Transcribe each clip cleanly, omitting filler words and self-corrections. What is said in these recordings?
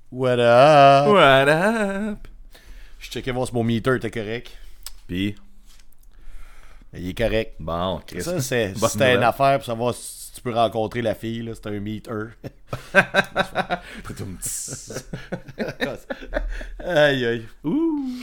What up? What up? Je checkais voir si mon meter était correct. Puis, Il est correct. bon, Chris. Ça, Bonne c'était une nouvelle. affaire pour savoir si tu peux rencontrer la fille. Là. C'est un meter. Aïe, aïe. Ouh.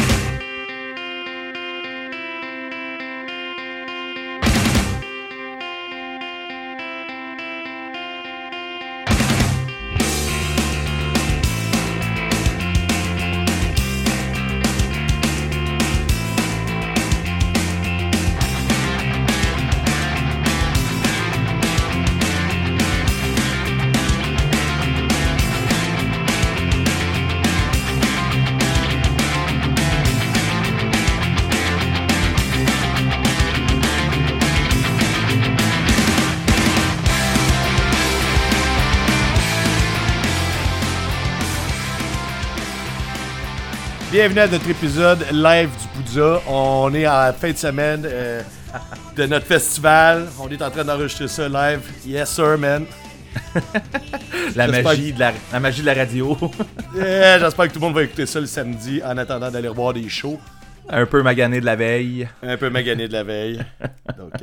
Bienvenue à notre épisode live du Poudza. On est en fin de semaine de notre festival. On est en train d'enregistrer ça live. Yes, sir, man. La J'espère magie, la magie de la radio. Yeah, j'espère que tout le monde va écouter ça le samedi en attendant d'aller revoir des shows. Un peu magané de la veille. Un peu magané de la veille. Donc,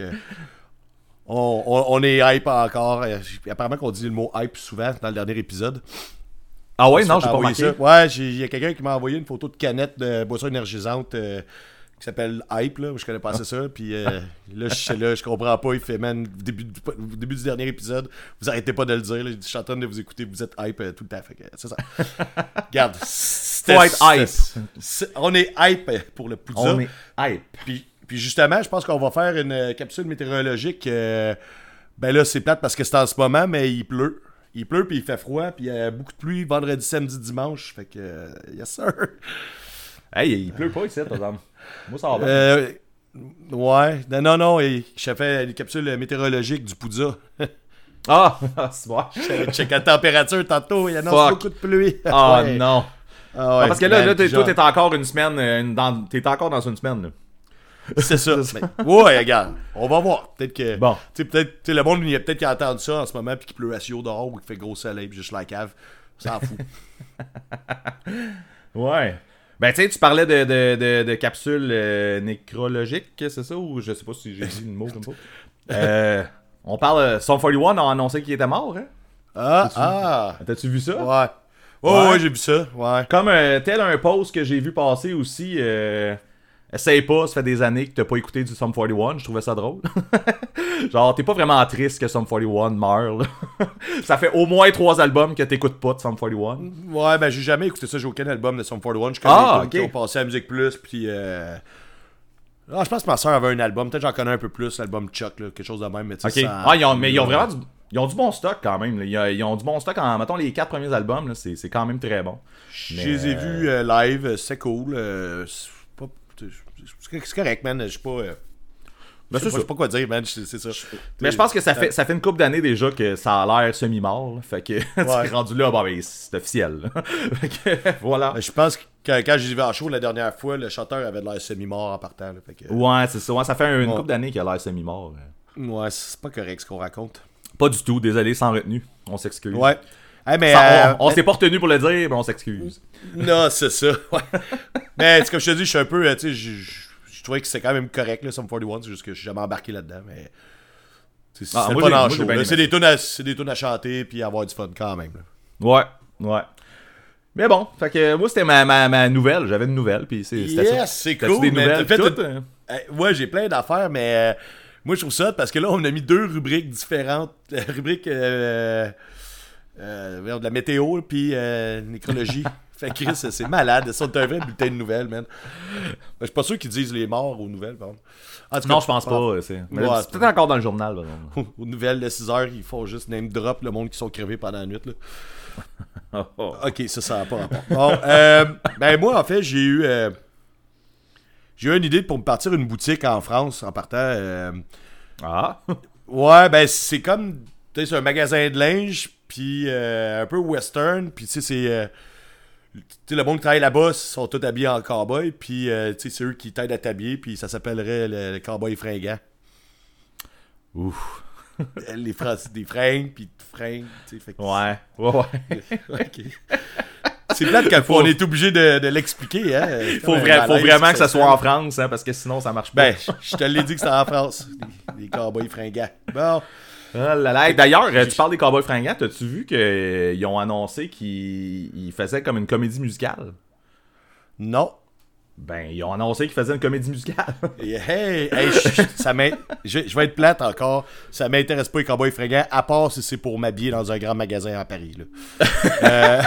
on est hype encore. Apparemment qu'on dit le mot hype souvent dans le dernier épisode. Ah ouais, On non, s'est j'ai pas envoyé remarqué. ça. Ouais, il y a quelqu'un qui m'a envoyé une photo de canette de boisson énergisante qui s'appelle Hype, là, je connais pas assez ça. Puis là, je comprends pas. Il fait, man, au début du dernier épisode, vous arrêtez pas de le dire. Là, je suis en train de vous écouter, vous êtes hype tout le temps. Fait que, c'est ça. Regarde, Faut être hype. on est hype pour le Poudza. On est hype. Puis justement, je pense qu'on va faire une capsule météorologique. Ben là, c'est plate parce que c'est en ce moment, mais il pleut. Il pleut, puis il fait froid, puis il y a beaucoup de pluie vendredi, samedi, dimanche. Fait que, yes sir. Hey, il pleut pas ici, par exemple. Moi, ça va bien. Ouais. Non. Je fais les capsules météorologiques du Poudza. Ah, c'est bon. Check la température tantôt, il annonce Fuck. beaucoup de pluie. Ah Ouais. non. Ah ouais, Parce que là, ben, toi, genre, t'es encore une semaine. T'es encore dans une semaine, là. c'est ça. Mais, ouais, regarde. On va voir. Peut-être que. Bon. Tu sais, peut-être. Tu sais, le monde, il y a peut-être qui a entendu ça en ce moment, puis qu'il pleut à chaud dehors, ou qu'il fait gros soleil, puis juste la cave. On s'en fout. Ouais. Ben, tu sais, tu parlais de capsules nécrologiques, c'est ça? Ou je sais pas si j'ai dit le mot comme ça. On parle. Sum 41 a annoncé qu'il était mort, hein? T'as-tu vu ça? Ouais. Ouais. Ouais, j'ai vu ça. Ouais. Comme tel un post que j'ai vu passer aussi. Essaye pas, ça fait des années que t'as pas écouté du Sum 41, je trouvais ça drôle. Genre, t'es pas vraiment triste que Sum 41 meure, là. Ça fait au moins 3 albums que t'écoutes pas de Sum 41. Ouais, ben j'ai jamais écouté ça, j'ai aucun album de Sum 41. Je connais les tunes qui ont passé à Musique Plus, puis je pense que ma soeur avait un album, peut-être j'en connais un peu plus, l'album Chuck, là, quelque chose de même, mais tu sais, Ok. Ah, ils ont vraiment ils ont du bon stock quand même, là. Ils ont du bon stock en, mettons, les 4 premiers albums, là, c'est quand même très bon. Je les ai vus live, c'est cool, c'est correct, man, je sais pas... Ben, je sais pas quoi dire, man, c'est ça. Mais je pense que ça fait une couple d'années déjà que ça a l'air semi-mort, là. Fait que tu es rendu là, bon, ben, c'est officiel, là. Fait que, voilà. Je pense que quand j'ai vu en show la dernière fois, le chanteur avait l'air semi-mort en partant, là, fait que... Ouais, c'est ça. Ouais, ça fait une couple d'années qu'il a l'air semi-mort. Ouais, c'est pas correct ce qu'on raconte. Pas du tout, désolé, sans retenue. On s'excuse. Ouais. Hey, mais, on s'est pas retenu pour le dire, mais on s'excuse. Non, c'est ça. Ouais. Mais comme je te dis, je suis un peu, tu sais, je trouvais que c'est quand même correct, là, Sum 41, c'est juste que je suis jamais embarqué là-dedans, mais c'est moi, pas dans le j'ai show. bien Là. aimé. C'est des tunes à chanter puis avoir du fun quand même. Là. Ouais. Mais bon, fait que moi, c'était ma nouvelle. J'avais une nouvelle, puis c'était ça. Yes, c'est T'as-tu cool. des mais nouvelles, t'as fait tout? ouais, j'ai plein d'affaires, mais moi, je trouve ça parce que là, on a mis 2 rubriques différentes. Rubrique de la météo puis nécrologie. Fait que Chris, c'est malade. Ça, c'est un vrai bulletin de nouvelles, man. Je suis pas sûr qu'ils disent les morts aux nouvelles, par contre. En tout cas, Non, je pense pas. Mais Ouais, c'est peut-être encore dans le journal. Par exemple. aux nouvelles de 6h, ils font juste name drop le monde qui sont crevés pendant la nuit. Là. Ok, ça n'a pas rapport. Bon, ben moi, en fait, j'ai eu une idée pour me partir une boutique en France en partant. Ah! Ouais, ben c'est comme, tu sais, c'est un magasin de linge, puis un peu western, puis tu sais, c'est... tu sais, le monde qui travaille là-bas sont tous habillés en cowboy, puis tu sais, c'est eux qui t'aident à t'habiller, puis ça s'appellerait le cowboy fringant. Ouf! des fringues, puis tu fringues, tu sais. Fait que Ouais. ok. C'est plate quand on est obligé de l'expliquer, hein. Faut vraiment que ça soit en France, hein, parce que sinon ça marche pas. Ben, je te l'ai dit que c'était en France. Les cowboys fringants. Bon. Oh là là. D'ailleurs, tu parles des Cowboys fringants, t'as-tu vu qu'ils ont annoncé qu'ils faisaient comme une comédie musicale? Non. Ben, ils ont annoncé qu'ils faisaient une comédie musicale. Hey, je vais être plate encore. Ça m'intéresse pas les cowboys fringants, à part si c'est pour m'habiller dans un grand magasin à Paris. Là.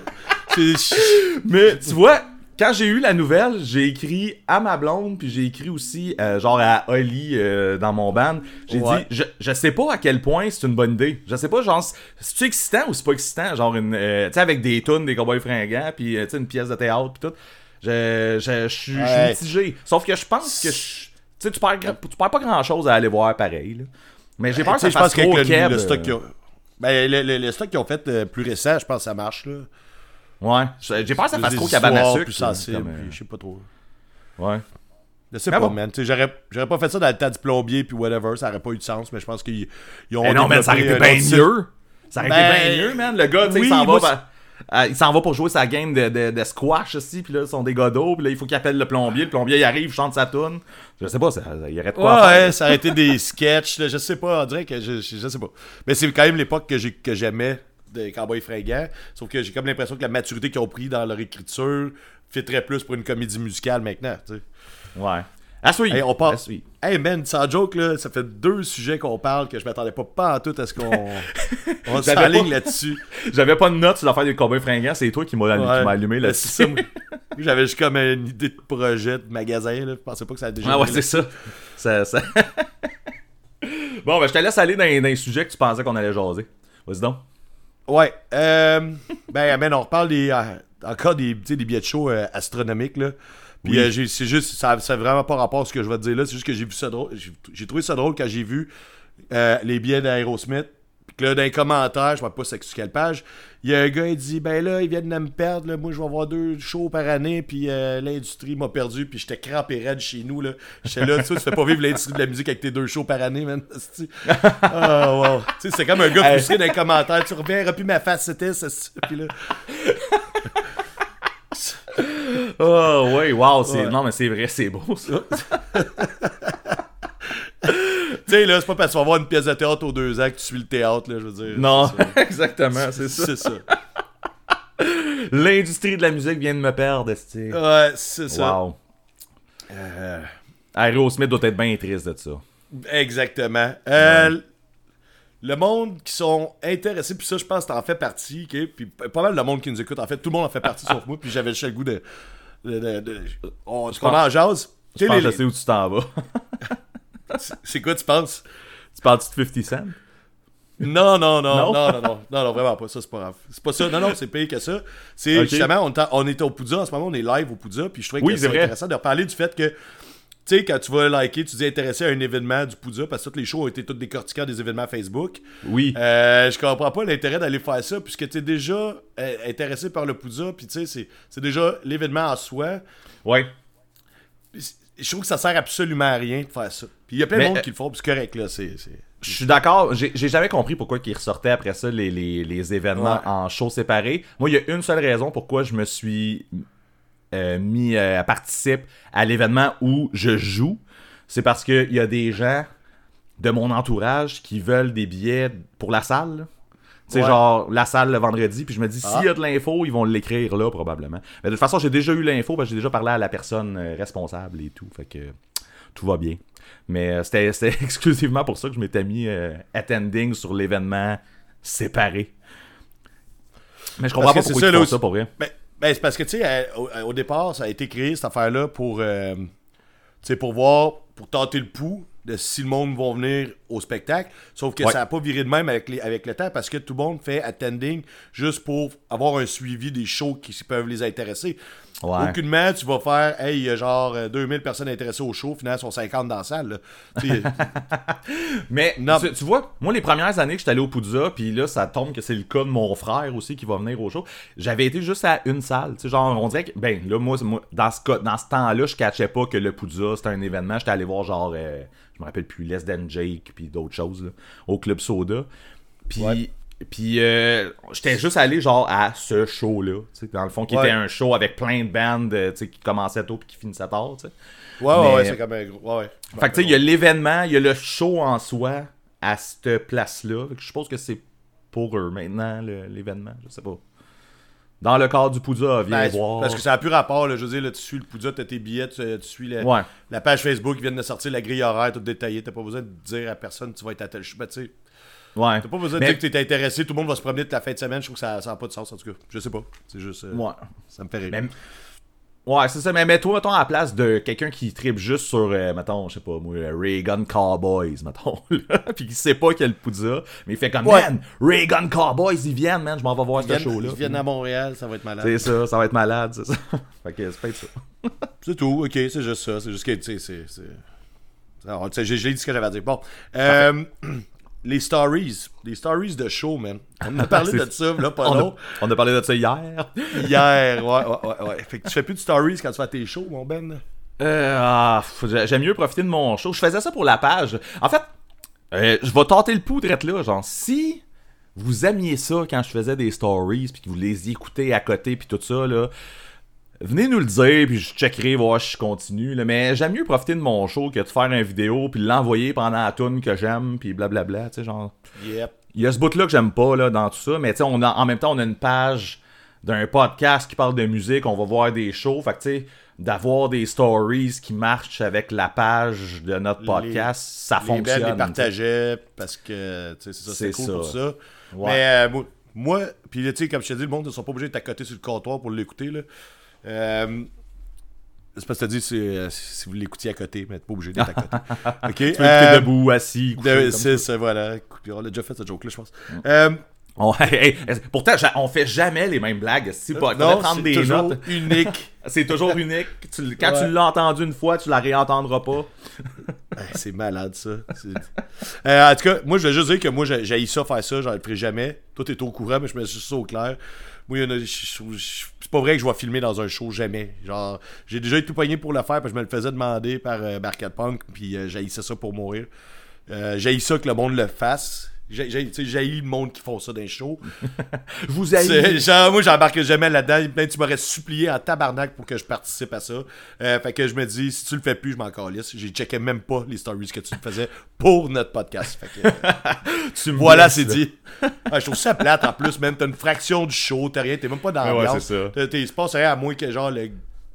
Mais tu vois, quand j'ai eu la nouvelle, j'ai écrit à ma blonde, puis j'ai écrit aussi genre à Oli dans mon band. J'ai dit, je sais pas à quel point c'est une bonne idée. Je sais pas, genre, c'est-tu excitant ou c'est pas excitant? Genre, tu sais, avec des tunes, des cowboys fringants, puis tu sais, une pièce de théâtre, puis tout. Je suis mitigé. Sauf que je pense que tu perds pas grand-chose à aller voir pareil. Là. Mais j'ai peur que ça fasse trop keb. Le stock le stock qu'ils ont fait plus récent, je pense que ça marche. Là. Ouais, j'ai peur que ça fasse trop cabane à sucre. Plus sensible, je sais pas trop. Ouais. Je sais pas, man. J'aurais pas fait ça dans le temps du plombier puis whatever, ça aurait pas eu de sens, mais je pense qu'ils ont. Mais non, mais ça aurait été bien mieux. Ça aurait été bien mieux, man. Le gars, tu sais, il s'en va pour jouer sa game de squash aussi, puis là, ils sont des godots, puis là, il faut qu'il appelle le plombier il arrive, chante sa toune. Je sais pas, il y aurait de quoi faire. Ouais, ça aurait été des sketchs, là, je sais pas, on dirait que je sais pas. Mais c'est quand même l'époque que j'aimais des Cowboys fringants, sauf que j'ai comme l'impression que la maturité qu'ils ont pris dans leur écriture fitterait plus pour une comédie musicale maintenant, tu sais. Ouais. Ah oui. Hey, on parle. Hey man, sans joke là, ça fait 2 sujets qu'on parle que je m'attendais pas en tout à ce qu'on s'enligne là-dessus. J'avais pas de notes sur l'affaire des Cowboys fringants, c'est toi qui m'as allumé là-dessus. C'est ça, moi. J'avais juste comme une idée de projet de magasin là, je pensais pas que ça allait déjà. Ah ouais, c'est ça. Bon, ben je te laisse aller dans les sujets que tu pensais qu'on allait jaser. Vas-y donc. Ouais. Ben on reparle encore des billets de show astronomiques là. Puis c'est juste, ça vraiment pas rapport à ce que je vais te dire là, c'est juste que j'ai vu ça drôle. J'ai trouvé ça drôle quand j'ai vu les billets d'Aerosmith. Puis que là, dans les commentaires, je ne sais pas c'est sur quelle page, il y a un gars, il dit, ben là, ils viennent de me perdre, là, moi je vais avoir 2 shows par année, puis l'industrie m'a perdu, puis j'étais crampé raide chez nous, là. J'étais là, tu fais pas vivre l'industrie de la musique avec tes 2 shows par année, man. Oh, wow. Tu sais, c'est comme un gars frustré dans les commentaires, tu reviens, puis ma face, c'était ça, puis là... Oh ouais, wow, non mais c'est vrai, c'est beau ça. Tu sais là, c'est pas parce que tu vas voir une pièce de théâtre aux 2 ans que tu suis le théâtre là, je veux dire. Non, exactement, c'est ça. C'est ça. L'industrie de la musique vient de me perdre, esti. Ouais, c'est ça. Wow. Aerosmith doit être bien triste de ça. Exactement. Le monde qui sont intéressés, puis ça, je pense que t'en fais partie, okay? Puis pas mal de monde qui nous écoute, en fait, tout le monde en fait partie sauf moi, puis j'avais juste le goût de qu'on en jase. Je pense que je sais où tu t'en vas. C'est quoi, tu penses? Tu parles-tu de 50 Cent? Non, vraiment pas, ça c'est pas grave. C'est pas ça, non, c'est pire que ça. C'est justement, on est au Poudja, en ce moment, on est live au Poudja, puis je trouvais que c'est intéressant de reparler du fait que tu sais, quand tu vas liker, tu dis intéressé à un événement du Poudja, parce que tous les shows ont été tous décortiqués des événements Facebook. Oui. Je comprends pas l'intérêt d'aller faire ça, puisque tu es déjà intéressé par le Poudja, puis tu sais, c'est déjà l'événement en soi. Ouais. Je trouve que ça sert absolument à rien de faire ça. Puis il y a plein de monde qui le font, puis c'est correct, là. Je suis d'accord, j'ai jamais compris pourquoi ils ressortaient après ça les événements en shows séparés. Moi, il y a une seule raison pourquoi je me suis... mis à participer à l'événement où je joue, c'est parce qu'il y a des gens de mon entourage qui veulent des billets pour la salle. Tu sais, genre la salle le vendredi, puis je me dis, s'il y a de l'info, ils vont l'écrire là, probablement. Mais de toute façon, j'ai déjà eu l'info, parce que j'ai déjà parlé à la personne responsable et tout, fait que tout va bien. Mais c'était exclusivement pour ça que je m'étais mis attending sur l'événement séparé. Mais je comprends pas pourquoi ils font ça pour vrai. Ben, c'est parce que, tu sais, au départ, ça a été créé, cette affaire-là, pour pour tenter le pouls de si le monde va venir au spectacle. Sauf que ça n'a pas viré de même avec le temps, parce que tout le monde fait attending juste pour avoir un suivi des shows qui peuvent les intéresser. Ouais. Aucunement, tu vas faire, hey, il y a genre 2000 personnes intéressées au show, finalement, ils sont 50 dans la salle. Là. Mais Non. tu vois, moi, les premières années que j'étais allé au Poudza, puis là, ça tombe que c'est le cas de mon frère aussi qui va venir au show. J'avais été juste à une salle. Tu sais, genre, on dirait que, ben, là, moi dans ce temps-là, je catchais pas que le Poudza, c'était un événement. J'étais allé voir, genre, je me rappelle plus, Less Than Jake, puis d'autres choses, là, au Club Soda. Puis. Ouais. Puis j'étais juste allé genre à ce show-là, dans le fond, qui était un show avec plein de bandes qui commençaient tôt puis qui finissaient tard. T'sais. Ouais, c'est comme un gros. Ouais. Fait que tu sais, il y a l'événement, il y a le show en soi à cette place-là. Je suppose que c'est pour eux maintenant, l'événement, je sais pas. Dans le cadre du Poudza, viens voir. Parce que ça n'a plus rapport, là, je veux dire, là, tu suis le Poudza, tu as tes billets, tu suis la page Facebook qui vient de sortir, la grille horaire, tout détaillé. T'as pas besoin de dire à personne tu vas être à tel show. Ben, tu sais. Ouais. T'as pas besoin de dire que t'es intéressé, tout le monde va se promener toute la fin de semaine, je trouve que ça n'a pas de sens en tout cas. Je sais pas. C'est juste. Ça me fait rire. Ouais, c'est ça, mais mets-toi, mettons, à la place de quelqu'un qui tripe juste sur, mettons, je sais pas, moi, Ray-Gun Cowboys, mettons, pis qui sait pas qu'il y a le Poudza, mais il fait comme, man, Ray-Gun Cowboys, ils viennent, man, je m'en vais voir ce show-là. Ils viennent à Montréal, ça va être malade. C'est ça va être malade, c'est ça. Fait que c'est peut-être ça. C'est tout, ok, c'est juste ça. C'est juste que, tu sais, j'ai dit ce que j'avais à dire. Bon, les stories de show, man. On a parlé de ça, là, pas long. On a parlé de ça hier. Hier, ouais. Fait que tu fais plus de stories quand tu fais tes shows, mon Ben. J'aime mieux profiter de mon show. Je faisais ça pour la page. En fait, je vais tenter le pouls d'être là. Genre, si vous aimiez ça quand je faisais des stories, puis que vous les écoutez à côté, puis tout ça, là, venez nous le dire, puis je checkerai, voir si je continue. Là. Mais j'aime mieux profiter de mon show que de faire une vidéo, puis l'envoyer pendant la tune que j'aime, puis blablabla, tu sais, genre... Yep. Il y a ce bout-là que j'aime pas, là, dans tout ça, mais tu sais, en même temps, on a une page d'un podcast qui parle de musique, on va voir des shows, fait que tu sais, d'avoir des stories qui marchent avec la page de notre podcast, ça fonctionne. Les partageaient, parce que, tu sais, c'est cool pour ça. Ouais. Mais moi, puis tu sais, comme je te dis, le monde ne sont pas obligés de t'accoter sur le comptoir pour l'écouter, là. C'est parce que t'as dit si vous l'écoutiez à côté, mais t'es pas obligé d'être à côté. Ok. Tu peux écouter debout, assis, couché, c'est ça, voilà. On a déjà fait ce joke-là, je pense. Pourtant, on fait jamais les mêmes blagues. Non, c'est toujours unique. C'est toujours unique. Quand tu l'as entendu une fois, tu la réentendras pas. C'est malade, ça. En tout cas, moi, je vais juste dire que moi, j'ai ça faire ça, j'en le ferai jamais. Toi, t'es au courant, mais je me suis ça au clair. Moi, c'est pas vrai que je vais filmer dans un show, jamais. Genre, j'ai déjà été tout pogné pour le faire, parce que je me le faisais demander par Barcade Punk, puis j'haïssais ça pour mourir. J'haïs ça que le monde le fasse. J'haïs le monde qui font ça dans les shows. Je vous haïs. Genre, moi, j'embarque jamais là-dedans. Même tu m'aurais supplié en tabarnak pour que je participe à ça. Fait que je me dis, si tu le fais plus, je m'en calisse. J'ai checké même pas les stories que tu faisais pour notre podcast. Fait que, voilà, c'est dit. Je trouve ça plate en plus, même. T'as une fraction du show, t'as rien, t'es même pas dans l'ambiance. Ouais, c'est ça. Il se passe rien à moins que genre je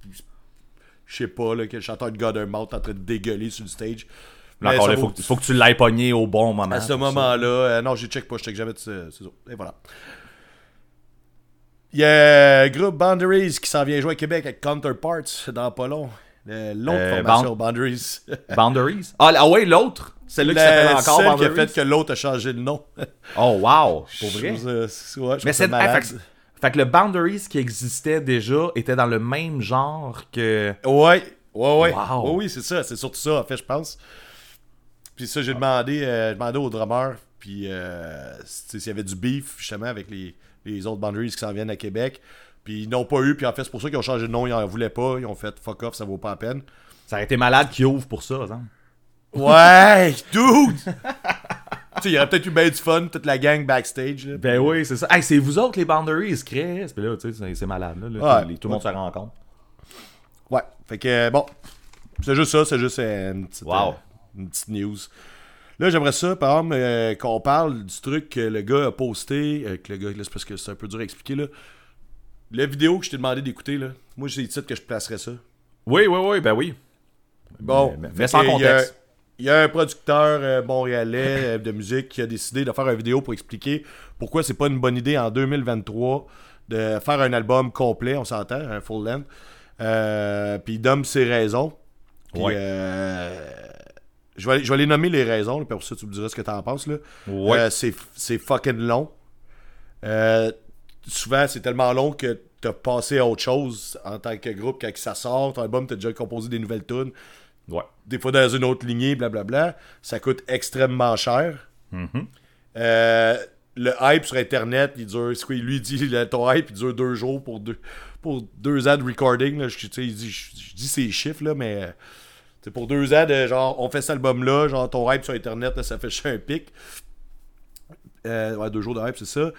sais pas, là, que le chanteur de Guttermouth est en train de dégueuler sur le stage. Là, encore, il faut que tu l'ailles pogné au bon moment. À ce moment-là, non, je check pas, je check jamais. C'est ça. Et voilà. Il y a le groupe Boundaries qui s'en vient jouer à Québec avec Counterparts dans pas long. L'autre formation, Boundaries. Boundaries? Ah ouais, l'autre? Celle-là qui s'appelle encore Boundaries. Boundaries? Qui a fait que l'autre a changé de nom. Oh, wow! Pour vrai? Mais c'est malade. Fait que le Boundaries qui existait déjà était dans le même genre que... Ouais. Wow. Oui, c'est ça. C'est surtout ça, en fait, je pense. Puis ça, j'ai demandé au drummer, puis s'il y avait du beef, justement, avec les autres Boundaries qui s'en viennent à Québec. Puis ils n'ont pas eu, puis en fait, c'est pour ça qu'ils ont changé de nom, ils en voulaient pas, ils ont fait fuck off, ça vaut pas la peine. Ça aurait été malade qu'ils ouvrent pour ça, hein? Ouais, dude! Tu sais, il y aurait peut-être eu bien du fun, toute la gang backstage. Là, ben oui, c'est ça. Hey, c'est vous autres les Boundaries, Chris. Puis là, tu sais, c'est malade, là. Tout le monde se rencontre. Ouais, fait que bon, c'est juste ça, c'est juste une petite... Wow. Une petite news. Là, j'aimerais ça, par exemple, qu'on parle du truc que le gars a posté. Que le gars, là, c'est parce que c'est un peu dur à expliquer, là. La vidéo que je t'ai demandé d'écouter, là. Moi, j'ai dit que je placerais ça. Oui, ben oui. Bon, mais sans contexte. Il y a un producteur montréalais de musique qui a décidé de faire une vidéo pour expliquer pourquoi c'est pas une bonne idée en 2023 de faire un album complet, on s'entend, un full length. Puis il donne ses raisons. Puis, je vais les nommer les raisons, là, pour ça tu me diras ce que t'en penses. Là. Ouais. C'est fucking long. Souvent, c'est tellement long que t'as passé à autre chose en tant que groupe quand ça sort. Ton album, t'as déjà composé des nouvelles tunes. Ouais. Des fois dans une autre lignée, blablabla. Ça coûte extrêmement cher. Le hype sur Internet, il dure... C'est quoi, lui, il dit ton hype, il dure 2 jours pour 2 ans de recording. Là. Il dit, je dis ces chiffres, là, mais... pour 2 ans de genre, on fait cet album-là, genre ton hype sur Internet, là, ça fait juste un pic. Ouais, 2 jours de hype, c'est ça.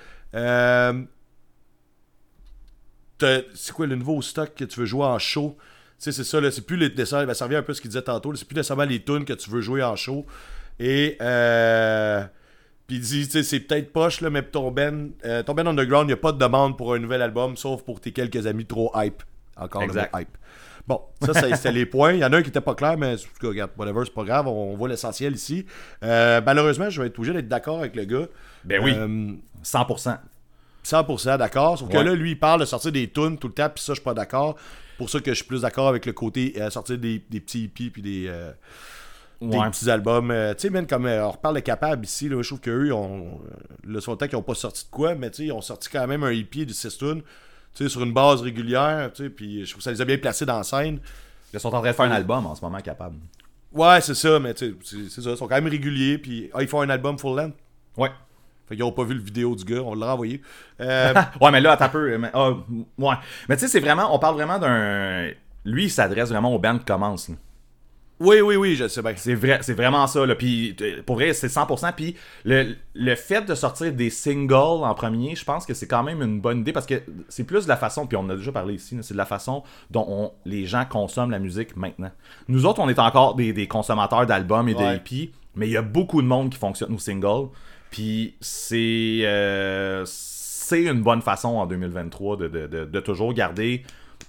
C'est quoi le nouveau stock que tu veux jouer en show? C'est ça, là, c'est plus les dessins, ça revient un peu à ce qu'il disait tantôt, là, c'est plus nécessairement les tunes que tu veux jouer en show. Et puis il dit, c'est peut-être poche, là, mais ton band underground, il n'y a pas de demande pour un nouvel album, sauf pour tes quelques amis trop hype. Encore exact. le mot hype. Bon, ça c'était les points. Il y en a un qui était pas clair, mais regarde, whatever, c'est pas grave, on voit l'essentiel ici. Malheureusement, je vais être obligé d'être d'accord avec le gars. Ben oui, 100%. 100% d'accord, sauf que là, lui, il parle de sortir des tunes tout le temps, puis ça, je suis pas d'accord. Pour ça que je suis plus d'accord avec le côté sortir des petits hippies, puis des petits albums. Tu sais, même comme on reparle de Capable ici, là, je trouve qu'eux, le son temps qu'ils ont pas sorti de quoi, mais tu sais, ils ont sorti quand même un hippie de 6 tunes. Tu sais, sur une base régulière, tu sais, puis je trouve que ça les a bien placés dans la scène. Ils sont en train de faire un album en ce moment, Capable. Ouais, c'est ça, mais tu sais, c'est ça, ils sont quand même réguliers, puis ils font un album full length. Ouais. Fait qu'ils ont pas vu le vidéo du gars, on l'a renvoyé. Ouais, mais là, attends un peu. Ouais. Mais tu sais, c'est vraiment, on parle vraiment d'un... Lui, il s'adresse vraiment aux bands qui commencent, là. Oui, je sais bien. C'est vraiment ça, là. Puis, pour vrai, c'est 100%. Puis, le fait de sortir des singles en premier, je pense que c'est quand même une bonne idée parce que c'est plus de la façon, puis on en a déjà parlé ici, là, c'est de la façon dont les gens consomment la musique maintenant. Nous autres, on est encore des consommateurs d'albums et de EP, mais il y a beaucoup de monde qui fonctionne aux singles. Puis, c'est une bonne façon en 2023 de toujours garder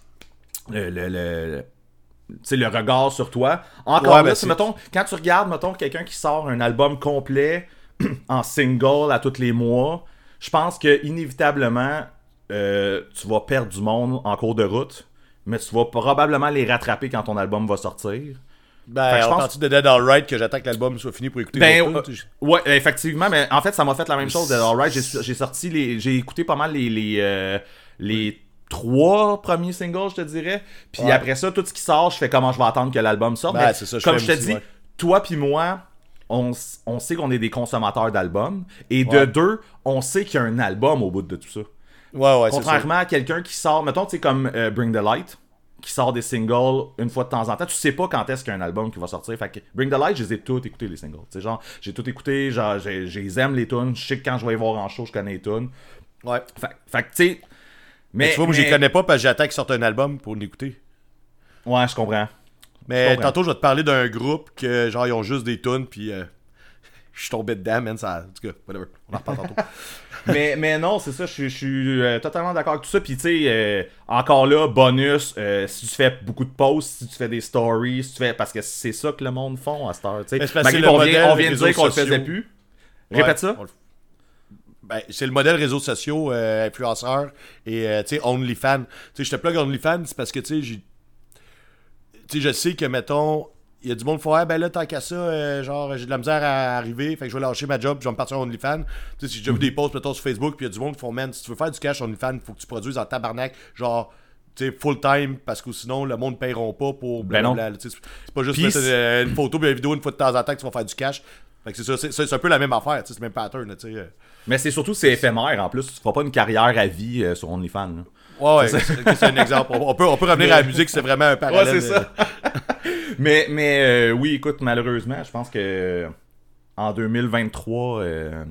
le regard sur toi. Encore là, mettons, quand tu regardes, mettons, quelqu'un qui sort un album complet en single à tous les mois, je pense que inévitablement tu vas perdre du monde en cours de route, mais tu vas probablement les rattraper quand ton album va sortir. Ben, on partit de Dead Alright que j'attends que l'album soit fini pour écouter ouais, effectivement, mais en fait, ça m'a fait la même chose. Dead Alright, j'ai écouté pas mal les 3 premiers singles, je te dirais. Puis après ça, tout ce qui sort, je fais comment je vais attendre que l'album sorte. Ben, c'est ça, comme je te dis, toi puis moi, on sait qu'on est des consommateurs d'albums. Et de deux, on sait qu'il y a un album au bout de tout ça. Ouais, contrairement à quelqu'un qui sort, mettons, tu sais, comme Bring the Light, qui sort des singles une fois de temps en temps. Tu sais pas quand est-ce qu'il y a un album qui va sortir. Fait que Bring the Light, je les ai tous écoutés, les singles. Tu sais, genre, j'ai tout écouté, genre, j'aime les tunes. Je sais que quand je vais les voir en show, je connais les tunes. Ouais. Fait que, tu sais... Mais tu vois, moi, je les connais pas parce que j'attends qu'ils sortent un album pour l'écouter. Ouais, je comprends. Mais tantôt, je vais te parler d'un groupe que, genre, ils ont juste des tunes, puis je suis tombé dedans, man. Ça, en tout cas, whatever. On en reparle tantôt. mais non, c'est ça, je suis totalement d'accord avec tout ça. Puis, tu sais, encore là, bonus, si tu fais beaucoup de posts, si tu fais des stories, si tu fais... Parce que c'est ça que le monde font à cette heure, tu sais. Malgré qu'on vient de dire qu'on le faisait plus. Répète ça. Ben, c'est le modèle réseaux sociaux, influenceurs et tu sais, OnlyFans. Tu sais, je te plug OnlyFans, c'est parce que tu sais, je sais que, mettons, il y a du monde qui fait, ben là, tant qu'à ça, genre, j'ai de la misère à arriver, fait que je vais lâcher ma job, je vais me partir en OnlyFans. Tu sais, si j'ai déjà vu des posts, mettons, sur Facebook, puis il y a du monde qui font, man, si tu veux faire du cash sur OnlyFans, il faut que tu produises en tabarnak, genre, tu sais, full time, parce que sinon, le monde ne paieront pas pour blablabla. C'est pas juste mettre une photo et une vidéo une fois de temps en temps que tu vas faire du cash. Fait que c'est ça, c'est un peu la même affaire, c'est le même pattern, tu sais. Mais c'est surtout, c'est éphémère, en plus, tu feras pas une carrière à vie sur OnlyFans, là. Ouais, c'est un exemple. On peut revenir à la musique, c'est vraiment un parallèle. Ouais, c'est ça. mais oui, écoute, malheureusement, je pense que en 2023,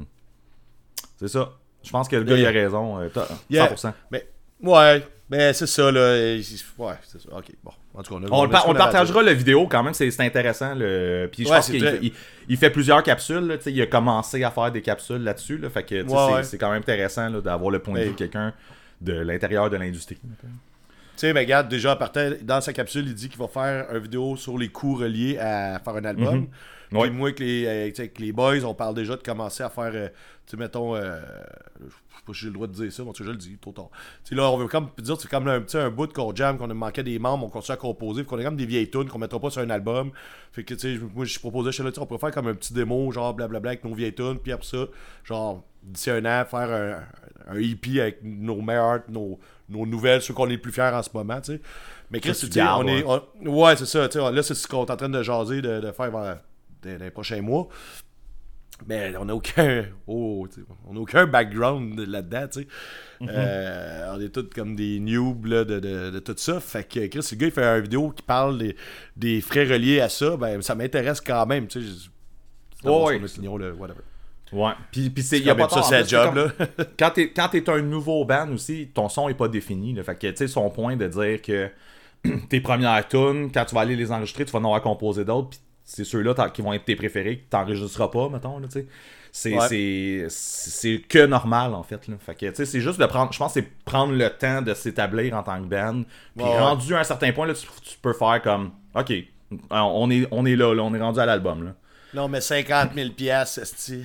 c'est ça. Je pense que le gars, il a raison, 100%. Mais c'est ça, là. Ouais, c'est ça. Ok, bon. En tout cas, on le partagera, la vidéo, quand même, c'est intéressant. Puis je pense qu'il fait plusieurs capsules. Là, il a commencé à faire des capsules là-dessus. Là, fait que c'est quand même intéressant là, d'avoir le point de vue de quelqu'un de l'intérieur de l'industrie. Tu sais, mais regarde, déjà, dans sa capsule, il dit qu'il va faire une vidéo sur les coûts reliés à faire un album. Puis moi, avec les boys, on parle déjà de commencer à faire, tu sais, mettons, je sais pas si j'ai le droit de dire ça, mais je le dis, trop tard. Tu sais, là, on veut comme dire, c'est comme un bout qu'on jam, qu'on a manqué des membres, on continue à composer, puis qu'on est comme des vieilles tunes qu'on mettra pas sur un album. Fait que, tu sais, moi, je proposais, on pourrait faire comme un petit démo, genre, blablabla, avec nos vieilles tunes, puis après ça, genre, d'ici un an, faire un EP avec nos meilleurs, nos nouvelles, ceux qu'on est le plus fiers en ce moment, tu sais. Mais Chris, tu sais, ouais, c'est ça, tu sais, là, c'est ce qu'on est en train de jaser, de faire dans les prochains mois. Mais on n'a aucun background là-dedans, tu sais. On est tous comme des noobs là, de tout ça. Fait que Chris, le gars, il fait une vidéo qui parle des frais reliés à ça. Ben, ça m'intéresse quand même, tu sais. Ouais. Whatever. Ouais. Puis il y a pas ça, c'est un job, là. Quand t'es un nouveau band aussi, ton son est pas défini. Là. Fait que, tu sais, son point de dire que tes premières tunes, quand tu vas aller les enregistrer, tu vas en avoir composé d'autres, puis c'est ceux-là qui vont être tes préférés, que t'enregistreras pas, mettons, là, tu sais. C'est que normal, en fait, là. Fait que, tu sais, c'est juste de prendre, je pense que c'est prendre le temps de s'établir en tant que band, puis rendu à un certain point, là, tu peux faire comme, ok, on est là, on est rendu à l'album, là. Là, on met 50 000 piastres, esti.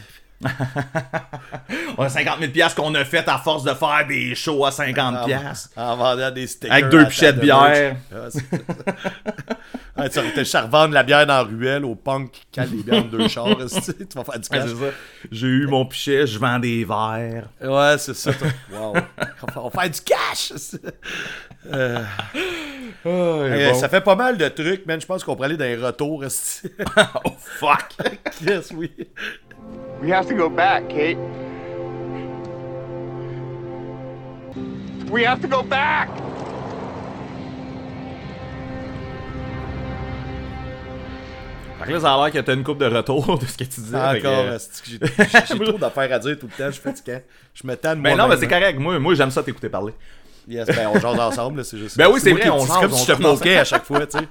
On a 50 000 qu'on a fait à force de faire des shows à 50 piastres. En vendant des stickers. Avec 2 pichettes de bière. Tu vas te revendre la bière dans la ruelle au punk qui cale les bières en 2 chars. Tu vas faire du cash. C'est ça. J'ai eu mon pichet, je vends des verres. Ouais, c'est ça. Wow. On va faire du cash. Bon. Ça fait pas mal de trucs, man. Je pense qu'on pourrait aller dans les retours. Oh fuck. Yes, oui. We have to go back, Kate. We have to go back! Fait que là, ça a l'air que t'as une coupe de retour de ce que tu disais. Encore, j'ai trop d'affaires à dire tout le temps, je suis fatiguant. Je me tanne moi-même. Ben non, mais c'est correct. Moi j'aime ça t'écouter parler. Yes, ben on jase ensemble, là, c'est juste. Ben oui, c'est vrai, on jase. C'est comme si je te moquais à chaque fois, tu sais.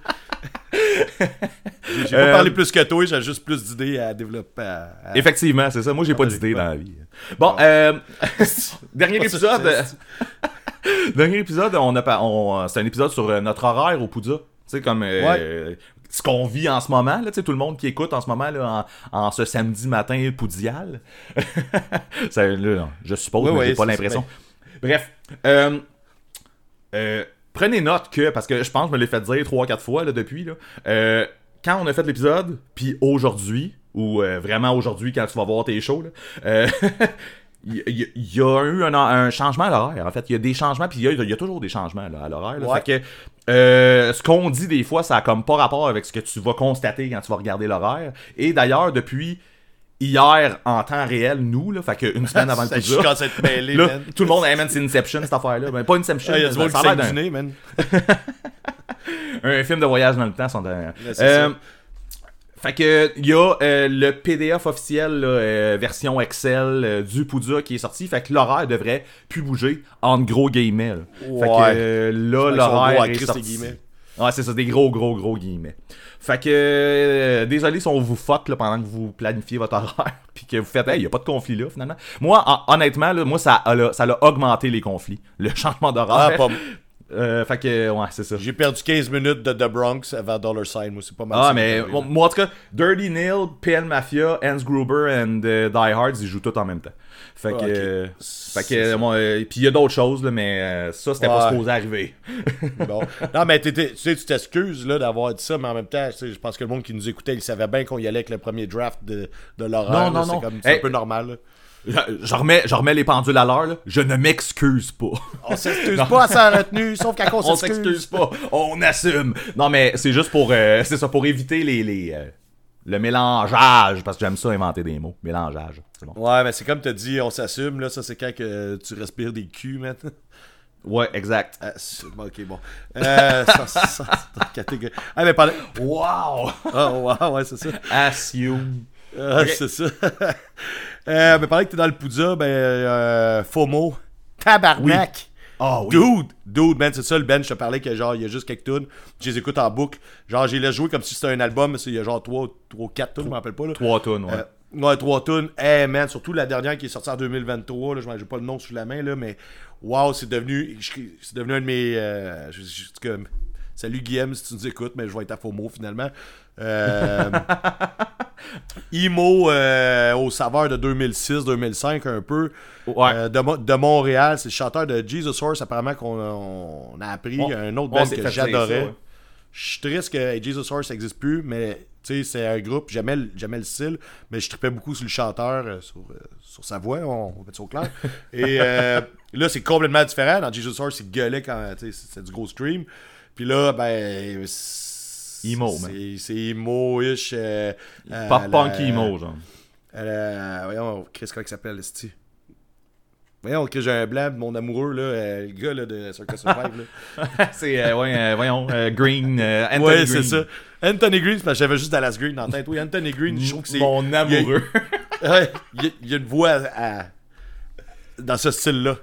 J'ai pas parlé plus que toi, j'ai juste plus d'idées à développer. Effectivement, c'est ça. Moi, j'ai pas d'idées dans la vie. Bon, dernier épisode. Dernier épisode, c'est un épisode sur notre horaire au Poudja. Tu sais, comme ce qu'on vit en ce moment, là, tu sais, tout le monde qui écoute en ce moment, là, en ce samedi matin poudial. Ça, là, je suppose, mais j'ai pas l'impression. Bref, prenez note que, parce que je pense que je me l'ai fait dire 3-4 fois là, depuis, là, quand on a fait l'épisode, puis aujourd'hui, ou vraiment aujourd'hui quand tu vas voir tes shows, là, il y a eu un changement à l'horaire. En fait, il y a des changements, puis il y a toujours des changements là, à l'horaire. Là. Ouais. Fait que ce qu'on dit des fois, ça a comme pas rapport avec ce que tu vas constater quand tu vas regarder l'horaire. Et d'ailleurs, depuis hier, en temps réel, nous, là, fait qu'une semaine avant le Poudja, quand ça te mêlé, là, man. tout le monde, hey man, c'est Inception cette affaire-là. Ben, pas Inception, il y a du monde ça qui a s'est l'air dîné, man. un film de voyage dans le temps. Ça. Fait que il y a le PDF officiel là, version Excel du Poudja qui est sorti. Fait que l'horaire devrait plus bouger entre gros guillemets. Là. Fait que là, l'horaire est sorti. Ouais, c'est ça, des gros guillemets. Fait que désolé si on vous fuck là, pendant que vous planifiez votre horaire puis que vous faites hey, y a pas de conflit là finalement. Moi honnêtement là, moi ça a augmenté les conflits, le changement d'horaire. Fait que ouais, c'est ça. J'ai perdu 15 minutes de The Bronx avant Dollar Sign, moi c'est pas mal. Ah mais moi en tout cas, Dirty Neil, PL Mafia, Hans Gruber and Die Hard, ils jouent tous en même temps. Fait que moi puis il y a d'autres choses là, mais ça c'était pas supposé arriver. Bon. Non mais tu t'excuses là d'avoir dit ça, mais en même temps, je pense que le monde qui nous écoutait, il savait bien qu'on y allait avec le premier draft de l'horaire. Non. C'est un peu normal. Là. Je remets les pendules à l'heure, là. Je ne m'excuse pas. On s'excuse pas à sa retenue, sauf quand on s'excuse pas. On assume. Non, mais c'est juste pour c'est ça, pour éviter le mélangeage, parce que j'aime ça inventer des mots. Mélangeage, c'est bon. Ouais, mais c'est comme t'as dit, on s'assume, là. Ça, c'est quand que tu respires des culs, maintenant. Ouais, exact. Ok, bon. Catégorie. Ah, mais parlez. Wow! Oh, wow, ouais, c'est ça. Assume. Okay. C'est ça. Mais pendant que t'es dans le Poudja, FOMO, tabarnak. Oui. Oh, oui. Dude, man, c'est ça le Ben, je te parlais que genre, il y a juste quelques tunes, je les écoute en boucle. Genre, j'ai laissé jouer comme si c'était un album, mais il y a genre 3 ou 4 tunes, je m'en rappelle pas. Là. 3 tunes, ouais. Ouais, 3 tunes. Hey, man, surtout la dernière qui est sortie en 2023, là, j'ai pas le nom sous la main, là, mais wow, c'est devenu un de mes. Salut Guillaume si tu nous écoutes, mais je vais être à FOMO finalement. Emo au saveur de 2006-2005 un peu. Ouais. De Montréal, c'est le chanteur de Jesus Horse apparemment qu'on a appris, un autre band que j'adorais. Je suis triste que Jesus Horse n'existe plus, mais Tu sais, c'est un groupe, j'aimais le style, mais je trippais beaucoup sur le chanteur, sur sa voix, on va mettre ça au clair. Et là, c'est complètement différent. Dans Jesus Horse, il gueulait quand, tu sais, c'est du gros scream. Puis là, ben... Emo, man. C'est emo-ish. Pop-punk emo, genre. Voyons, Chris, comment il s'appelle, Esti? Voyons, que j'ai un blanc de mon amoureux, là, le gars là, de Circus Survive. Là. C'est, voyons, Green, Anthony ouais, Green. c'est ça. Anthony Green, c'est parce que j'avais juste Dallas Green dans la tête. Oui, Anthony Green, je trouve que c'est... Mon amoureux. Il y a une voix dans ce style-là.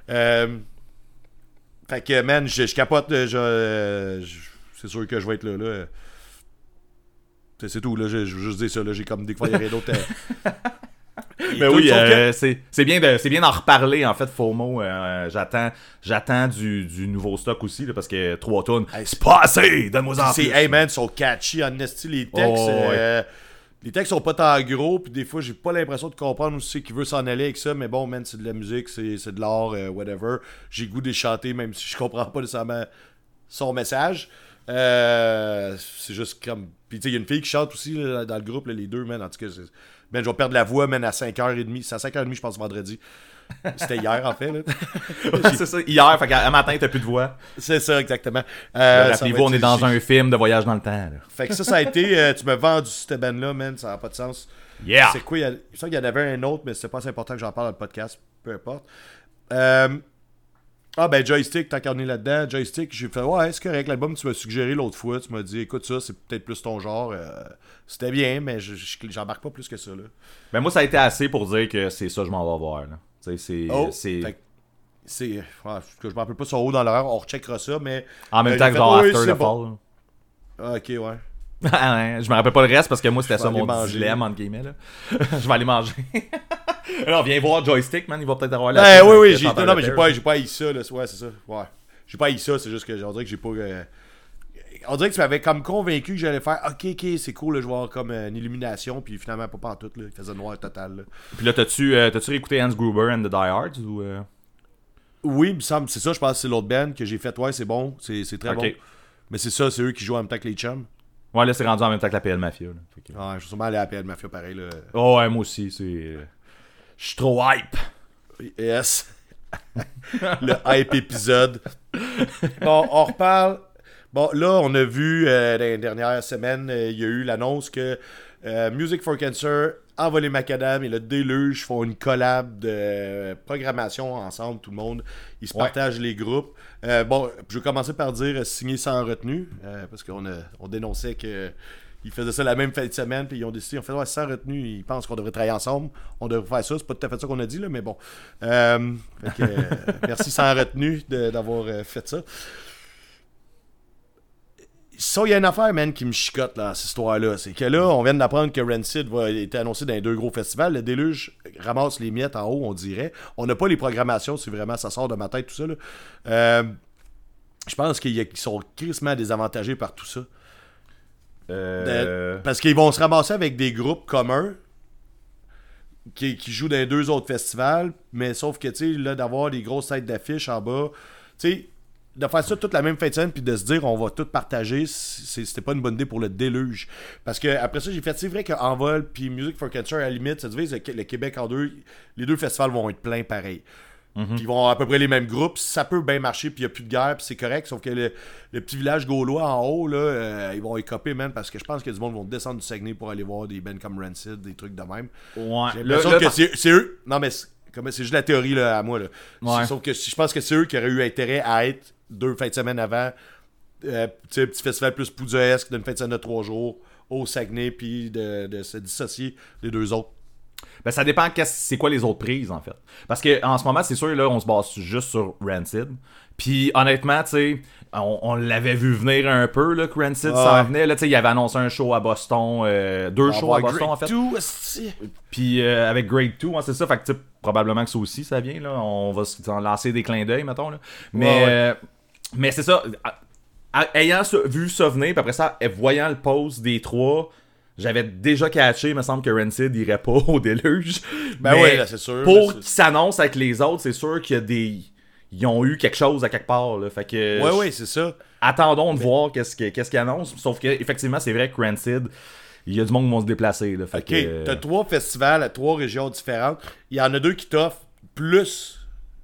Fait que, man, je capote. C'est sûr que je vais être là. C'est tout, là. Je veux juste dire ça. Là. J'ai comme découvert d'autres... Mais oui, c'est bien d'en reparler, en fait, FOMO. J'attends du nouveau stock aussi, là, parce que 3 tonnes, c'est pas assez, donne-moi en plus. Hey man, ils sont catchy en esti, les textes. Ouais. Les textes sont pas tant gros, puis des fois, j'ai pas l'impression de comprendre où c'est qu'il veut s'en aller avec ça, mais bon, man, c'est de la musique, c'est de l'art, whatever. J'ai le goût de les chanter, même si je comprends pas nécessairement son message. C'est juste comme... Puis tu sais, il y a une fille qui chante aussi là, dans le groupe, là, les deux, man, en tout cas, man, je vais perdre la voix, man, à 5h30. C'est à 5h30, je pense, vendredi. C'était hier, en fait. Là. C'est ça, hier, fait qu'à matin, t'as plus de voix. C'est ça, exactement. Rappelez-vous, on est dans un film de voyage dans le temps. Là. Fait que ça a été... tu m'as vendu cette band-là, man, ça n'a pas de sens. Yeah! C'est quoi? Je sens qu'il y en avait un autre, mais c'est pas assez important que j'en parle dans le podcast. Peu importe. Ben Joystick, tant qu'on est là-dedans, Joystick, j'ai fait ouais, c'est correct, l'album que tu m'as suggéré l'autre fois, tu m'as dit écoute ça, c'est peut-être plus ton genre, c'était bien, mais j'embarque pas plus que ça là. Ben moi ça a été assez pour dire que c'est ça que je m'en vais voir là. Tu sais, je me rappelle pas son haut dans l'horaire, on recheckera ça, mais en même temps que genre After the Fall. Bon. Ah, ok, ouais. Je me rappelle pas le reste parce que moi c'était ça mon dilemme entre guillemets là. Je vais aller manger. Alors viens voir Joystick, man, il va peut-être avoir la oui, mais j'ai pas haï ça là, ouais, c'est ça. Ouais. J'ai pas haï ça, c'est juste que on dirait que j'ai pas on dirait que tu m'avais comme convaincu que j'allais faire OK, c'est cool, là, je vais avoir comme une illumination, puis finalement pas pantoute là, il faisait noir total là. Puis là t'as-tu réécouté Hans Gruber and the Die Hards ou Oui, il me semble, c'est ça, je pense que c'est l'autre band que j'ai fait, ouais, c'est bon, c'est très bon. Mais c'est ça, c'est eux qui jouent en même temps que les chums. Ouais, là c'est rendu en même temps que la PL Mafia là. Ouais, je suis sûrement allé à la PL Mafia pareil là. Oh ouais, moi aussi, c'est je suis trop hype. Yes. Le hype épisode. Bon, on reparle. Bon, là, on a vu dans les dernières semaines, il y a eu l'annonce que Music for Cancer, Envolé Macadam et le Déluge font une collab de programmation ensemble, tout le monde. Ils se partagent les groupes. Bon, je vais commencer par dire signer sans retenue, parce qu'on dénonçait que ils faisaient ça la même fin de semaine, puis ils ont décidé, on fait sans retenue, ils pensent qu'on devrait travailler ensemble, on devrait faire ça, c'est pas tout à fait ça qu'on a dit, là, mais bon. Merci sans retenue d'avoir fait ça. Ça, il y a une affaire, man, qui me chicote, là, cette histoire-là. C'est que là, on vient d'apprendre que Rancid va être annoncé dans les 2 gros festivals. Le Déluge ramasse les miettes en haut, on dirait. On n'a pas les programmations, si vraiment ça sort de ma tête, tout ça, là. Je pense qu'ils sont crissement désavantagés par tout ça. Parce qu'ils vont se ramasser avec des groupes communs qui jouent dans les 2 autres festivals, mais sauf que, tu sais, là, d'avoir des grosses têtes d'affiches en bas, tu sais, de faire ça toute la même fin de semaine puis de se dire on va tout partager, c'était pas une bonne idée pour le Déluge. Parce que après ça, j'ai fait, c'est vrai qu'Envol puis Music for Cancer, à la limite, ça divise le Québec en 2, les 2 festivals vont être pleins pareil. Puis ils vont avoir à peu près les mêmes groupes, ça peut bien marcher, puis il n'y a plus de guerre, puis c'est correct, sauf que le petit village gaulois en haut, là, ils vont écoper, man, parce que je pense que du monde vont descendre du Saguenay pour aller voir des bands comme Rancid, des trucs de même. Ouais. J'ai l'impression que c'est eux. Non, mais c'est juste la théorie là, à moi. Là. Ouais. Sauf que je pense que c'est eux qui auraient eu intérêt à être 2 fins de semaine avant, petit festival plus poudresque d'une fin de semaine de 3 jours au Saguenay, puis de se dissocier les 2 autres. Ben ça dépend c'est quoi les autres prises en fait. Parce que en ce moment, c'est sûr là, on se base juste sur Rancid. Puis honnêtement, tu sais, on l'avait vu venir un peu là, que Rancid s'en venait là, tu sais, il avait annoncé un show à Boston, 2 shows à Boston en fait. Puis avec Grade 2, c'est ça, fait que tu sais, probablement que ça aussi ça vient là, on va se lancer des clins d'œil mettons là. Mais c'est ça, ayant vu ça venir, puis après ça, voyant le post des 3, j'avais déjà catché, il me semble que Rancid irait pas au Déluge. Ben oui, là, c'est sûr. Pour qu'ils s'annoncent avec les autres, c'est sûr qu'il y a ils ont eu quelque chose à quelque part. Là. Fait que oui, c'est ça. Attendons de voir qu'est-ce qu'ils annoncent. Sauf que effectivement, c'est vrai que Rancid, il y a du monde qui vont se déplacer. Là, fait OK, que, t'as 3 festivals à 3 régions différentes. Il y en a 2 qui t'offrent plus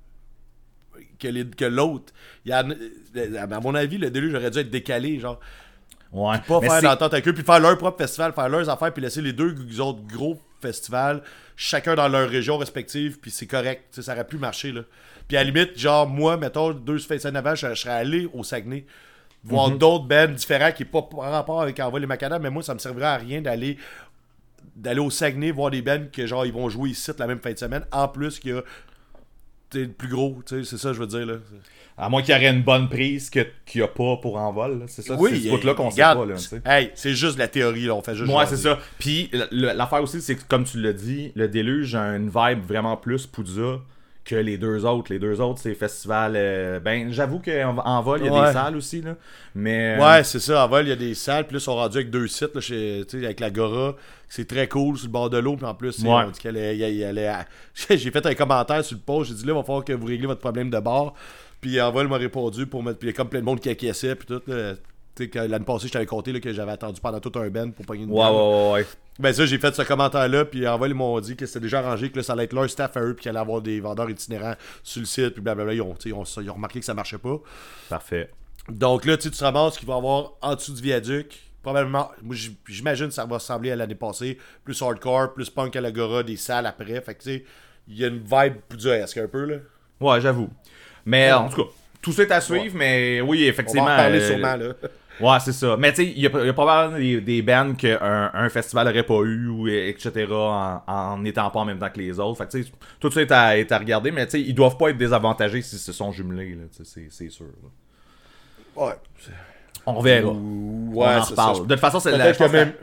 que l'autre. Il y en a, à mon avis, le déluge aurait dû être décalé, genre. ouais. Pas Mais faire c'est- d'entente avec eux, puis faire leur propre festival, faire leurs affaires, puis laisser les 2 autres gros festivals, chacun dans leur région respective, puis c'est correct. Tu sais, ça aurait pu marcher, là. Puis à la limite, genre, moi, mettons, 2 festivals avant, je serais allé au Saguenay voir d'autres bands différents qui n'ont pas rapport avec Envol et Macadam, mais moi, ça me servirait à rien d'aller au Saguenay voir des bands que, genre, ils vont jouer ici la même fin de semaine, en plus qu'il y a le plus gros, tu sais, c'est ça, je veux dire, là. À moins qu'il y aurait une bonne prise qu'il n'y a pas pour Envol. Là. C'est ça, c'est ce bout-là qu'on sait regarde, pas. Là, tu sais. hey, c'est juste la théorie, là, on fait juste Ouais, jaser. c'est ça. Puis l'affaire aussi, c'est que comme tu l'as dit, le déluge a une vibe vraiment plus Poudza que les 2 autres. Les 2 autres, c'est festival. Ben, j'avoue qu'en vol, il y a Ouais. des salles aussi. Là. Mais. Ouais, c'est ça. En vol, il y a des salles. Puis là, ils sont rendus avec 2 sites, là, tu sais, avec l'Agora. C'est très cool sur le bord de l'eau. Puis en plus, Ouais. on dit qu'elle est j'ai fait un commentaire sur le post. J'ai dit là, il va falloir que vous réglez votre problème de bar. Puis en vol m'a répondu pour mettre. Puis il y a comme plein de monde qui acquiesçait. Puis tout. Là. Tu sais, que l'année passée, je t'avais compté là, que j'avais attendu pendant tout un band pour pogner une bière. Ouais. Ben ça, j'ai fait ce commentaire-là, puis en vol, ils m'ont dit que c'était déjà arrangé, que là, ça allait être leur staff à eux, puis qu'il allait avoir des vendeurs itinérants sur le site, puis blablabla. Ils ont remarqué que ça marchait pas. Parfait. Donc là, tu te ramasses qu'il va y avoir en dessous du viaduc, probablement, moi j'imagine que ça va ressembler à l'année passée, plus hardcore, plus punk à l'Agora, des salles après, fait que tu sais, il y a une vibe Poudzaesque un peu, là. Ouais, j'avoue. Mais en tout cas, tout ça est à suivre, mais oui, On effectivement. va en parler sûrement, là. Ouais, c'est ça. Mais tu sais, il y a probablement des bands qu'un festival aurait pas eu, ou etc., en n'étant pas en même temps que les autres. Fait que tu sais, tout ça est à regarder, mais tu sais, ils doivent pas être désavantagés s'ils se sont jumelés, là, c'est sûr. Là. Ouais. On verra. Ouais, On en c'est reparle. ça. De toute façon, c'est Peut-être que même-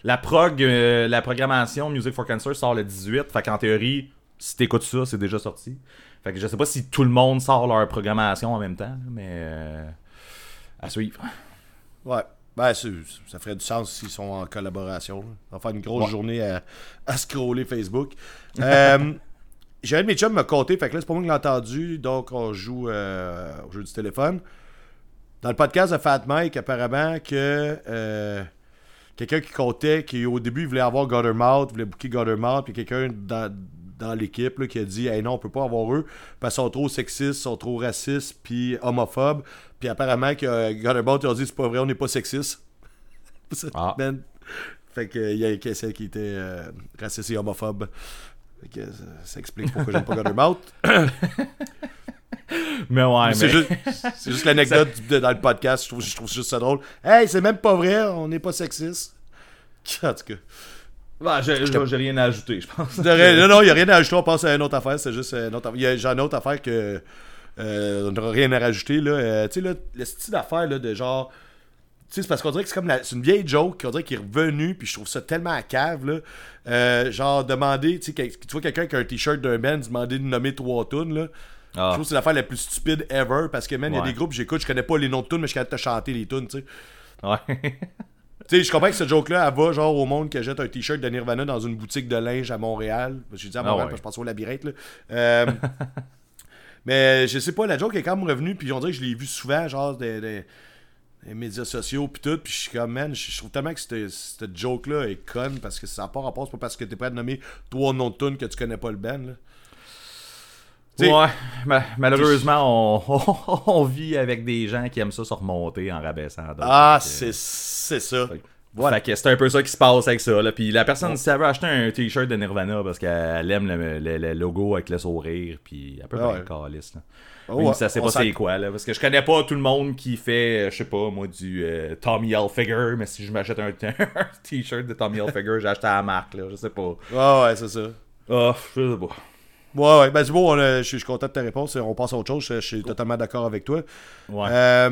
la programmation Music for Cancer sort le 18. Fait qu'en théorie, si t'écoutes ça, c'est déjà sorti. Fait que je sais pas si tout le monde sort leur programmation en même temps, mais à suivre. Ouais. Ben, ça ferait du sens s'ils sont en collaboration. Là. On va faire une grosse journée à scroller Facebook. J'ai un de mes chums m'a compté, fait que là, c'est pas moi qui l'ai entendu, donc on joue au jeu du téléphone. Dans le podcast de Fat Mike, apparemment que quelqu'un qui comptait, qui au début il voulait avoir Guttermouth, voulait booker Guttermouth, puis quelqu'un dans l'équipe là, qui a dit hey non, on peut pas avoir eux, parce qu'ils sont trop sexistes, ils sont trop racistes, puis homophobes. Puis apparemment que Guttermouth a dit c'est pas vrai, on n'est pas sexiste. Ah. Man. Fait que il y a quelqu'un qui était raciste et homophobe. Fait que ça explique pourquoi j'aime pas Guttermouth. Mais ouais, C'est juste l'anecdote dans le podcast, je trouve juste ça drôle. Hey, c'est même pas vrai, on n'est pas sexiste. En tout cas. Ouais, j'ai rien à ajouter, je pense. Non, il n'y a rien à ajouter, on passe à une autre affaire, c'est juste une autre affaire. J'ai une autre affaire que on n'aura rien à rajouter. Là. Tu sais, le style d'affaire là, de genre. Tu sais, c'est parce qu'on dirait que c'est comme c'est une vieille joke qu'on dirait qui est revenue, puis je trouve ça tellement à cave, là. Genre, demander, tu sais, tu vois quelqu'un qui a un t-shirt d'un band, demander de nommer 3 tunes, là. Ah. Je trouve que c'est l'affaire la plus stupide ever, parce que, man, il y a Ouais. des groupes que j'écoute, je connais pas les noms de tunes, mais je suis capable de te chanter les tunes, tu sais. Ouais. Tu sais, je comprends que cette joke-là, elle va genre au monde qui achète un t-shirt de Nirvana dans une boutique de linge à Montréal. J'ai dit à Montréal ouais. parce que je pense au labyrinthe, là. Mais je sais pas, la joke est quand même revenue, puis on dirait que je l'ai vu souvent, genre, des médias sociaux, puis tout, puis je suis comme, man, je trouve tellement que cette joke-là est conne, parce que ça n'a pas rapport, c'est pas parce que t'es prêt à nommer 3 noms de tunes que tu connais pas le band, là. T'sais, Ouais, malheureusement, on vit avec des gens qui aiment ça se remonter en rabaissant. Donc, Ah, fait que- c'est ça. Voilà. Fait que c'est un peu ça qui se passe avec ça. Là. Puis la personne, si elle veut acheter un t-shirt de Nirvana parce qu'elle aime le logo avec le sourire, puis elle peut Ah bien ouais. calice. Là. Oh, Même ouais, si ça sait on pas s'en- c'est quoi, là. Parce que je connais pas tout le monde qui fait, je sais pas, moi, du Tommy Hilfiger, mais si je m'achète un t-shirt de Tommy Hilfiger, j'ai acheté à la marque, là. Je sais pas. Ouais, c'est ça. Ah, je sais pas. Ouais, ben c'est bon, je suis content de ta réponse. On passe à autre chose. Je suis totalement d'accord avec toi. Ouais.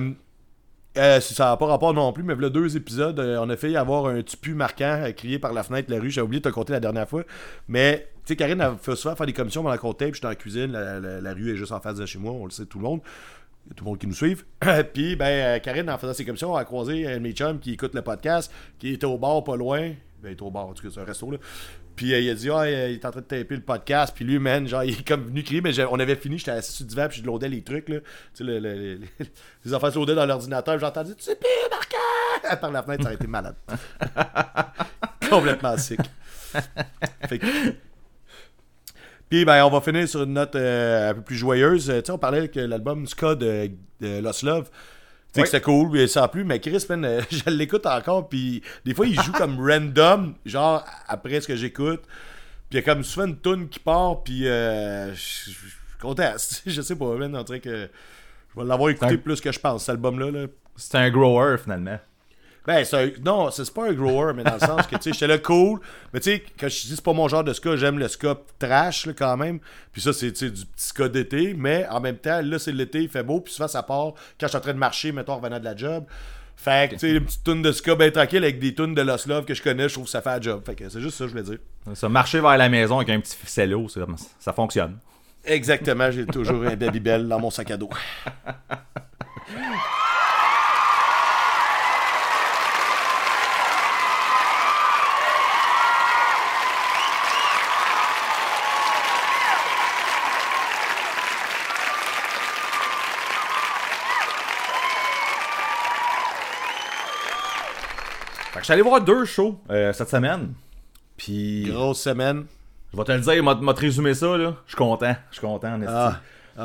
Ça n'a pas rapport non plus, mais voilà 2 épisodes, on a failli avoir un tupu marquant crié par la fenêtre de la rue. J'ai oublié de te compter la dernière fois. Mais, tu sais, Karine, elle fait souvent faire des commissions pendant qu'on tape. Je suis dans la cuisine, la rue est juste en face de chez moi, on le sait, tout le monde. Il y a tout le monde qui nous suit. Puis, ben, Karine, en faisant ses commissions, a croisé un de mes chums qui écoute le podcast, qui était au bar pas loin. Ben, il était au bar, en tout cas, c'est un resto, là. Puis il a dit, il est en train de taper le podcast. Puis lui, man, genre, il est comme venu crier, mais on avait fini, j'étais assis sur le divan, puis je loadais les trucs, là. Tu sais, les affaires se loadaient dans l'ordinateur, puis j'ai entendu, tu sais, pire, marquant! Par la fenêtre, ça aurait été malade. Complètement sick. Fait que... Puis, ben, on va finir sur une note un peu plus joyeuse. Tu sais, on parlait que l'album Ska de Lost Love, tu sais, que c'était cool, mais sans plus. Mais Chris, man, je l'écoute encore. Puis, des fois, il joue comme random, genre après ce que j'écoute. Puis, il y a comme souvent une toune qui part. Puis, je suis content. Je sais pas, man, on dirait que je vais l'avoir écouté plus que je pense, cet album-là. Là. C'est un grower, finalement. Ben, non, c'est pas un grower, mais dans le sens que, tu sais, j'étais là cool, mais tu sais, quand je dis c'est pas mon genre de ska, j'aime le ska trash, là, quand même, puis ça, c'est, tu sais, du petit ska d'été, mais en même temps, là, c'est l'été, il fait beau, puis souvent, ça part quand je suis en train de marcher, mettons, en revenant de la job. Fait que, tu sais, une petite toune de ska bien tranquille avec des tounes de Lost Love que je connais, je trouve que ça fait la job. Fait que c'est juste ça, je voulais dire. Ça, marcher vers la maison avec un petit ficello, ça fonctionne. Exactement, j'ai toujours un Babybel dans mon sac à dos. Fait que je suis allé voir 2 shows cette semaine. Puis. Grosse semaine. Je vais te le dire, m'a te résumé ça, là. Je suis content, en estime.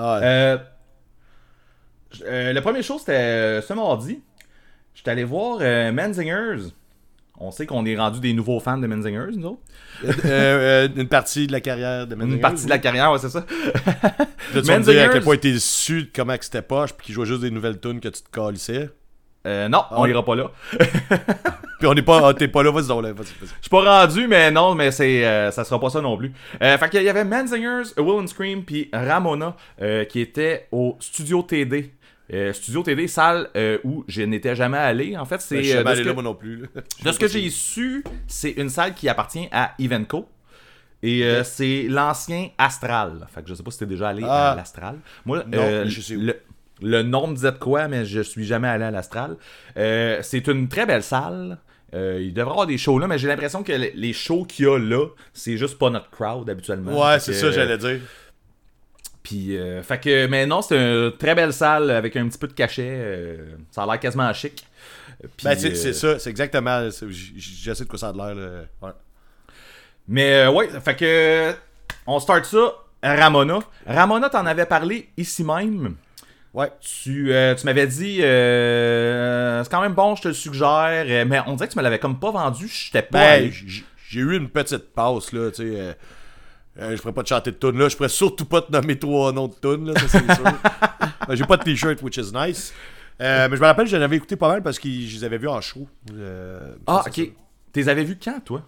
Le premier show, c'était ce mardi. J'étais allé voir Menzingers. On sait qu'on est rendu des nouveaux fans de Menzingers, nous autres. Une partie de la carrière de Menzingers. Une partie de la carrière, ouais, c'est ça. Tu vas me dire à quel point t'es déçu de comment que c'était poche puis qu'il jouait juste des nouvelles tunes que tu te calissais. Non, on ira pas là. Puis on n'est pas, t'es pas là, vas-y. Je suis pas rendu, mais non, mais ça sera pas ça non plus. Fait qu'il y avait Menzingers, Will and Scream, puis Ramona, qui était au Studio TD. Studio TD, salle où je n'étais jamais allé. En fait, c'est. Je suis jamais allé là, moi non plus. De ce que j'ai su, c'est une salle qui appartient à Evenco. Et c'est l'ancien Astral. Fait que je sais pas si t'es déjà allé à l'Astral. Moi, non, je sais où. Le nom me disait de quoi, mais je suis jamais allé à l'Astral. C'est une très belle salle. Il devrait y avoir des shows là, mais j'ai l'impression que les shows qu'il y a là, c'est juste pas notre crowd habituellement. Ouais, c'est ça, j'allais dire. Puis, fait que, mais non, c'est une très belle salle avec un petit peu de cachet. Ça a l'air quasiment chic. Puis, ben, c'est ça, c'est exactement. Je sais de quoi ça a l'air. Là. Ouais. Mais, ouais, fait que, on start ça. Ramona. Ramona, t'en avais parlé ici même. Ouais. Tu m'avais dit, c'est quand même bon, je te le suggère. Mais on dirait que tu me l'avais comme pas vendu. J'étais pas. Ben, j'ai eu une petite passe, là, tu sais. Je ferais pas de chanter de tune là. Je ferais surtout pas te nommer 3 noms de tune là, ça c'est sûr. J'ai pas de t-shirt, which is nice. Mais je me rappelle, je l'avais écouté pas mal parce que je les avais vus en show. Ok. Tu les avais vus quand, toi?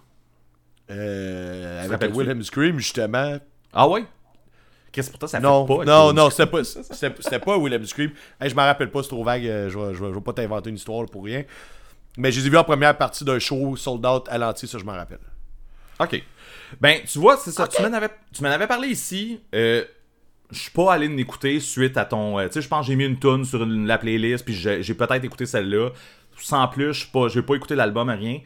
Avec Will and Scream, justement. Ah ouais? Qu'est-ce pour toi, ça non, fait pas? Non, c'était pas Will and Scream. Hey, je m'en rappelle pas, c'est trop vague. Je vais pas t'inventer une histoire là, pour rien. Mais je les ai vus en première partie d'un show sold out à l'entier, ça je m'en rappelle. Ok. Ben, tu vois, c'est ça. Okay. Tu m'en avais parlé ici. Je suis pas allé l'écouter suite à ton. Tu sais, je pense que j'ai mis une tune sur la playlist, puis j'ai peut-être écouté celle-là. Sans plus, j'ai pas écouté l'album, rien.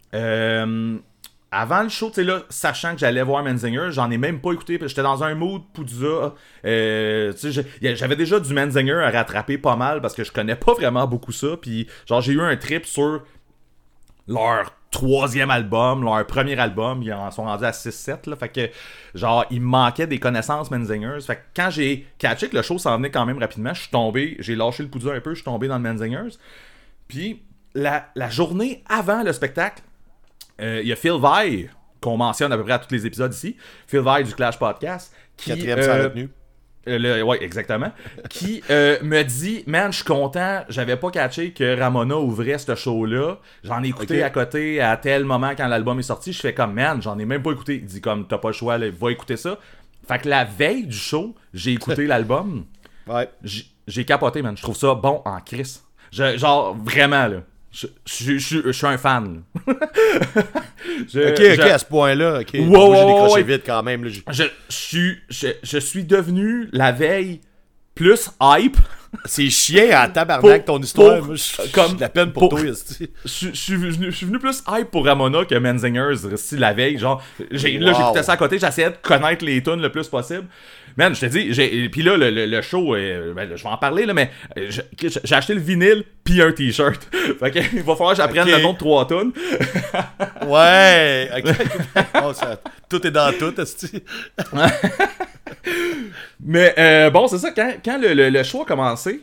Avant le show, tu sais, là, sachant que j'allais voir Menzinger, j'en ai même pas écouté, parce que j'étais dans un mood Poudza. Tu sais, j'avais déjà du Menzinger à rattraper pas mal, parce que je connais pas vraiment beaucoup ça. Puis, genre, j'ai eu un trip sur leur 3e album, leur premier album, ils en sont rendus à 6-7, là, fait que, genre, il me manquait des connaissances Menzingers, fait que quand j'ai catché que le show s'en venait quand même rapidement, je suis tombé, j'ai lâché le poudre un peu, je suis tombé dans le Menzingers, puis la journée avant le spectacle, il y a Phil Vai, qu'on mentionne à peu près à tous les épisodes ici, Phil Vai du Clash Podcast, qui... 4e sans retenue. Ouais, exactement. Qui me dit, man, je suis content, j'avais pas catché que Ramona ouvrait ce show-là. J'en ai écouté à côté à tel moment quand l'album est sorti. Je fais comme, man, j'en ai même pas écouté. Il dit comme, t'as pas le choix, là, va écouter ça. Fait que la veille du show, j'ai écouté l'album. Ouais. J'ai capoté, man. Je trouve ça bon en Chris. Genre, vraiment, là. Je suis un fan. Ok, à ce point-là. Ok. Wow, moi, j'ai décroché vite quand même. Là. Je suis devenu la veille plus hype. C'est chiant à tabarnak ton histoire. Moi, comme j'ai de la peine pour toi, Je suis venu plus hype pour Ramona que Menzingers la veille. Genre, j'écoutais ça à côté, j'essayais de connaître les tunes le plus possible. Man, je te dis, puis là, le show, je vais en parler, là, mais j'ai acheté le vinyle puis un t-shirt. Fait que, il va falloir que j'apprenne le nom de 3 tunes. Ouais, ok. Oh, tout est dans tout, esti. Mais bon, c'est ça, quand le show a commencé,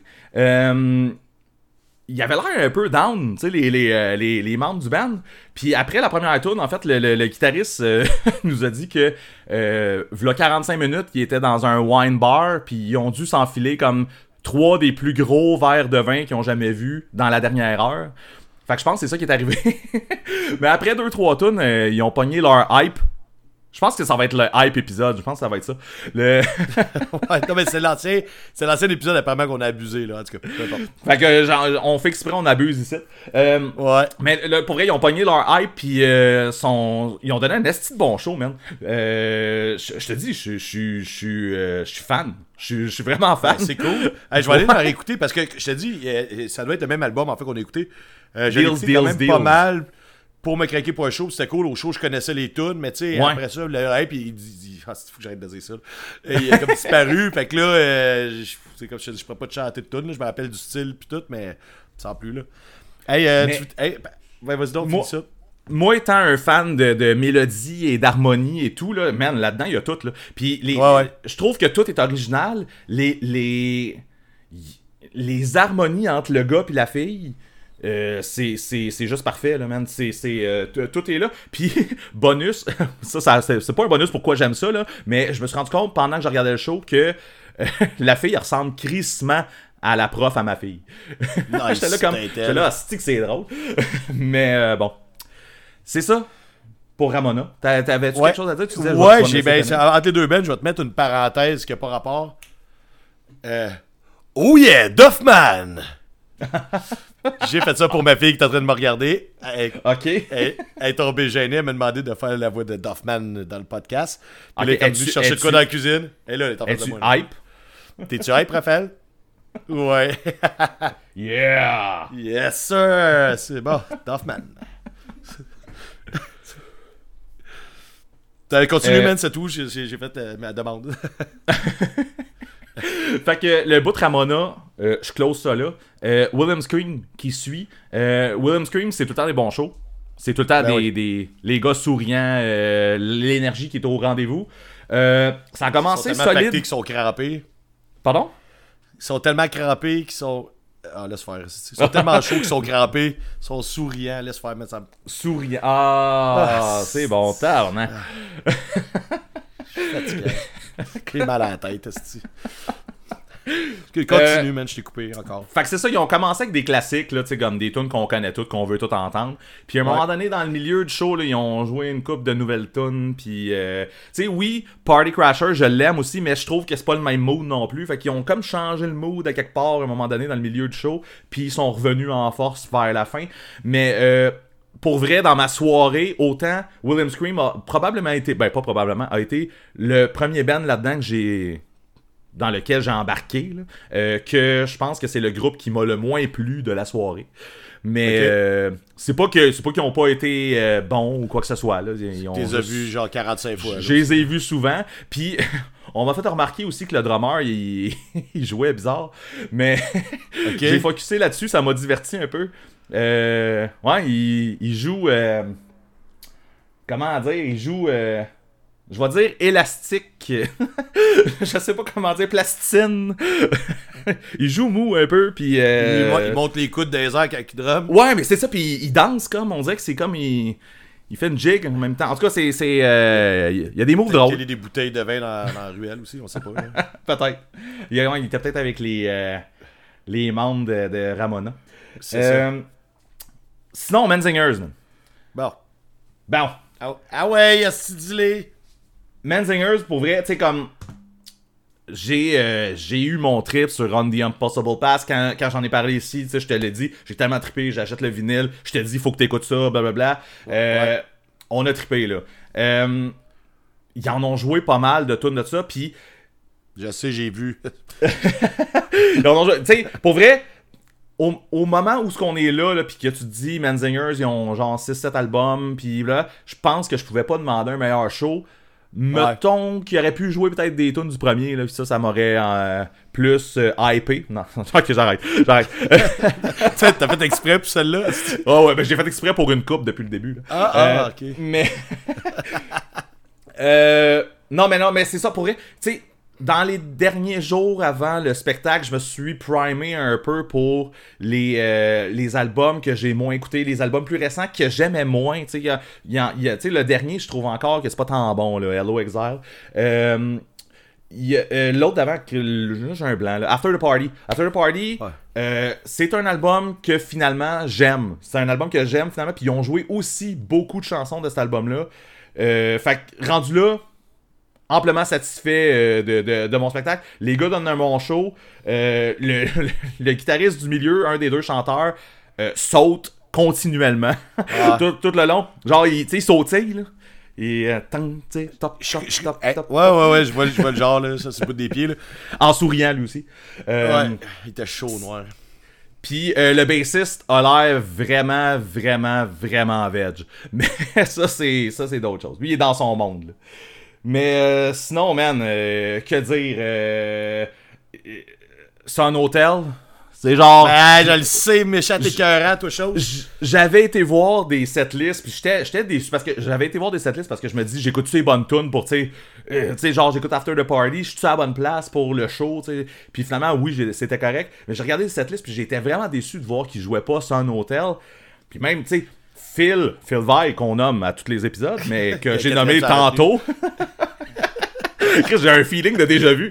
il avait l'air un peu down, tu sais, les membres du band. Puis après la première tune, en fait, le guitariste nous a dit que v'là 45 minutes, il était dans un wine bar, puis ils ont dû s'enfiler comme 3 des plus gros verres de vin qu'ils ont jamais vus dans la dernière heure. Fait que je pense que c'est ça qui est arrivé. Mais après 2-3 tunes, ils ont pogné leur hype. Je pense que ça va être le hype épisode. Je pense que ça va être ça. Ouais, non, mais c'est l'ancien épisode apparemment qu'on a abusé, là. En tout cas, peu importe. Fait que, genre, on fait exprès, on abuse ici. Ouais. Mais là, pour vrai, ils ont pogné leur hype, puis ils ont donné un esti de bon show, man. Je te dis, je suis fan. Je suis vraiment fan. C'est cool. Hey, je vais aller la réécouter parce que, je te dis, ça doit être le même album, en fait, qu'on a écouté. J'ai écouté quand même pas mal pour me craquer pour un show. C'était cool. Au show, je connaissais les tunes, mais tu sais, après ça, le hype, il dit c'est fou que j'arrête de dire ça. Et il a comme disparu. Fait que là, c'est comme je te dis, je pourrais pas te chanter de tunes. Je me rappelle du style puis tout, mais sans plus, là. Hey, vas-y donc, dis ça. Moi, étant un fan de mélodie et d'harmonie et tout, là, man, là-dedans, il y a tout, là. Puis je trouve que tout est original. Les harmonies entre le gars et la fille, c'est juste parfait, là, man. Tout est là. Puis, bonus, ça c'est pas un bonus pourquoi j'aime ça, là, mais je me suis rendu compte pendant que je regardais le show que la fille elle ressemble crissement à la prof à ma fille. Nice, j'étais là, c'est drôle. Mais bon, c'est ça pour Ramona. T'avais-tu quelque chose à dire? Tu disais, entre les deux bands, je vais te mettre une parenthèse qui n'a pas rapport. Oh yeah, Duffman! J'ai fait ça pour ma fille qui est en train de me regarder. Ok. Elle est tombée gênée, elle m'a demandé de faire la voix de Duffman dans le podcast. Puis Okay, là, comme je cherchais de quoi dans la cuisine. Et là, elle est en train de moi. Hype? T'es-tu hype, Raphaël? Ouais. Yeah! Yes, sir! C'est bon, Duffman. T'as continué, man, c'est tout. J'ai fait ma demande. Fait que le bout de Ramona, je close ça là. William Scream qui suit. William Scream, c'est tout le temps des bons shows. C'est tout le temps les gars souriants, l'énergie qui est au rendez-vous. Ça a commencé solide. Ils sont tellement pactés qu'ils sont crampés. Pardon? Ils sont tellement crampés qu'ils sont... Ah, laisse faire. Ils sont tellement chauds qu'ils sont crampés. Ils sont souriants. Laisse faire, mais ça... Souriant. Ah, c'est bon, tabarnak. Je suis fatigué. J'ai mal à la tête, esti. Continue, man, je t'ai coupé encore. Fait que c'est ça, ils ont commencé avec des classiques, là, comme des tunes qu'on connaît toutes, qu'on veut toutes entendre. Puis à un moment donné, dans le milieu du show, là, ils ont joué une couple de nouvelles tunes. Puis, tu sais, oui, Party Crasher, je l'aime aussi, mais je trouve que c'est pas le même mood non plus. Fait qu'ils ont comme changé le mood à quelque part à un moment donné dans le milieu du show. Puis ils sont revenus en force vers la fin. Mais, pour vrai, dans ma soirée, autant William Scream a probablement été, pas probablement, a été le premier band là-dedans dans lequel j'ai embarqué, là, que je pense que c'est le groupe qui m'a le moins plu de la soirée. Mais c'est pas qu'ils ont pas été bons ou quoi que ce soit. Là. Tu les as vus genre 45 fois. Je les ai vus souvent. Puis on m'a fait remarquer aussi que le drummer, il jouait bizarre. Mais j'ai focusé là-dessus, ça m'a diverti un peu. Ouais, il joue... comment dire? Il joue... je vais dire élastique. Je sais pas comment dire, plasticine. Il joue mou un peu, puis... Il monte les coudes des airs quand il drum. Ouais, mais c'est ça, puis il danse comme, on dirait que c'est comme... Il fait une jig en même temps. En tout cas, c'est il y a des moves drôles. Il y a des bouteilles de vin dans la ruelle aussi, on sait pas. Peut-être. Il était peut-être avec les membres de Ramona. C'est ça. Sinon, Menzingers. Bon. Ah ouais, dis-les. Menzingers, pour vrai, tu sais, comme... J'ai eu mon trip sur On the Impossible Pass quand j'en ai parlé ici, tu sais, je te l'ai dit, j'ai tellement trippé, j'achète le vinyle, je te dis, faut que t'écoutes ça, blablabla. On a trippé, là. Ils en ont joué pas mal de tunes de ça, puis Je sais, j'ai vu. Tu sais, pour vrai, au moment où ce qu'on est là puis que tu te dis, Menzingers, ils ont genre 6-7 albums, puis là, je pense que je pouvais pas demander un meilleur show. Mettons qu'il aurait pu jouer peut-être des tunes du premier, là, puis ça m'aurait plus hypé. Non, ok, j'arrête. T'as fait exprès pour celle-là? Oh ouais, ben j'ai fait exprès pour une coupe depuis le début. Là. Ok. Mais... non, mais c'est ça, pour vrai. Tu sais, dans les derniers jours avant le spectacle, je me suis primé un peu pour les albums que j'ai moins écoutés, les albums plus récents que j'aimais moins. Tu sais, le dernier, je trouve encore que c'est pas tant bon, là, Hello Exile. L'autre d'avant, j'ai un blanc, là, After the Party. After the Party, c'est un album que finalement j'aime. C'est un album que j'aime finalement, puis ils ont joué aussi beaucoup de chansons de cet album-là. Fait que rendu là, amplement satisfait de mon spectacle. Les gars donnent un bon show. Le guitariste du milieu, un des deux chanteurs, saute continuellement tout le long. Genre, il sautille, là. Et top, top. Ouais, je vois le genre, là. Ça, c'est le bout des pieds, là. En souriant, lui aussi. Il était chaud, noir. Puis le bassiste a l'air vraiment, vraiment, vraiment veg. Mais ça, c'est d'autres choses. Lui, il est dans son monde, là. Mais sinon, man, que dire? C'est un hôtel. C'est genre... je le sais, méchant écœurant, toi, chose. J'avais été voir des setlists, puis j'étais déçu parce que j'avais été voir des setlists parce que je me dis, j'écoute ces bonnes tunes pour, tu sais, genre, j'écoute After the Party, je suis à la bonne place pour le show, tu sais. Puis finalement, oui, c'était correct. Mais j'ai regardé les setlists, puis j'étais vraiment déçu de voir qu'ils jouaient pas Sun Hotel. Puis même, tu sais... Phil Vai, qu'on nomme à tous les épisodes, mais que j'ai nommé tantôt. J'ai un feeling de déjà vu.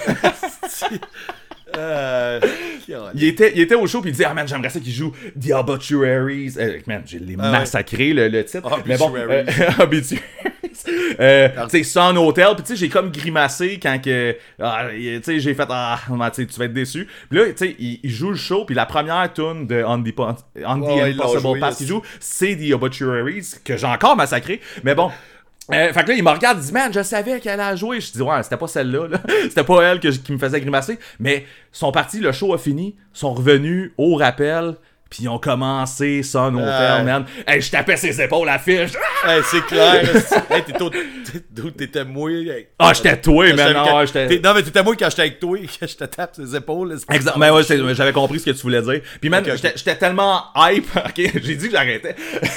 Il était au show puis il disait man, j'aimerais ça qu'il joue The Obituaries. Man, j'ai les massacré le titre. Mais bon, Obituaries. Tu sais, Sun Hotel, puis tu sais, j'ai comme grimacé quand que tu sais, j'ai fait tu vas être déçu. Puis là, tu sais, il joue le show, puis la première tune de On the Impossible Pass qu'il joue, c'est The Obituaries, que j'ai encore massacré. Mais bon, fait que là, il me regarde, il dit man, je savais qu'elle allait jouer. Je dis ouais, c'était pas celle-là, là. C'était pas elle qui me faisait grimacer. Mais sont partis, le show a fini, sont revenus au rappel. Puis ils ont commencé Sun Hotel, man. Hey, je tapais ses épaules à fiche. Hey, c'est clair. Hey, t'étais mouillé. J'étais toué, man. Non, mais t'étais mouillé quand j'étais avec toi, quand je te tape ses épaules. Exact. Mais ouais, j'avais compris ce que tu voulais dire. Puis man, j'étais tellement hype. Ok, j'ai dit que j'arrêtais.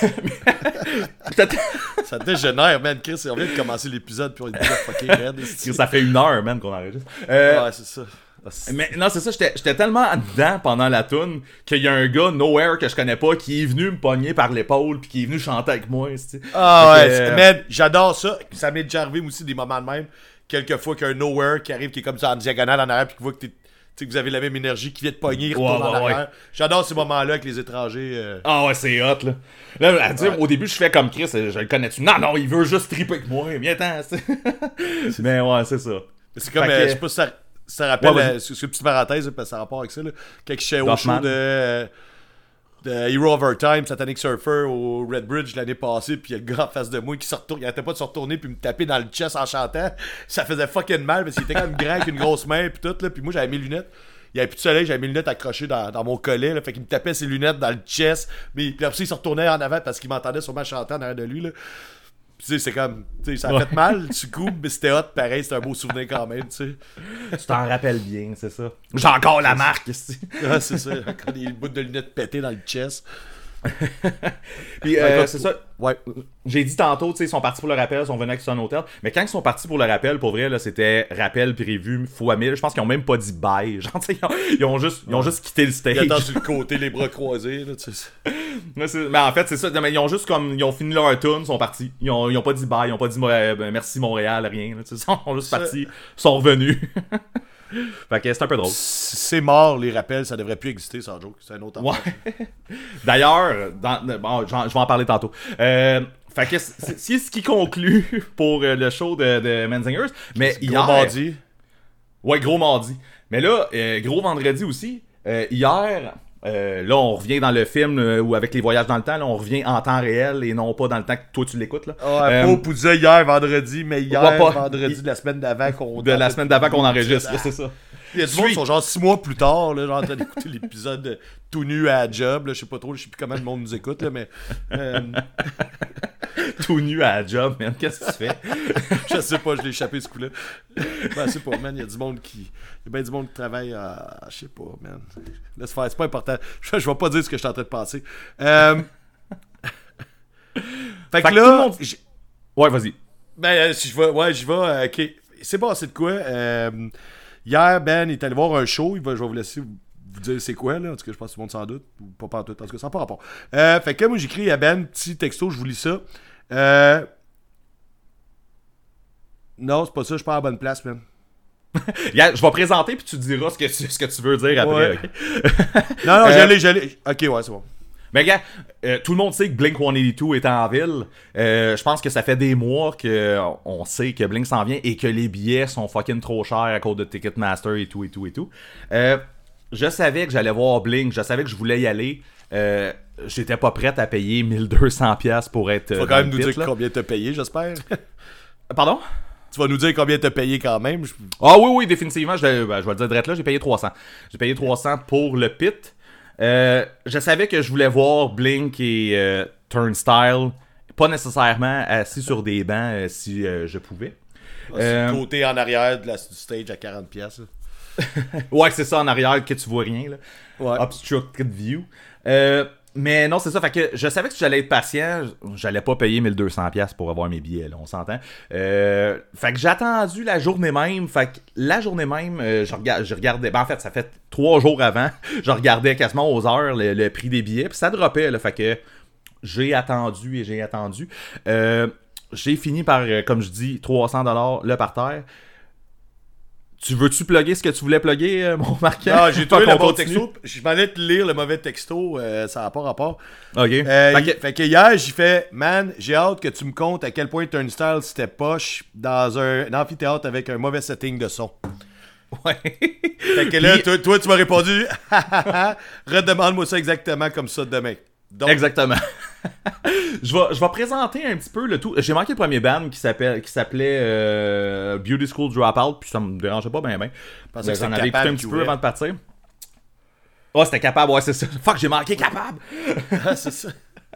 Ça dégénère, man. Chris, on vient de commencer l'épisode, puis on est déjà fucking raide. Ça fait 1 heure, man, qu'on enregistre. Ouais, c'est ça. Mais non, c'est ça, j'étais tellement dedans pendant la toune qu'il y a un gars nowhere que je connais pas qui est venu me pogner par l'épaule puis qui est venu chanter avec moi. Man, j'adore ça. Ça m'est déjà arrivé aussi des moments de même. Quelquefois qu'il y a un nowhere qui arrive, qui est comme ça en diagonale en arrière, puis qui voit que que vous avez la même énergie, qui vient de pogner, il retourne en arrière. J'adore ces moments-là avec les étrangers. C'est hot, là. Là, à dire, au début, je fais comme Chris, je le connais-tu? Non, il veut juste triper avec moi, viens-ten. Mais ouais, c'est ça. C'est comme, je sais pas si ça rappelle, c'est une petite parenthèse, parce que ça a rapport avec ça, là. Quand j'étais au show de Hero Overtime, Satanic Surfer au Red Bridge l'année passée, puis il y a le gars en face de moi qui il arrêtait pas de se retourner puis me taper dans le chest en chantant. Ça faisait fucking mal parce qu'il était comme grand avec une grosse main puis tout, là. Puis moi j'avais mes lunettes. Il y avait plus de soleil, j'avais mes lunettes accrochées dans mon collet, là. Fait qu'il me tapait ses lunettes dans le chest. Puis après ça, il se retournait en avant parce qu'il m'entendait sûrement chanter en arrière de lui, là. Tu sais, c'est comme, tu sais, ça a fait mal, du coup, mais c'était hot, pareil, c'était un beau souvenir quand même, tu sais. Tu t'en rappelles bien, c'est ça. J'ai encore la marque, ici. C'est ça, encore des bouts de lunettes pétées dans le chest. Puis c'est ça. Ouais. J'ai dit tantôt, tu sais, ils sont partis pour le rappel, ils sont venus avec Sun Hotel. Mais quand ils sont partis pour le rappel, pour vrai, là, c'était rappel prévu fois 1000. Je pense qu'ils ont même pas dit bye. Genre, ils ont juste quitté le stage. Ils attendent sur le côté, les bras croisés, là, tu sais. Mais en fait, c'est ça. Mais ils ont juste comme. Ils ont fini leur tune, ils sont partis. Ils ont pas dit bye, ils ont pas dit merci Montréal, rien. Là, ils sont juste partis, ils sont revenus. Fait que c'est un peu drôle. C'est mort, les rappels, ça devrait plus exister, sans joke. C'est un autre affaire. Ouais. D'ailleurs, je vais en parler tantôt. Fait que c'est ce qui conclut pour le show de Menzingers. Mais hier, gros mardi. Ouais, gros mardi. Mais là, gros vendredi aussi. Hier, là, on revient dans le film ou avec les voyages dans le temps, là, on revient en temps réel et non pas dans le temps que toi tu l'écoutes. Là. Pas Poudza hier, vendredi, mais hier, vendredi de la semaine d'avant qu'on... De la semaine d'avant qu'on enregistre, c'est ça. Il y a du monde qui sont genre 6 mois plus tard, là, genre en train d'écouter l'épisode tout nu à la job, là, je sais pas trop, je sais plus comment le monde nous écoute, là, mais... Tout nu à la job, man, qu'est-ce que tu fais? Je sais pas, je l'ai échappé ce coup-là. Ben, c'est pas, man, il y a du monde qui... Il y a bien du monde qui travaille à... Je sais pas, man. Laisse faire, c'est pas important. Je vais pas dire ce que je suis en train de penser. Fait que là... Monde... Ouais, vas-y. Ben, si je vais... Ouais, j'y vais, ok. C'est passé de quoi? Hier, Ben est allé voir un show. Je vais vous laisser vous dire c'est quoi, là. En tout cas, je pense que tout le monde s'en doute. Ou pas tout. En tout cas, ça n'a pas rapport. Fait que moi, j'écris à Ben, petit texto, je vous lis ça. Non, c'est pas ça, je suis pas à la bonne place, man. Je vais présenter, puis tu diras ce que tu veux dire après. Ouais. Okay? Non, j'allais. Ok, ouais, c'est bon. Mais gars, tout le monde sait que Blink-182 est en ville. Je pense que ça fait des mois qu'on sait que Blink s'en vient et que les billets sont fucking trop chers à cause de Ticketmaster et tout. Je savais que j'allais voir Blink, je savais que je voulais y aller. J'étais pas prête à payer 1200$ pour être. Tu vas quand même nous dire combien t'as payé, j'espère. Pardon? Tu vas nous dire combien t'as payé quand même. Ah oui, définitivement. Je vais le dire direct là, j'ai payé 300. J'ai payé 300 pour le pit. Je savais que je voulais voir Blink et Turnstile, pas nécessairement assis sur des bancs si je pouvais. C'est le côté en arrière du stage à 40$. Ouais, c'est ça en arrière que tu vois rien. Là. Ouais. Obstructed view. Mais non, c'est ça. Fait que je savais que j'allais être patient. J'allais pas payer 1200$ pour avoir mes billets, là, on s'entend. Fait que j'ai attendu la journée même. Fait que la journée même, je regardais. Ben, en fait, ça fait 3 jours avant. Je regardais quasiment aux heures le prix des billets. Puis ça droppait, là. Fait que j'ai attendu. J'ai fini par, comme je dis, 300$ le parterre. Tu veux-tu plugger ce que tu voulais plugger, mon marquant? Non, j'ai trouvé le bon texto. Je m'en allais te lire le mauvais texto. Ça n'a pas rapport. OK. Fait que hier, j'ai fait, man, j'ai hâte que tu me comptes à quel point Turnstile c'était poche dans un amphithéâtre avec un mauvais setting de son. Ouais. Fait que là, toi, tu m'as répondu, redemande-moi ça exactement comme ça demain. Donc, exactement. je vais présenter un petit peu le tout. J'ai manqué le premier band qui s'appelait Beauty School Dropout, puis ça me dérangeait pas bien. Parce que j'en avais écouté un petit peu avant de partir. Oh, c'était Capable, ouais, c'est ça. Fuck, j'ai manqué Capable! c'est ça.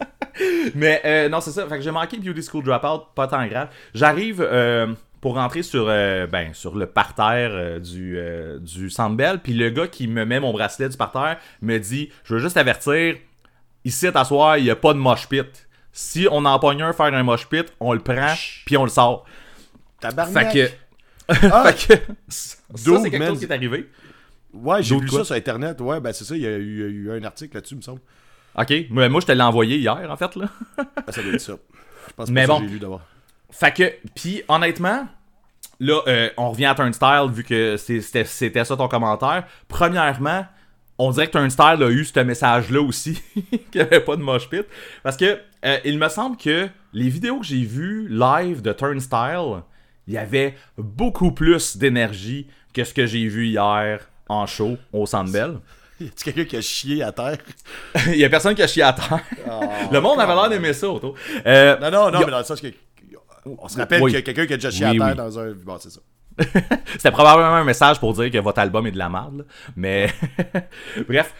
Mais non, c'est ça. Fait que j'ai manqué Beauty School Dropout, pas tant grave. J'arrive pour rentrer sur le parterre du Centre Bell, puis le gars qui me met mon bracelet du parterre me dit, je veux juste avertir, ici, à t'asseoir, il n'y a pas de mosh pit. Si on en pogne un faire un mosh pit, on le prend, puis on le sort. Tabarnak! Fait que ça, c'est quelque chose qui est arrivé. Ouais, j'ai vu ça sur Internet. Ouais, ben c'est ça, il y a eu un article là-dessus, me semble. OK, moi, je te l'ai envoyé hier, en fait, là. Ça doit être ça. Je pense mais pas bon, que j'ai lu d'abord. Fait que, puis honnêtement, là, on revient à Turnstile, vu que c'était ça ton commentaire. Premièrement, on dirait que Turnstile a eu ce message-là aussi, qu'il n'y avait pas de mosh pit. Parce que il me semble que les vidéos que j'ai vues live de Turnstile, il y avait beaucoup plus d'énergie que ce que j'ai vu hier en show au Centre Bell. Y a-tu quelqu'un qui a chié à terre? Il y a personne qui a chié à terre. Oh, le monde avait l'air d'aimer ça, autour. Non, mais dans le sens que... On se rappelle qu'il y a quelqu'un qui a déjà chié à terre dans un... Bon, c'est ça. C'était probablement un message pour dire que votre album est de la merde, là. Mais bref.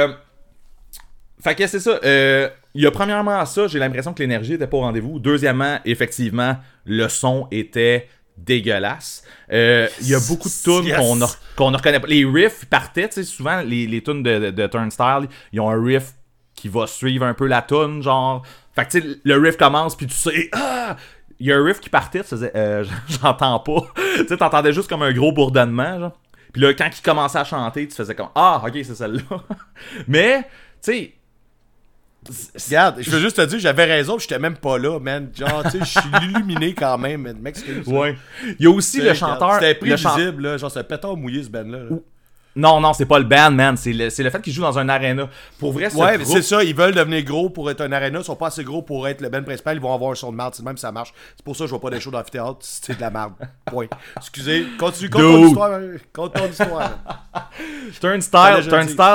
Fait que c'est ça. Il y a premièrement ça, j'ai l'impression que l'énergie était pas au rendez-vous. Deuxièmement, effectivement, le son était dégueulasse. Il y a beaucoup de tunes qu'on ne reconnaît pas. Les riffs partaient, tu sais, souvent les tunes de Turnstile, ils ont un riff qui va suivre un peu la tune, genre. Fait que tu sais, le riff commence puis tu sais, il y a un riff qui partait, tu faisais, j'entends pas. Tu sais, t'entendais juste comme un gros bourdonnement, genre. Puis là, quand il commençait à chanter, tu faisais comme, ok, c'est celle-là. Mais, tu sais. Regarde, je veux juste te dire, j'avais raison, j'étais même pas là, man. Genre, tu sais, je suis illuminé quand même, man. M'excuse. Ouais. Il y a aussi le chanteur. C'était prévisible, là. Genre, c'est un pétard mouillé, ce band-là. Là. Non, c'est pas le band, man. C'est le fait qu'ils jouent dans un arena. Pour vrai, ouais, c'est ça. Ils veulent devenir gros pour être un arena. Ils sont pas assez gros pour être le band principal. Ils vont avoir un son de merde. C'est même ça marche. C'est pour ça que je vois pas des shows d'amphithéâtre. C'est de la merde. Point. Excusez. Continue. Compte ton histoire. Compte ton histoire. Turnstile.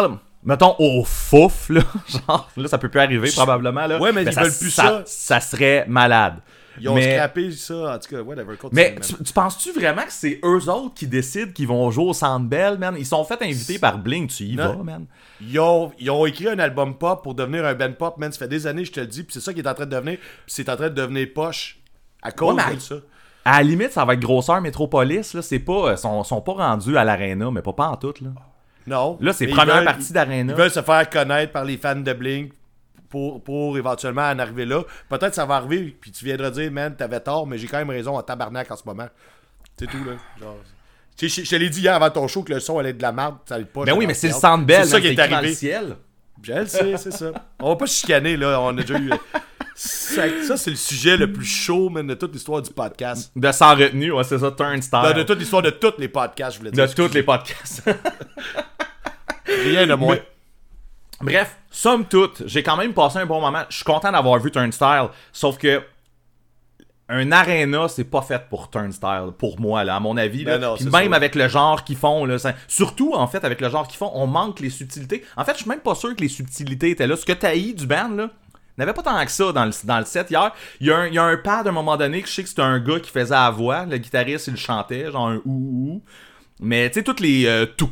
mettons, au fouf, là, genre, là, ça peut plus arriver, probablement, là. Ouais, mais ils veulent plus ça. Ça serait malade. Ils ont scrappé ça, en tout cas, whatever. Mais tu penses-tu vraiment que c'est eux autres qui décident qu'ils vont jouer au Centre Bell, man? Ils sont fait inviter par Blink, tu y vas, man? Ils ont écrit un album pop pour devenir un band pop, man. Ça fait des années, je te le dis, puis c'est ça qui est en train de devenir. Puis c'est en train de devenir poche à cause de ça. À la limite, ça va être grosseur Métropolis, là. C'est pas... sont pas rendus à l'Arena, mais pas en tout, là. Non. Là, c'est première partie d'Arena. Ils veulent se faire connaître par les fans de Blink pour éventuellement en arriver là. Peut-être ça va arriver, puis tu viendras dire, man, t'avais tort, mais j'ai quand même raison en tabarnak en ce moment. C'est tout, là. Genre... Je te l'ai dit hier avant ton show que le son allait être de la merde, ça allait pas. Ben oui, mais c'est le Centre Bell, c'est ça qui est arrivé. Dans le ciel. Je le sais, c'est ça. On va pas chicaner, là. On a déjà eu... Ça, c'est le sujet le plus chaud, man, de toute l'histoire du podcast. De sans retenue, ouais, c'est ça, Turnstile. De toute l'histoire de tous les podcasts, je voulais dire. De tous les podcasts. Rien de moins. Bref, somme toute, j'ai quand même passé un bon moment. Je suis content d'avoir vu Turnstile, sauf que un arena, c'est pas fait pour Turnstile, pour moi, là, à mon avis. Là. Non, puis même sûr. Avec le genre qu'ils font, là, surtout, en fait, avec le genre qu'ils font, on manque les subtilités. En fait, je suis même pas sûr que les subtilités étaient là. Ce que t'as eu du band, là, n'avait pas tant que ça dans le set hier. Il y a un pad à un moment donné que je sais que c'était un gars qui faisait la voix. Le guitariste, il chantait, genre un ouh. Mais tu sais, toutes les tout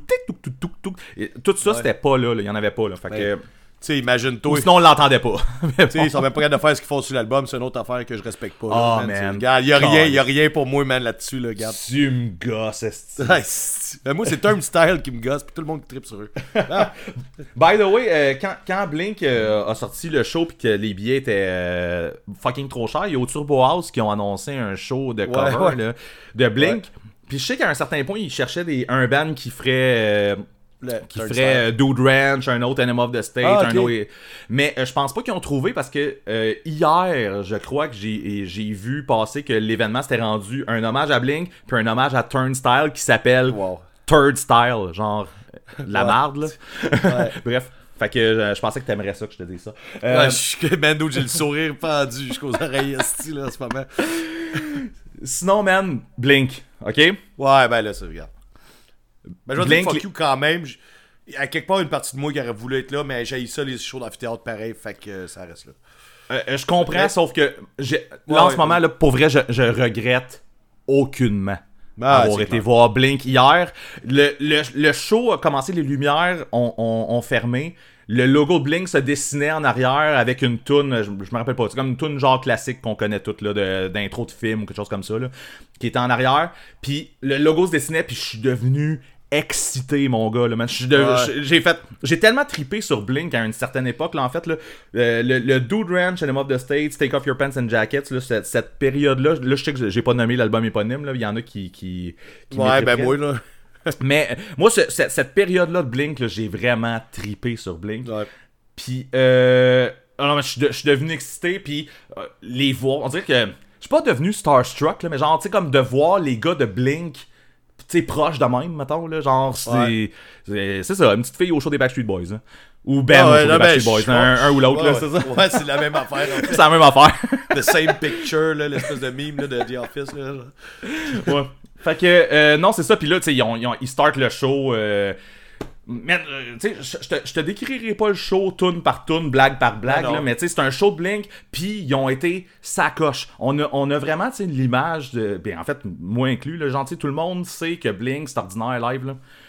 ça, c'était pas là. Il y en avait pas là. Fait que. Tu sais, imagine-toi. Ou sinon, on l'entendait pas. Tu sais, ils sont même pas capables de faire ce qu'ils font sur l'album. C'est une autre affaire que je respecte pas. Oh, man. Regarde, il y a rien pour moi, man, là-dessus, là, regarde. Tu me gosses, moi, c'est Turnstile qui me gosse, puis tout le monde qui tripe sur eux. Ah. By the way, quand Blink a sorti le show puis que les billets étaient fucking trop chers, il y a au Turbo House qui ont annoncé un show de cover là, de Blink. Ouais. Puis je sais qu'à un certain point, ils cherchaient un band qui ferait... Dude Ranch, un autre Enemy of the State, un autre... Mais je pense pas qu'ils ont trouvé parce que hier, je crois que j'ai vu passer que l'événement s'était rendu un hommage à Blink puis un hommage à Turnstile qui s'appelle Third Style, genre la marde là. Ouais. Bref, fait que je pensais que t'aimerais ça que je te dise ça. Man, j'ai le sourire pendu jusqu'aux oreilles esti là en ce moment. Sinon, man, Blink, ok? Ouais, ben là, ça regarde. Ben, je vais dire fuck you quand même. À quelque part, une partie de moi qui aurait voulu être là, mais j'ai eu ça, les shows d'amphithéâtre pareil, fait que ça reste là. Je comprends, sauf que là, en ce moment, là, pour vrai, je regrette aucunement avoir été voir Blink hier. Le show a commencé, les lumières ont fermé. Le logo de Blink se dessinait en arrière avec une toune, je me rappelle pas, c'est comme une toune genre classique qu'on connaît toutes là, d'intro de film ou quelque chose comme ça, là, qui était en arrière. Puis le logo se dessinait, puis je suis devenu excité, mon gars, là, man. J'ai tellement trippé sur Blink à une certaine époque, là, en fait, là, le Dude Ranch, Enemy of the States, Take Off Your Pants and Jackets, là, cette période-là, là, je sais que j'ai pas nommé l'album éponyme, là, il y en a qui ouais, ben moi, là. Mais moi, cette période-là de Blink, là, j'ai vraiment trippé sur Blink. Ouais. Puis, non, je suis devenu excité, puis les voir, on dirait que je suis pas devenu starstruck, là, mais genre, tu sais, comme de voir les gars de Blink, tu sais, proches de même, mettons, là, genre, c'est ça, une petite fille au show des Backstreet Boys, hein. Ou Ben au show des Backstreet Boys, un ou l'autre, là, c'est ça? Ouais, c'est la même affaire, en fait. C'est la même affaire. The same picture, là, l'espèce de meme, là, de The Office, là. Ouais. Fait que, non, c'est ça, pis là, tu sais, ils startent le show, mais, tu sais, je te décrirai pas le show tune par tune, blague par blague, là, mais tu sais, c'est un show de Blink, pis ils ont été sacoche. On a vraiment, tu sais, l'image de... Ben, en fait, moi inclus, là, genre, tu sais, tout le monde sait que Blink, c'est ordinaire live,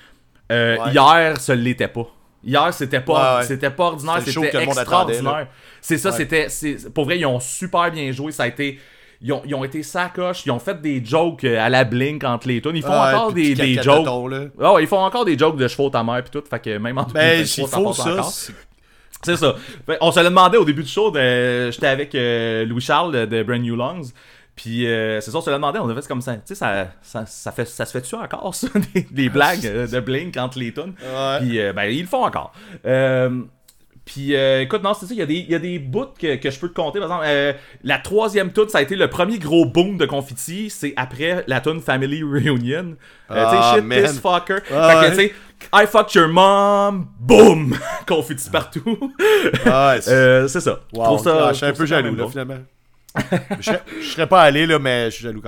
là. Hier, ça l'était pas. Hier, c'était pas ordinaire, c'était extraordinaire. C'est ça, pour vrai, ils ont super bien joué, ça a été... Ils ont été sacoches, ils ont fait des jokes à la Blink entre les tunes. Ils font encore des jokes. Ils font encore des jokes de chevaux ta mère pis tout. Fait que même en tout cas, il faut ça. C'est ça. On se le demandait au début du show. J'étais avec Louis-Charles de Brand New Lungs. Puis c'est ça, on se le demandait. On a fait comme ça. Tu sais, ça se fait-tu encore, ça, des blagues de Blink entre les tunes? Ouais. Puis ils le font encore. Puis écoute, non, c'est ça, il y a des bouts que je peux te compter. Par exemple, la troisième tune, ça a été le premier gros boom de Confetti. C'est après la tune Family Reunion. Tu sais, shit, man. This fucker. Fait que, tu sais, I fucked your mom, boom! Confetti partout. C'est ça. Wow. Je suis un peu jaloux, là, finalement. Je serais pas allé, là, mais je suis jaloux quand même.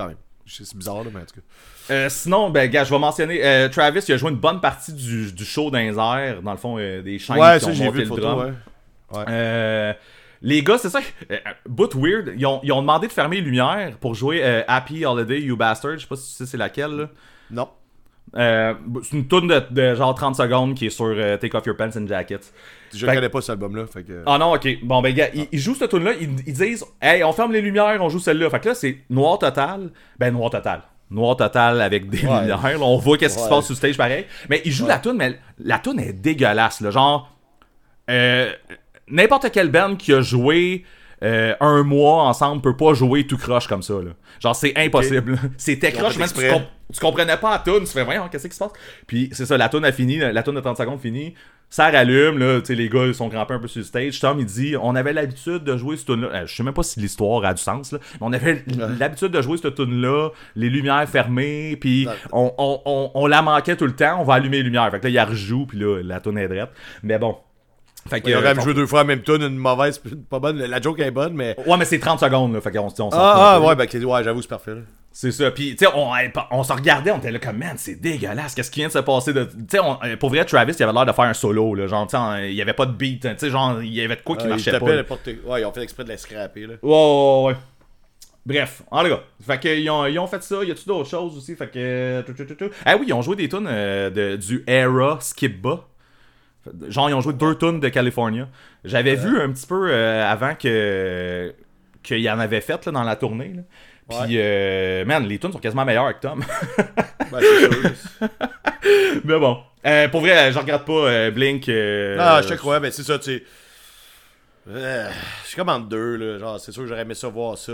C'est bizarre, là, mais en tout cas. Sinon, ben, gars, je vais mentionner. Travis, il a joué une bonne partie du show dans les airs. Dans le fond, des chaînes qui ont j'ai monté vu le photo, drum. ouais. Les gars, c'est ça. But weird, ils ont demandé de fermer les lumières pour jouer Happy Holiday, You Bastard. Je sais pas si tu sais c'est laquelle, là. Non. C'est une toune de genre 30 secondes qui est sur Take Off Your Pants and Jackets. Je connais pas cet album-là. Fait que... Ah non, ok. Bon, ben, gars, ils jouent cette tune-là. Ils disent, hey, on ferme les lumières, on joue celle-là. Fait que là, c'est noir total. Ben, noir total. Noir total avec des lumières. Là, on voit qu'est-ce qui se passe sur le stage pareil. Mais ils jouent la tune, mais la tune est dégueulasse. Là, genre, n'importe quel band qui a joué un mois ensemble peut pas jouer tout croche comme ça. Là. Genre, c'est impossible. Okay. C'était croche, même tu comprenais pas la tune. Tu fais, voyons, qu'est-ce qui se passe? Puis c'est ça, la tune a fini. La tune de 30 secondes finie. Ça rallume, là, tu sais, les gars ils sont crampés un peu sur le stage. Tom, il dit, on avait l'habitude de jouer cette tune-là. Je sais même pas si l'histoire a du sens, là. Mais on avait l'habitude de jouer cette tune-là, les lumières fermées, puis on la manquait tout le temps, on va allumer les lumières. Fait que là, il la rejoue, puis là, la tune est drette. Mais bon. Fait que, il a quand même joué 2 fois la même tune, une mauvaise, pas bonne. La joke est bonne, mais. Ouais, mais c'est 30 secondes, là. Fait qu'on s'en ouais, ben, ouais, j'avoue, c'est parfait, là. C'est ça. Puis, tu sais, on se regardait, on était là comme, man, c'est dégueulasse. Qu'est-ce qui vient de se passer de. Tu sais, pour vrai, Travis, il avait l'air de faire un solo, là. Genre, tu sais, il y avait pas de beat. Tu sais, genre, il y avait de quoi qui marchait pas. Ouais, ils ont fait exprès de la scraper, là. Ouais. Bref, en tout cas. Fait qu'ils ont fait ça. Y a-tu d'autres choses aussi? Fait que. Ah oui, ils ont joué des tunes du Era Skip-Ba. Genre, ils ont joué 2 tunes de California. J'avais vu un petit peu avant qu'il y en avait fait là, dans la tournée. Là. Puis, man, les tunes sont quasiment meilleures que Tom. Ben, c'est sûr. Mais bon. Pour vrai, je regarde pas Blink. Non, je te crois, ben c'est ça, tu sais. Je suis comme entre deux, là. Genre, c'est sûr que j'aurais aimé ça voir ça.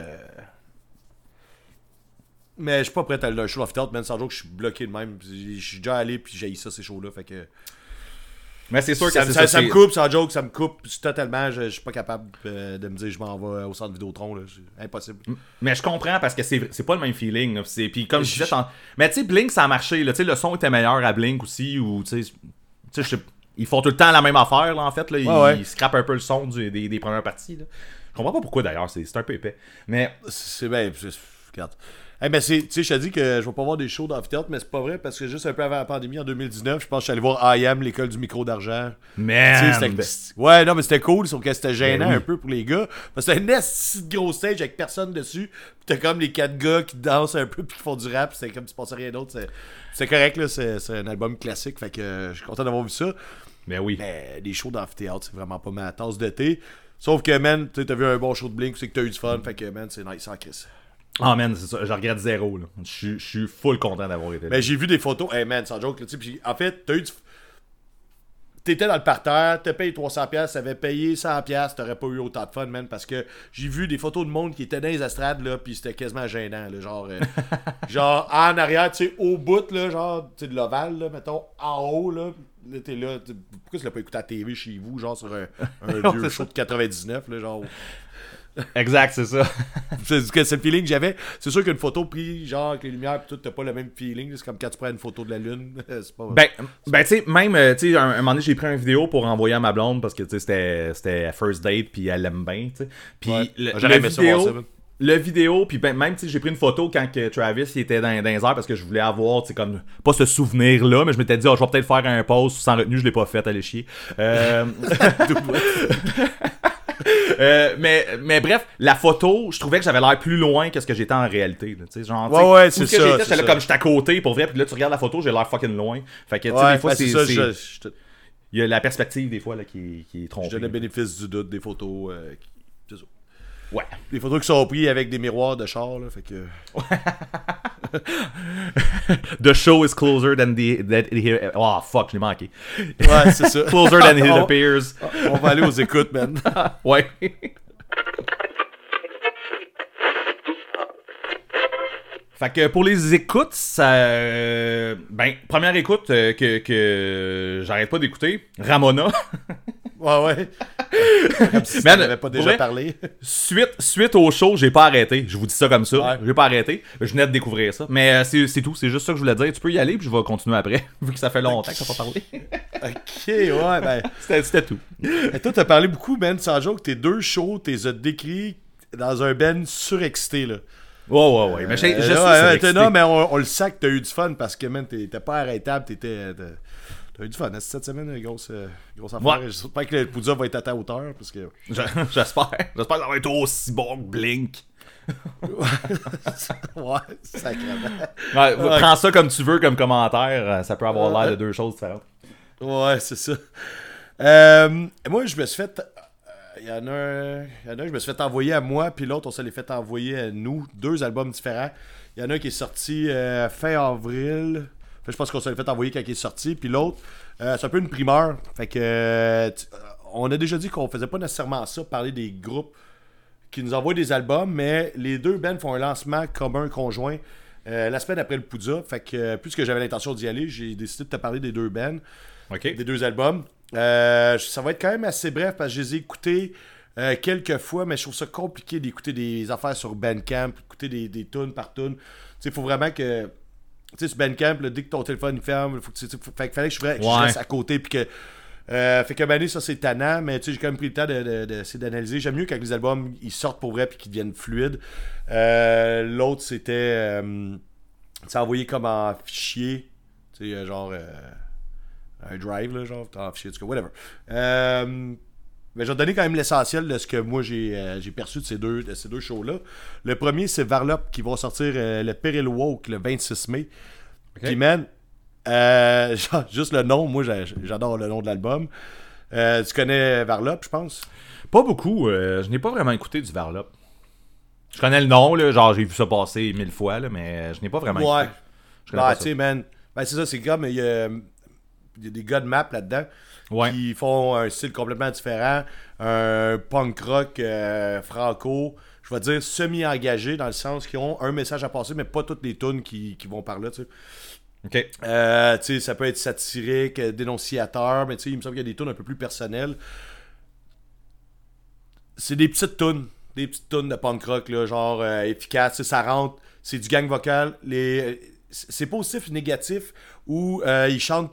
Mais je suis pas prêt à aller un show of Thought, même sans jour que je suis bloqué de même. Je suis déjà allé, puis j'ai eu ça, ces shows-là. Fait que. Mais c'est sûr que ça me coupe, sans joke, ça me coupe totalement. Je suis pas capable de me dire je m'en vais au centre Vidéotron. Là. Impossible. Mais je comprends parce que c'est pas le même feeling. Puis comme je disais, mais tu sais, Blink ça a marché. Là. Le son était meilleur à Blink aussi. Ou ils font tout le temps la même affaire là, en fait. Là. Ils scrapent un peu le son des premières parties. Là. Je comprends pas pourquoi d'ailleurs, c'est un peu épais. Mais. C'est bien. Regarde. Hey, mais tu sais, je t'ai dit que je vais pas voir des shows d'amphithéâtre, mais c'est pas vrai parce que juste un peu avant la pandémie, en 2019, je pense que je suis allé voir I Am, l'école du micro d'argent. Ouais, non, mais c'était cool, sauf que c'était gênant un peu pour les gars. Parce que c'était une gros stage avec personne dessus. Pis t'as comme les 4 gars qui dansent un peu pis qui font du rap. C'était comme si passait rien d'autre. C'est correct, là. C'est un album classique. Fait que je suis content d'avoir vu ça. Mais oui. Mais les shows d'amphithéâtre, c'est vraiment pas ma tasse de thé. Sauf que, man, t'as vu un bon show de Blink, c'est que t'as eu du fun. Fait que, man, c'est nice en crise. Ah, man, c'est ça. Je regrette zéro, là. Je suis full content d'avoir été là. Mais j'ai vu des photos. Hey, man, sans joke, tu sais. Puis, en fait, t'as eu du. T'étais dans le parterre, t'as payé 300$, t'avais payé 100$, t'aurais pas eu autant de fun, man, parce que j'ai vu des photos de monde qui étaient dans les estrades, là, pis c'était quasiment gênant, là, genre en arrière, tu sais, au bout, là, genre, tu sais, de l'ovale, là, mettons, en haut, là t'es là, pourquoi tu l'as pas écouté à la TV chez vous, genre, sur un vieux show de 99, là, genre... Exact, c'est ça. c'est le feeling que j'avais. C'est sûr qu'une photo prise, genre, avec les lumières pis tout, t'as pas le même feeling. C'est comme quand tu prends une photo de la lune. C'est pas... Ben tu sais, même, tu sais, un moment donné, j'ai pris une vidéo pour envoyer à ma blonde parce que, tu sais, c'était first date pis elle aime bien, tu sais. Pis le vidéo, puis même, tu sais, j'ai pris une photo quand que Travis il était dans les airs parce que je voulais avoir, tu sais, comme, pas ce souvenir-là, mais je m'étais dit, je vais peut-être faire un post sans retenue, je l'ai pas fait, allez chier. Mais bref, la photo, je trouvais que j'avais l'air plus loin que ce que j'étais en réalité. Là, genre, ouais, c'est ça. J'étais là comme j'étais à côté pour vrai, puis là tu regardes la photo, j'ai l'air fucking loin. Fait que tu sais, des fois c'est il y a la perspective des fois là qui est trompée. J'ai le bénéfice du doute des photos. C'est ça. Ouais. Des photos qui sont prises avec des miroirs de char, là, fait que. The show is closer than the. Oh fuck, je l'ai manqué. Ouais, c'est ça. Closer than it appears. On va aller aux écoutes, man. Ouais. Fait que pour les écoutes, ça. Première écoute que j'arrête pas d'écouter, Ramona. Ouais. Comme si tu n'avais pas déjà parlé. Suite au show, j'ai pas arrêté. Je vous dis ça comme ça. Ouais. J'ai pas arrêté. Je venais de découvrir ça. Mais c'est tout. C'est juste ça que je voulais dire. Tu peux y aller, puis je vais continuer après. Vu que ça fait longtemps que t'as pas parlé. Ok, ouais, ben. C'était tout. Et toi, t'as parlé beaucoup, Ben, sans joke. Tes 2 shows, t'es décrits dans un Ben surexcité, là. Ouais. Mais je sais, c'est non, mais on le sait que t'as eu du fun parce que, man, t'étais pas arrêtable, t'as eu du fun. Cette semaine, grosse affaire. Ouais. J'espère que le Poudja va être à ta hauteur parce que. J'espère. J'espère que ça va être aussi bon que Blink. Ouais, sacrément. Ouais, prends ça comme tu veux comme commentaire. Ça peut avoir l'air de deux choses différentes. Ouais, c'est ça. Moi, je me suis fait. Il y en a un, je me suis fait envoyer à moi, puis l'autre, on se l'est fait envoyer à nous. 2 albums différents. Il y en a un qui est sorti fin avril. Enfin, je pense qu'on se l'est fait envoyer quand il est sorti. Puis l'autre, c'est un peu une primeur. Fait que on a déjà dit qu'on faisait pas nécessairement ça, parler des groupes qui nous envoient des albums, mais les deux bands font un lancement commun, conjoint, la semaine après le Poudja. Fait que puisque j'avais l'intention d'y aller, j'ai décidé de te parler des deux bands, des 2 albums. Ça va être quand même assez bref parce que je les ai écoutés quelques fois, mais je trouve ça compliqué d'écouter des affaires sur Bandcamp, écouter des tunes par tune. Il faut vraiment que. Tu sais, sur Bandcamp, dès que ton téléphone ferme, fallait que je reste à côté. Puis que. Fait que Mané, ça c'est tannant, mais tu sais, j'ai quand même pris le temps d'essayer d'analyser. J'aime mieux quand les albums ils sortent pour vrai puis qu'ils deviennent fluides. L'autre c'était. C'est envoyé comme en fichier. Tu sais, genre. Un drive, là, genre, en fichier, en tout cas, whatever. Mais je vais te donner quand même l'essentiel de ce que moi j'ai perçu de ces deux shows-là. Le premier, c'est Varlop qui va sortir le Peril Woke le 26 mai. Okay. Puis, man, juste le nom, moi j'adore le nom de l'album. Tu connais Varlop, je pense? Pas beaucoup. Je n'ai pas vraiment écouté du Varlop. Je connais le nom, là, genre j'ai vu ça passer 1000 fois, là, mais je n'ai pas vraiment écouté. Ouais, tu sais, man. Ben, c'est ça, c'est comme. Il y a des gars de map là-dedans qui font un style complètement différent, un punk rock franco, je vais dire semi-engagé dans le sens qu'ils ont un message à passer, mais pas toutes les tunes qui vont par là, tu sais. OK. Tu sais, ça peut être satirique, dénonciateur, mais tu sais, il me semble qu'il y a des tunes un peu plus personnelles. C'est des petites tunes de punk rock, là, genre efficaces, ça rentre, c'est du gang vocal, c'est positif et négatif, où ils chantent.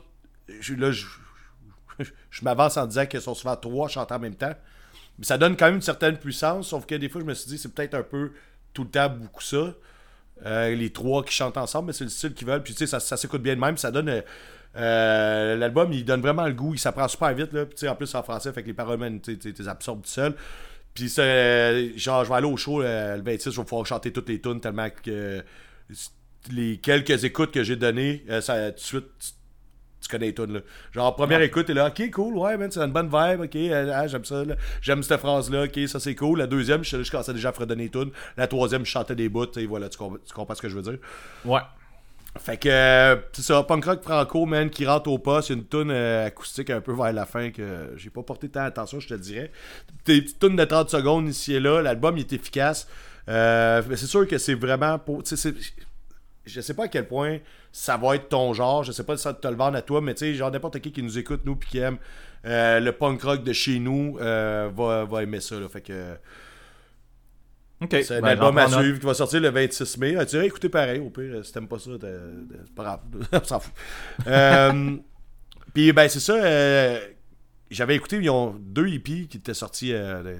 Je m'avance en disant qu'ils sont souvent 3 chantants en même temps. Mais ça donne quand même une certaine puissance. Sauf que des fois, je me suis dit, c'est peut-être un peu tout le temps beaucoup ça. Les 3 qui chantent ensemble, mais c'est le style qu'ils veulent. Puis tu sais, ça s'écoute bien de même. Ça donne. L'album, il donne vraiment le goût. Il s'apprend super vite. Là. Puis, en plus, en français, fait que les paroles, tu les absorbes tout seul. Puis genre, je vais aller au show le 26, je vais pouvoir chanter toutes les tunes tellement que les quelques écoutes que j'ai données, ça tout de suite. Tu connais les tunes, là. Genre, première écoute, t'es là, ok, cool, ouais, man, c'est une bonne vibe, ok, j'aime ça, là. J'aime cette phrase-là, ok, ça c'est cool. La deuxième, je commençais déjà à fredonner les tunes. La troisième, je chantais des bouts, et voilà, tu comprends ce que je veux dire. Ouais. Fait que, c'est ça, punk rock franco, man, qui rentre au poste, une tune acoustique un peu vers la fin que j'ai pas porté tant attention, je te dirais. Des petites tunes de 30 secondes ici et là, l'album il est efficace. Mais c'est sûr que c'est vraiment pour. Je sais pas à quel point ça va être ton genre, je sais pas si ça te le vendre à toi, mais tu sais, genre n'importe qui nous écoute, nous, pis qui aime le punk rock de chez nous, va aimer ça, là. Fait que. Okay. C'est un album à suivre qui va sortir le 26 mai. Tu dirais écoutez pareil, au pire, si t'aimes pas ça, c'est pas grave, on s'en fout. Puis ben c'est ça, j'avais écouté, ils ont 2 hippies qui étaient sortis.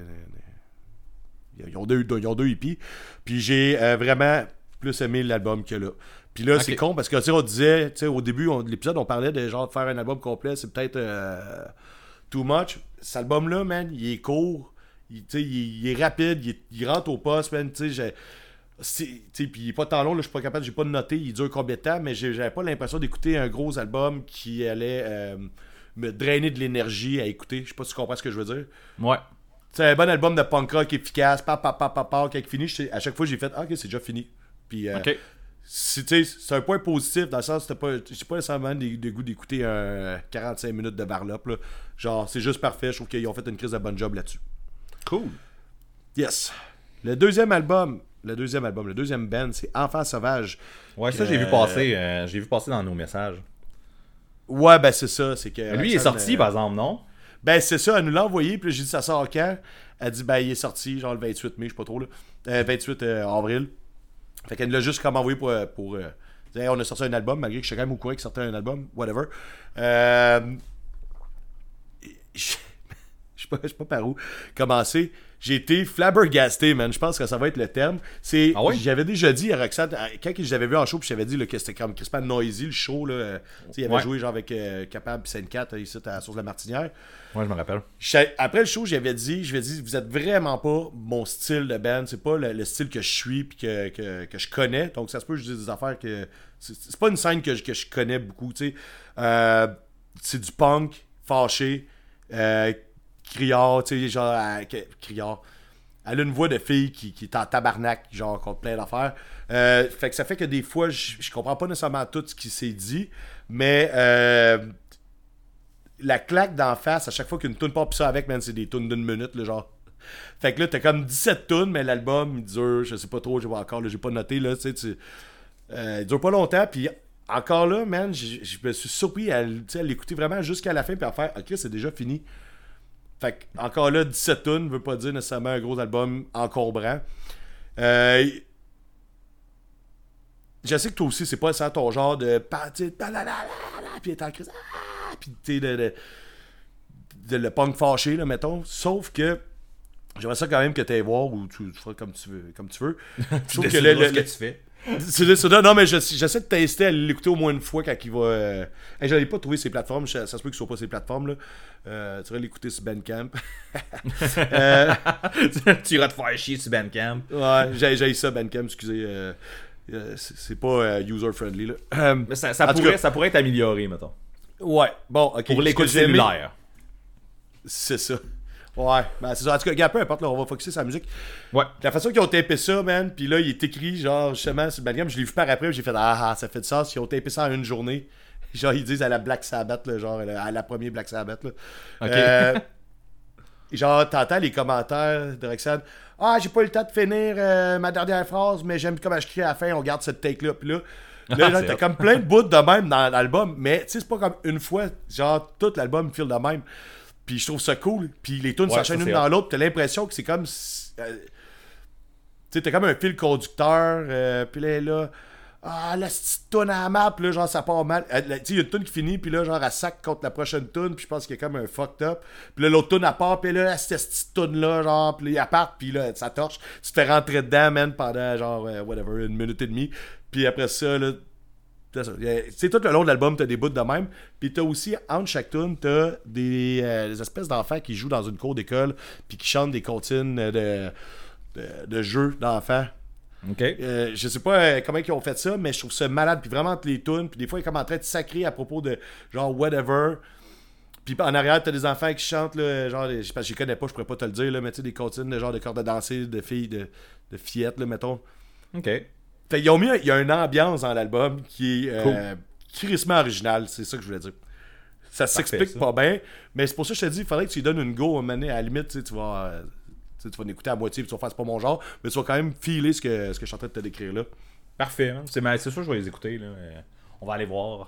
Ils ont deux hippies. Puis j'ai vraiment plus aimé l'album que là. Puis là, c'est con parce que on disait, au début de l'épisode, on parlait de genre faire un album complet, c'est peut-être too much. Cet album-là, man, il est court, il est rapide, il rentre au poste, man, puis il est pas tant long, là, je suis pas capable, j'ai pas de noter, il dure combien de temps, mais j'avais pas l'impression d'écouter un gros album qui allait me drainer de l'énergie à écouter. Je sais pas si tu comprends ce que je veux dire. Ouais. C'est un bon album de punk rock efficace, quand il finit, à chaque fois j'ai fait ok, c'est déjà fini. Puis c'est un point positif dans le sens que j'ai pas nécessairement de goût d'écouter 45 minutes de Varlop, là. Genre c'est juste parfait, je trouve qu'ils ont fait une crise de bon job là-dessus. Cool. Yes. Le deuxième band, c'est Enfants Sauvages. Ouais, ça j'ai vu passer, dans nos messages. Ouais, ben c'est ça, c'est que lui il est sorti par exemple, non? Ben c'est ça, elle nous l'a envoyé, puis j'ai dit ça sort quand? Elle dit ben il est sorti genre le 28 mai, je sais pas trop là. 28 avril. Fait qu'elle nous l'a juste comme envoyé pour hey, on a sorti un album, malgré que je suis quand même au courant qu'il sortait un album, whatever. Je sais je sais pas par où commencer. J'ai été flabbergasté, man. Je pense que ça va être le terme. Ah ouais? J'avais déjà dit à Roxane, quand j'avais vu en show, puis j'avais dit là, que c'était comme crispement noisy le show. Là. Il avait joué genre avec Capable et Sainte 4 ici à la Source de la Martinière. Ouais, je me rappelle. Après le show, je lui ai dit, vous êtes vraiment pas mon style de band. C'est pas le style que je suis puis que je connais. Donc ça se peut que je dise des affaires que. C'est pas une scène que je connais beaucoup. C'est du punk, fâché. Criard, tu sais, genre, criard. Elle a une voix de fille qui est en tabarnak, genre, contre plein d'affaires. Fait que ça fait que des fois, je comprends pas nécessairement tout ce qui s'est dit, mais la claque d'en face, à chaque fois qu'une toune part, pis ça avec, man, c'est des tounes d'une minute, là, genre. Fait que là, t'as comme 17 tounes, mais l'album, il dure, je sais pas trop, j'ai pas noté, là, tu sais, il dure pas longtemps, puis encore là, man, je me suis surpris à l'écouter vraiment jusqu'à la fin, puis à faire, ok, c'est déjà fini. Fait que, encore là, 17 tunes veut pas dire nécessairement un gros album encombrant. Je sais que toi aussi, c'est pas ça ton genre de puis être en crise, puis t'es de le punk fâché, là, mettons. Sauf que j'aimerais ça quand même que t'ailles voir ou tu feras comme tu veux. Tu trouve que ce que tu fais. Non, mais j'essaie de tester à l'écouter au moins une fois quand il va. J'allais pas trouver ses plateformes, ça se peut qu'il soit pas ses plateformes. Là. Tu vas l'écouter sur Bandcamp. Tu iras te faire chier sur Bandcamp. Ouais, j'ai ça, Bandcamp, excusez. C'est pas user-friendly. Là. Mais ça pourrait être amélioré, mettons. Ouais, bon, ok. Pour l'écoute cellulaire. C'est ça. Ouais, ben c'est ça. En tout cas, peu importe, là, on va focusser sur la musique. Ouais. La façon qu'ils ont tapé ça, man, puis là, il est écrit, genre, justement, sur Bandcamp, je l'ai vu par après, j'ai fait, ça fait de ça, ils ont tapé ça en une journée. Genre, ils disent à la Black Sabbath, là, genre, à la première Black Sabbath, là. Ok. Genre, t'entends les commentaires de Roxane. J'ai pas eu le temps de finir ma dernière phrase, mais j'aime comment je crie à la fin, on garde cette take-là, puis là. Là, t'as comme plein de bouts de même dans l'album, mais tu sais, c'est pas comme une fois, genre, tout l'album file de même. Puis je trouve ça cool. Puis les tunes s'enchaînent une dans l'autre. T'as l'impression que c'est comme. Tu sais, t'as comme un fil conducteur. Puis là. La petite tune à la map. Là, genre, ça part mal. Tu sais, il y a une tune qui finit. Puis là, genre, elle sac contre la prochaine tune. Puis je pense qu'il y a comme un fucked up. Puis là, l'autre tune, elle part. Puis là, cette petite tune-là, genre. Puis elle part. Puis là, ça torche. Tu te fais rentrer dedans, man, pendant genre, whatever, une minute et demie. Puis après ça, là. Tu sais, tout le long de l'album, t'as des bouts de même. Puis t'as aussi, entre chaque tune, t'as des espèces d'enfants qui jouent dans une cour d'école puis qui chantent des comptines de jeux d'enfants. Ok. Je sais pas comment ils ont fait ça, mais je trouve ça malade. Puis vraiment, entre les tunes, puis des fois, ils sont comme en train de sacrer à propos de genre whatever. Puis en arrière, t'as des enfants qui chantent, là, genre, je sais pas, je les connais pas, je pourrais pas te le dire, là, mais tu sais, des comptines de genre de cordes de danser, de filles, de fillettes, là, mettons. Ok. Fait il y a une ambiance dans l'album qui est crissement originale, c'est ça que je voulais dire. Ça s'explique pas bien, mais c'est pour ça que je te dis, il faudrait que tu lui donnes une go à un moment donné, à la limite, tu vas l'écouter à moitié, puis tu vas faire c'est pas mon genre, mais tu vas quand même filer ce que je suis en train de te décrire là. Parfait, hein. C'est sûr que je vais les écouter, là. On va aller voir.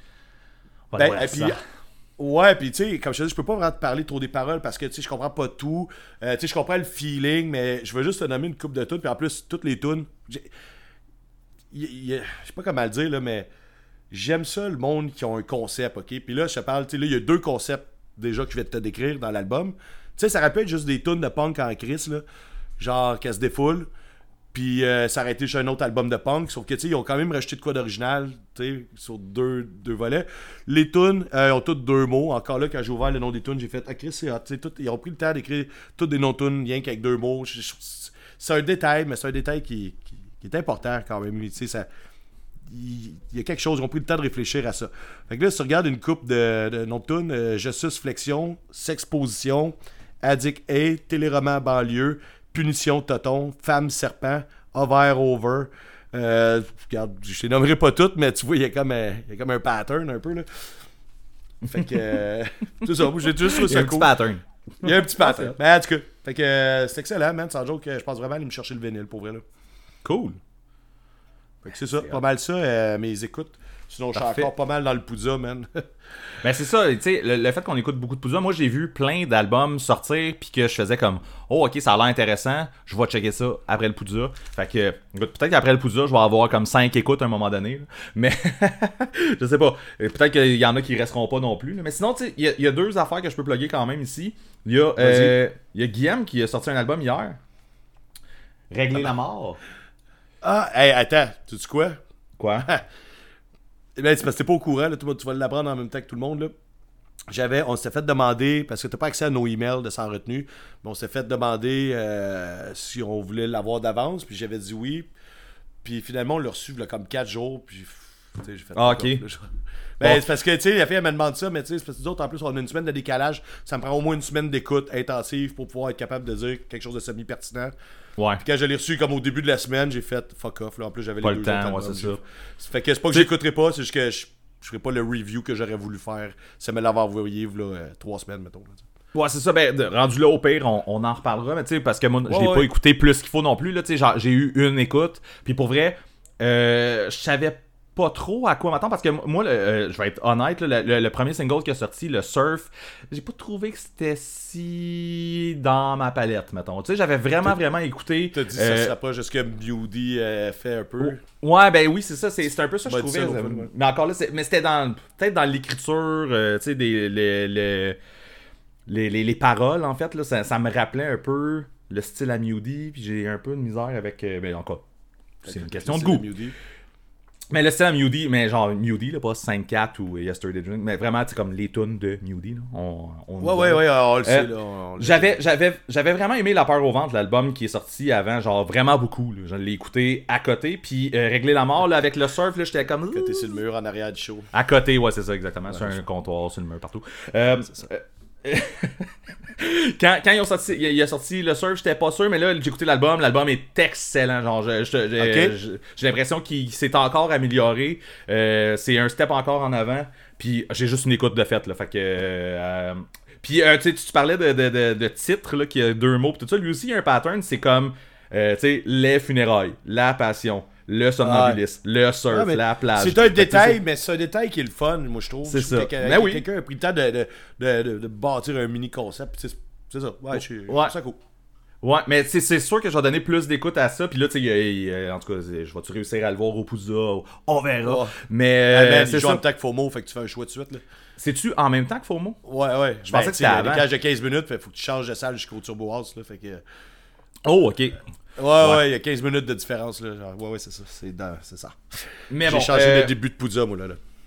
Ouais, puis tu sais, comme je te dis, je peux pas vraiment te parler trop des paroles parce que tu sais, je comprends pas tout. Tu sais, je comprends le feeling, mais je veux juste te nommer une couple de tunes, puis en plus, toutes les tunes. Je sais pas comment le dire, là, mais j'aime ça, le monde qui ont un concept, ok? Puis là, je te parle, tu sais, là, il y a 2 concepts déjà que je vais te décrire dans l'album. Tu sais, ça aurait pu être juste des tunes de punk en crise, là, genre qu'elle se défoule, puis ça aurait été juste un autre album de punk, sauf que, tu sais, ils ont quand même rajouté de quoi d'original, tu sais, sur deux volets. Les tunes ont toutes 2 mots. Encore là, quand j'ai ouvert le nom des tunes, j'ai fait, Chris, c'est hot, tu sais, ils ont pris le temps d'écrire toutes des noms de tunes, rien qu'avec 2 mots. C'est un détail, mais c'est un détail qui est important quand même. Tu sais, ça, il y a quelque chose, ils ont pris le temps de réfléchir à ça. Fait que là, si tu regardes une coupe de noms de tunes, Gestus Flexion, Sexposition, Addict A, Téléroman Banlieue, Punition Toton, Femme Serpent, Over Over. Regarde, je les nommerai pas toutes, mais tu vois, il y a comme un pattern un peu là. Fait que c'est ça, j'ai juste trouvé ça cool. Il y a un petit pattern. Mais en tout cas, fait que c'est excellent, man. Sans joke, je pense vraiment aller me chercher le vinyle pour vrai là. Cool. Fait que c'est ça, pas mal ça, mes écoutes. Sinon, je suis Parfait. encore pas mal dans le Poudza, man. Ben c'est ça, tu sais, le fait qu'on écoute beaucoup de Poudza, moi j'ai vu plein d'albums sortir, puis que je faisais comme, oh ok, ça a l'air intéressant, je vais checker ça après le Poudza. Fait que, écoute, peut-être qu'après le Poudza, je vais avoir comme 5 écoutes à un moment donné, là. Mais, je sais pas, peut-être qu'il y en a qui resteront pas non plus, là. Mais sinon, tu sais, il y a 2 affaires que je peux plugger quand même ici. Il y a Guillaume qui a sorti un album hier, Régler la mort. Ah, hey, attends, tu sais quoi? Quoi? Ben, c'est parce que t'es pas au courant, là, tu vas l'apprendre en même temps que tout le monde, là. On s'était fait demander, parce que t'as pas accès à nos emails de sans retenue, mais on s'était fait demander si on voulait l'avoir d'avance, puis j'avais dit oui. Puis finalement, on l'a reçu il y a comme 4 jours, puis j'ai fait... Ah, ok. Ben, Bon. c'est parce que, tu sais, la fille, elle me demande ça, mais tu sais, c'est parce que nous autres, en plus, on a une semaine de décalage. Ça me prend au moins une semaine d'écoute intensive pour pouvoir être capable de dire quelque chose de semi-pertinent. Ouais. Puis quand je l'ai reçu comme au début de la semaine, j'ai fait fuck off. Là. En plus, j'avais Pas les le 2 autres temps, ouais, albums. c'est ça. Fait que c'est pas que j'écouterai pas, c'est juste que je ferai pas le review que j'aurais voulu faire. Ça me l'avait envoyé, là, 3 semaines, mettons. Là, Ouais, c'est ça. Ben, rendu là, au pire, on en reparlera. Mais tu sais, parce que moi, je l'ai Ouais. pas écouté plus qu'il faut non plus. Là, tu sais, genre, j'ai eu une écoute. Puis pour vrai, je savais pas trop à quoi m'attendre. Parce que moi, je vais être honnête, là, le premier single qui a sorti, le Surf, j'ai pas trouvé que c'était si dans ma palette, mettons. Tu sais, j'avais vraiment écouté. t'as dit que ça se rapproche de ce que Beauty fait un peu. Ouais, ben oui, c'est ça. C'est un peu ça que je Bah, dis trouvais. ça, l'autre fois, ouais. Mais encore là, mais c'était peut-être dans l'écriture, tu sais, les paroles, en fait. Là, ça me rappelait un peu le style à Mewdy. Puis j'ai un peu de misère avec. Ben encore, c'est une question de goût. Beauty. Mais le style à Mewdy, mais genre Mewdy, là, pas 5-4 ou Yesterday Drink, mais vraiment, c'est comme les tunes de Mewdy. Là. Ouais, on le sait, là. on le sait. J'avais vraiment aimé La Peur au ventre, l'album qui est sorti avant, genre vraiment beaucoup. Là. Je l'ai écouté à côté, puis Régler la mort, là, avec le surf, là, j'étais comme... Quand t'es sur le mur en arrière du show. À côté, ouais, c'est ça, exactement. Sur un comptoir, sur le mur, partout. Quand il a sorti le surf, j'étais pas sûr, mais là, j'ai écouté l'album. L'album est excellent. Genre, j'ai l'impression qu'il s'est encore amélioré. C'est un step encore en avant. Puis j'ai juste une écoute de fait, là. Fait que. Puis tu parlais de titres, là, qui a 2 mots. Pis tout ça, lui aussi, il y a un pattern. C'est comme, tu sais, les funérailles, la passion, le somnambulisme, le surf, la plage. C'est un Fait que, détail, mais c'est un détail qui est le fun, moi, je trouve. C'est Je trouve ça. que Mais oui. quelqu'un a pris le temps de bâtir un mini-concept. C'est ça. Ouais, Ouais. c'est cool. Ouais, mais c'est sûr que je vais donner plus d'écoute à ça. Puis là, tu sais, en tout cas, je vais-tu réussir à le voir au Poudza? On verra. Ouais. Mais Il c'est joue en ça. même temps que FOMO, fait que tu fais un choix de suite. Là. C'est-tu en même temps que FOMO? Ouais. Je pensais que c'était un avant. décalage de 15 minutes, fait faut que tu changes de salle jusqu'au Turbo House. Là, fait que... Oh, ok. Ouais, il y a 15 minutes de différence. Là. Genre, ouais, c'est ça. C'est ça. Mais J'ai bon, changé le début de Poudza, moi, là.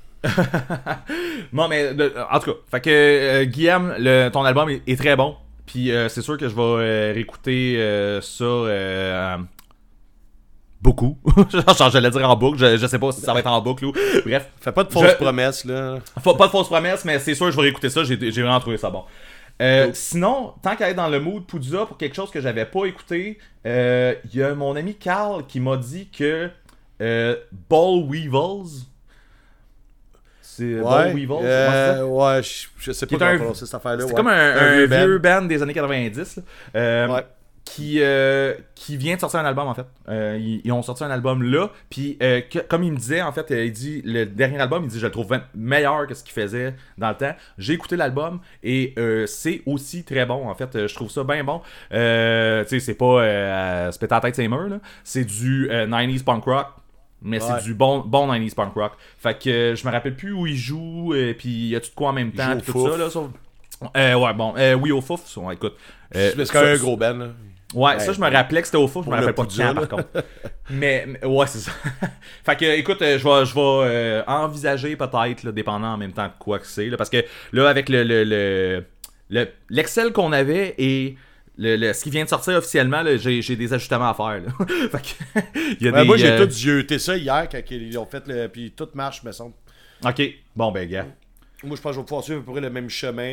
Non, mais en tout cas, fait que Guillaume, ton album est très bon. Puis c'est sûr que je vais réécouter ça beaucoup. J'allais dire en boucle, je sais pas si ça va être en boucle ou. Bref. Fais pas de fausses promesses, là. Pas de fausses promesses, mais c'est sûr que je vais réécouter ça. J'ai vraiment trouvé ça bon. Sinon, tant qu'à être dans le mood Poudza pour quelque chose que j'avais pas écouté, il y a mon ami Carl qui m'a dit que Ball Weevils. C'est Ball Weevils, ouais, je sais pas comment prononcer cette affaire-là. c'est comme un vieux band des années 90 là, qui vient de sortir un album en fait. Ils ont sorti un album là, puis comme il me disait en fait, il dit le dernier album, il dit je le trouve meilleur que ce qu'il faisait dans le temps. J'ai écouté l'album et c'est aussi très bon en fait. Je trouve ça bien bon. Tu sais, c'est pas se péter la tête ses murs là, c'est du 90s punk rock. Mais c'est du bon 90s punk rock. Fait que je me rappelle plus où il joue, puis y a-tu de quoi en même temps, pis tout ça là. Ouais, bon, oui, au Fouf, écoute. C'est quand même un gros band, là. Ouais, ça, je me rappelais que c'était au Fouf, je me rappelle pas de Poudza, quand, par contre. mais ouais, c'est ça. Fait que, écoute, je vais envisager peut-être, là, dépendant en même temps de quoi que c'est, là, parce que là, avec l'Excel qu'on avait et ce qui vient de sortir officiellement, là, j'ai des ajustements à faire. Là. Fait que, y a moi, j'ai tout yeuté ça hier quand ils ont fait puis tout marche, me semble. Ok, bon, ben, gars. Moi, je pense que je vais pouvoir suivre à peu près le même chemin.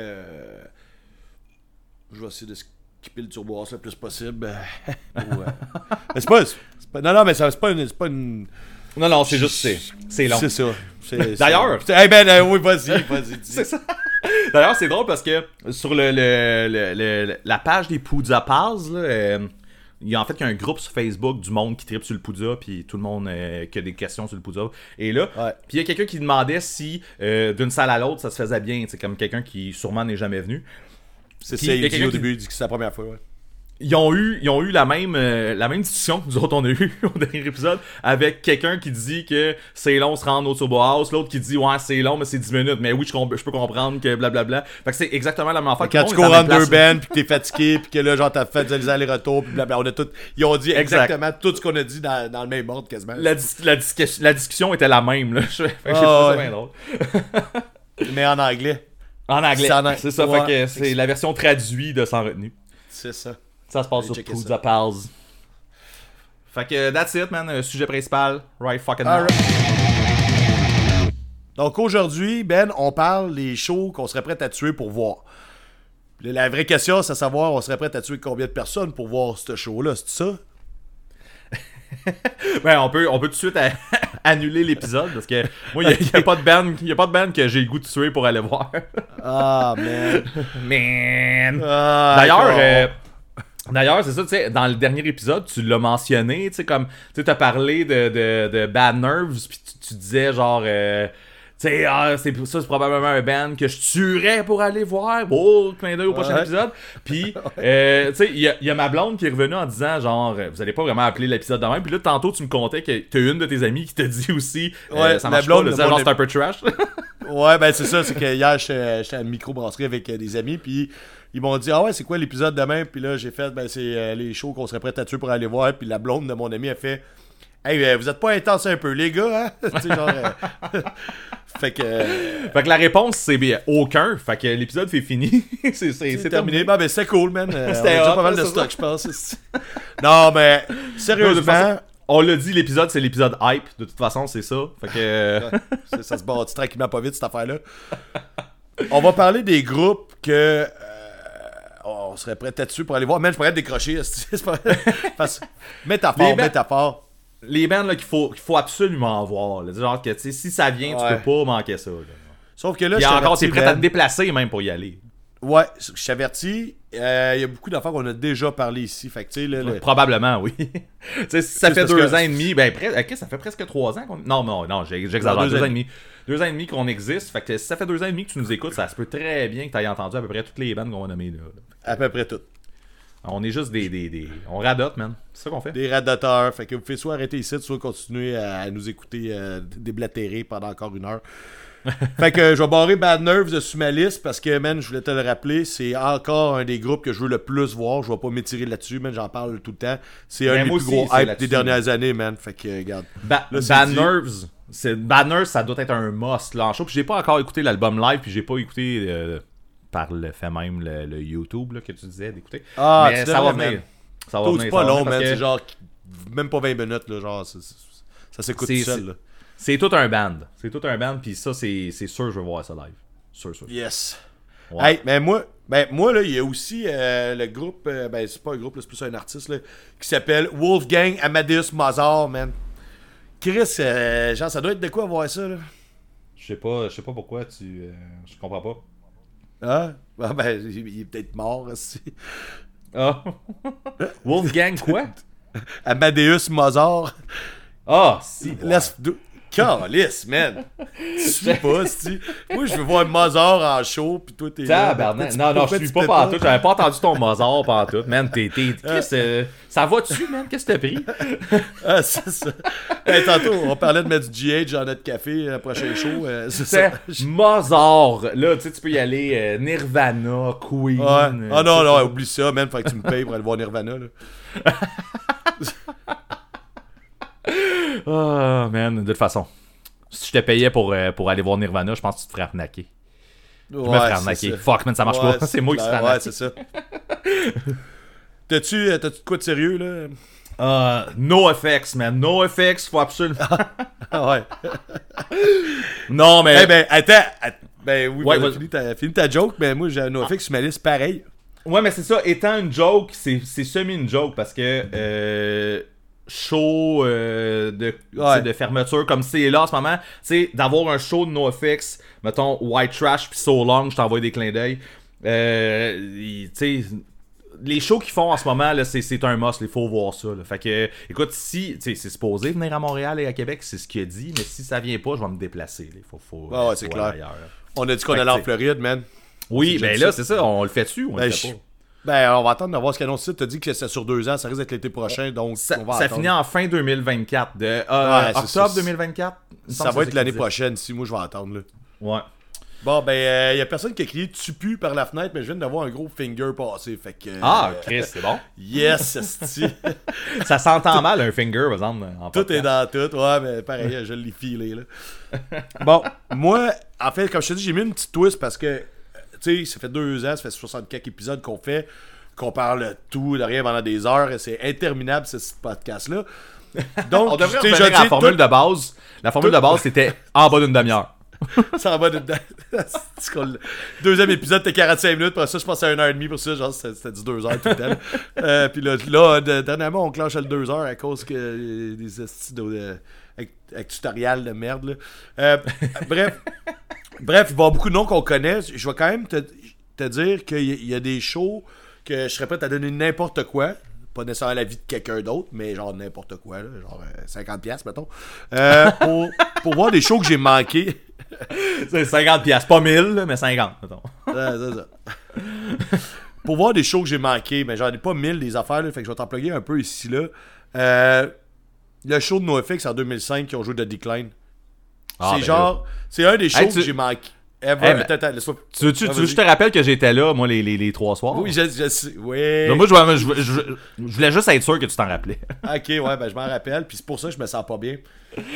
Je vais essayer de skipper le Turbo House le plus possible. Mais c'est pas. Non, mais c'est pas une. Non, c'est juste, c'est long. C'est ça. D'ailleurs. Eh ben, oui, vas-y. C'est ça. D'ailleurs, c'est drôle parce que sur la page des Poudza Pals, là, il y a un groupe sur Facebook du monde qui tripe sur le Poudja, puis tout le monde qui a des questions sur le Poudja. Et là, puis il y a quelqu'un qui demandait si d'une salle à l'autre, ça se faisait bien. C'est comme quelqu'un qui sûrement n'est jamais venu. C'est ça, il dit au début, il dit que c'est la première fois, ouais. Ils ont eu la même discussion que nous autres on a eu au dernier épisode avec quelqu'un qui dit que c'est long se rendre au Turbo House, l'autre qui dit ouais c'est long mais c'est 10 minutes, mais oui je peux comprendre que blablabla. Fait que c'est exactement la même affaire. Quand tu cours en deux bands pis que t'es fatigué pis que là genre t'as fait des allers-retours pis blablabla, on a tout, ils ont dit exactement tout ce qu'on a dit dans le même ordre quasiment. La discussion était la même là. Fait que j'ai trouvé ça bien drôle. Mais en anglais. En anglais. C'est ça, ouais. Fait que c'est la version traduite de Sans retenue. C'est ça. Ça se passe sur Poudja Pals. Fait que that's it, man. Sujet principal. Right fucking now. Donc aujourd'hui, Ben, on parle des shows qu'on serait prêt à tuer pour voir. La vraie question, c'est à savoir, on serait prêt à tuer combien de personnes pour voir ce show-là, c'est ça? Ben, on peut tout de suite annuler l'épisode parce que moi, il n'y a pas de band que j'ai le goût de tuer pour aller voir. Ah, man. D'ailleurs, c'est ça, tu sais, dans le dernier épisode, tu l'as mentionné, tu sais, comme, tu sais, t'as parlé de Bad Nerves, puis tu disais genre, tu sais, c'est probablement un band que je tuerais pour aller voir. Oh, clin d'œil au prochain épisode. Puis, tu sais, il y a ma blonde qui est revenue en disant, genre, vous allez pas vraiment appeler l'épisode de même. Puis là, tantôt, tu me contais que t'as une de tes amies qui t'a dit aussi, ça marche pas, genre, c'est un peu trash. Ouais, ben c'est ça, c'est que hier, j'étais à une microbrasserie avec des amis, puis ils m'ont dit, ah ouais, c'est quoi l'épisode demain? Puis là, j'ai fait, ben c'est les shows qu'on serait prêt à tuer pour aller voir. Puis la blonde de mon ami a fait, hey, vous êtes pas intense un peu, les gars, hein? Tu sais, genre. Fait que la réponse, c'est bien aucun. Fait que l'épisode fait fini. c'est terminé. Ben, c'est cool, man. C'était déjà pas mal de stock, je pense. Non, mais sérieusement. On l'a dit, l'épisode, c'est l'épisode hype. De toute façon, c'est ça. Fait que. Ça se bâtit tranquillement pas vite, cette affaire-là. On va parler des groupes que. On serait prêt à dessus pour aller voir. Man, je pourrais être décroché. C'est pas... Métaphore. Les bands là, qu'il faut absolument voir. Là. Genre que si ça vient, tu peux pas manquer ça. Là. Sauf que là, puis encore, t'es prêt à te déplacer même pour y aller. Ouais, je t'avertis. Il y a beaucoup d'affaires qu'on a déjà parlé ici. Fait que, là, probablement, oui. Si ça fait 2 ans et demi, ben ça fait presque 3 ans qu'on... Non, j'exagère. 2 ans et demi. 2 ans et demi qu'on existe. Fait que si ça fait 2 ans et demi que tu nous écoutes, ça se peut très bien que tu aies entendu à peu près toutes les bandes qu'on va nommer là. À peu près toutes. On est juste on radote, man. C'est ça qu'on fait. Des radoteurs. Fait que vous pouvez soit arrêter ici, soit continuer à nous écouter déblatérer pendant encore 1 heure. Fait que je vais barrer Bad Nerves sur ma liste parce que, man, je voulais te le rappeler, c'est encore un des groupes que je veux le plus voir. Je vais pas m'étirer là-dessus, man, j'en parle tout le temps. C'est un des plus gros hype des dernières années, man. Fait que, regarde. Bad Nerves, ça doit être un must là en show. Puis j'ai pas encore écouté l'album live, puis j'ai pas écouté par le fait même le YouTube là, que tu disais d'écouter. Ah, mais ça va venir. Ça va venir. C'est pas long, man. C'est genre même pas 20 minutes, là. Genre, ça s'écoute tout seul, là. C'est tout un band. Puis ça, c'est sûr je vais voir ça live. Sûr. Yes. Ouais. Hey, mais moi, là, il y a aussi le groupe, c'est pas un groupe, là, c'est plus un artiste, là, qui s'appelle Wolfgang Amadeus Mozart, man. Chris, genre, ça doit être de quoi voir ça, là? Je sais pas pourquoi je comprends pas. Ah? Il est peut-être mort, aussi. Ah. Wolfgang quoi? Amadeus Mozart. Ah, si. Calice, man. Tu suis pas, si. Moi, je veux voir Mozart en show, pis toi, t'es là. Non, je suis pas pantoute. J'avais pas entendu ton Mozart pantoute. Man, ça va-tu, man? Qu'est-ce que t'as pris? Ah, c'est ça. Hey, tantôt, on parlait de mettre du GH dans notre café, le prochain show. C'est ça. Mozart. Là, tu peux y aller. Nirvana, Queen. Ouais. Ah non, oublie ça, man. Faut que tu me payes pour aller voir Nirvana, là. Oh man, de toute façon, si je te payais pour aller voir Nirvana, je pense que tu te ferais arnaquer. Je me ferais arnaquer. Fuck man, ça marche pas. C'est moi qui se ferais arnaquer. Ouais, c'est ça. T'as-tu de quoi de sérieux là? NoFX, man. NoFX, faut absolument. Ouais. Non, mais. Eh ben, attends. Ben oui, fini ta joke, mais moi j'ai un NoFX sur ma liste pareil. Ouais, mais c'est ça. Étant une joke, c'est semi une joke parce que. Show de fermeture comme c'est là en ce moment, tu sais, d'avoir un show de NoFX, mettons White Trash puis So Long, je t'envoie des clins d'œil, tu sais, les shows qu'ils font en ce moment, là, c'est un must, il faut voir ça. Là. Fait que, écoute, si, tu sais, c'est supposé venir à Montréal et à Québec, c'est ce qu'il a dit, mais si ça vient pas, je vais me déplacer. Il faut ouais, c'est clair. ailleurs, on a dit qu'on allait en Floride, man. Oui, ben là, c'est ça, on le fait dessus ou on le fait pas? Ben, on va attendre de voir ce qu'il annonce. Tu as dit que c'est sur 2 ans, ça risque d'être l'été prochain, donc ça, on va ça attendre. finit en fin 2024, octobre 2024. Ça va être l'année prochaine, si moi je vais attendre. Là. Ouais. Bon, ben, y a personne qui a crié « Tu pues » par la fenêtre, mais je viens d'avoir un gros finger passé, fait que... Chris, c'est bon. Yes, esti. Ça s'entend mal, un finger, par exemple, en Tout podcast. est dans tout, ouais, mais pareil, je l'ai filé, là. Bon, moi, en fait, comme je te dis, j'ai mis une petite twist parce que, tu sais, ça fait 2 ans, ça fait 64 épisodes qu'on fait, qu'on parle de tout, de rien pendant des heures, et c'est interminable, ce podcast-là. Donc, on devrait tu sais, revenir à la formule de base. La formule de base, c'était en bas d'une demi-heure. Ça en va dedans. Deuxième épisode, c'était 45 minutes. Pour ça, je pense à 1h30. Pour ça, genre, c'était du 2 heures tout le temps. Puis là, dernièrement, on clenche le 2 heures à cause que des estis avec tutoriel de merde. Là. Bref, il va y avoir beaucoup de noms qu'on connaît. Je vais quand même te dire qu'il y a des shows que je serais prêt à donner n'importe quoi. Pas nécessairement la vie de quelqu'un d'autre, mais genre n'importe quoi, là, genre 50$, mettons. Pour voir des shows que j'ai manqués. C'est 50$, pas 1000, mais 50, mettons. C'est ça. Pour voir des shows que j'ai manqués, mais j'en ai pas 1000 des affaires, là, fait que je vais t'en plugger un peu ici, là. Le show de NoFX en 2005 qui ont joué de Decline. C'est genre, c'est un des shows que j'ai manqué. Tu veux que je te rappelle que j'étais là, moi, les 3 soirs? Oui, je sais. Oui. Donc, moi, je voulais juste être sûr que tu t'en rappelais. Ok, ouais, ben je m'en rappelle, puis c'est pour ça que je me sens pas bien.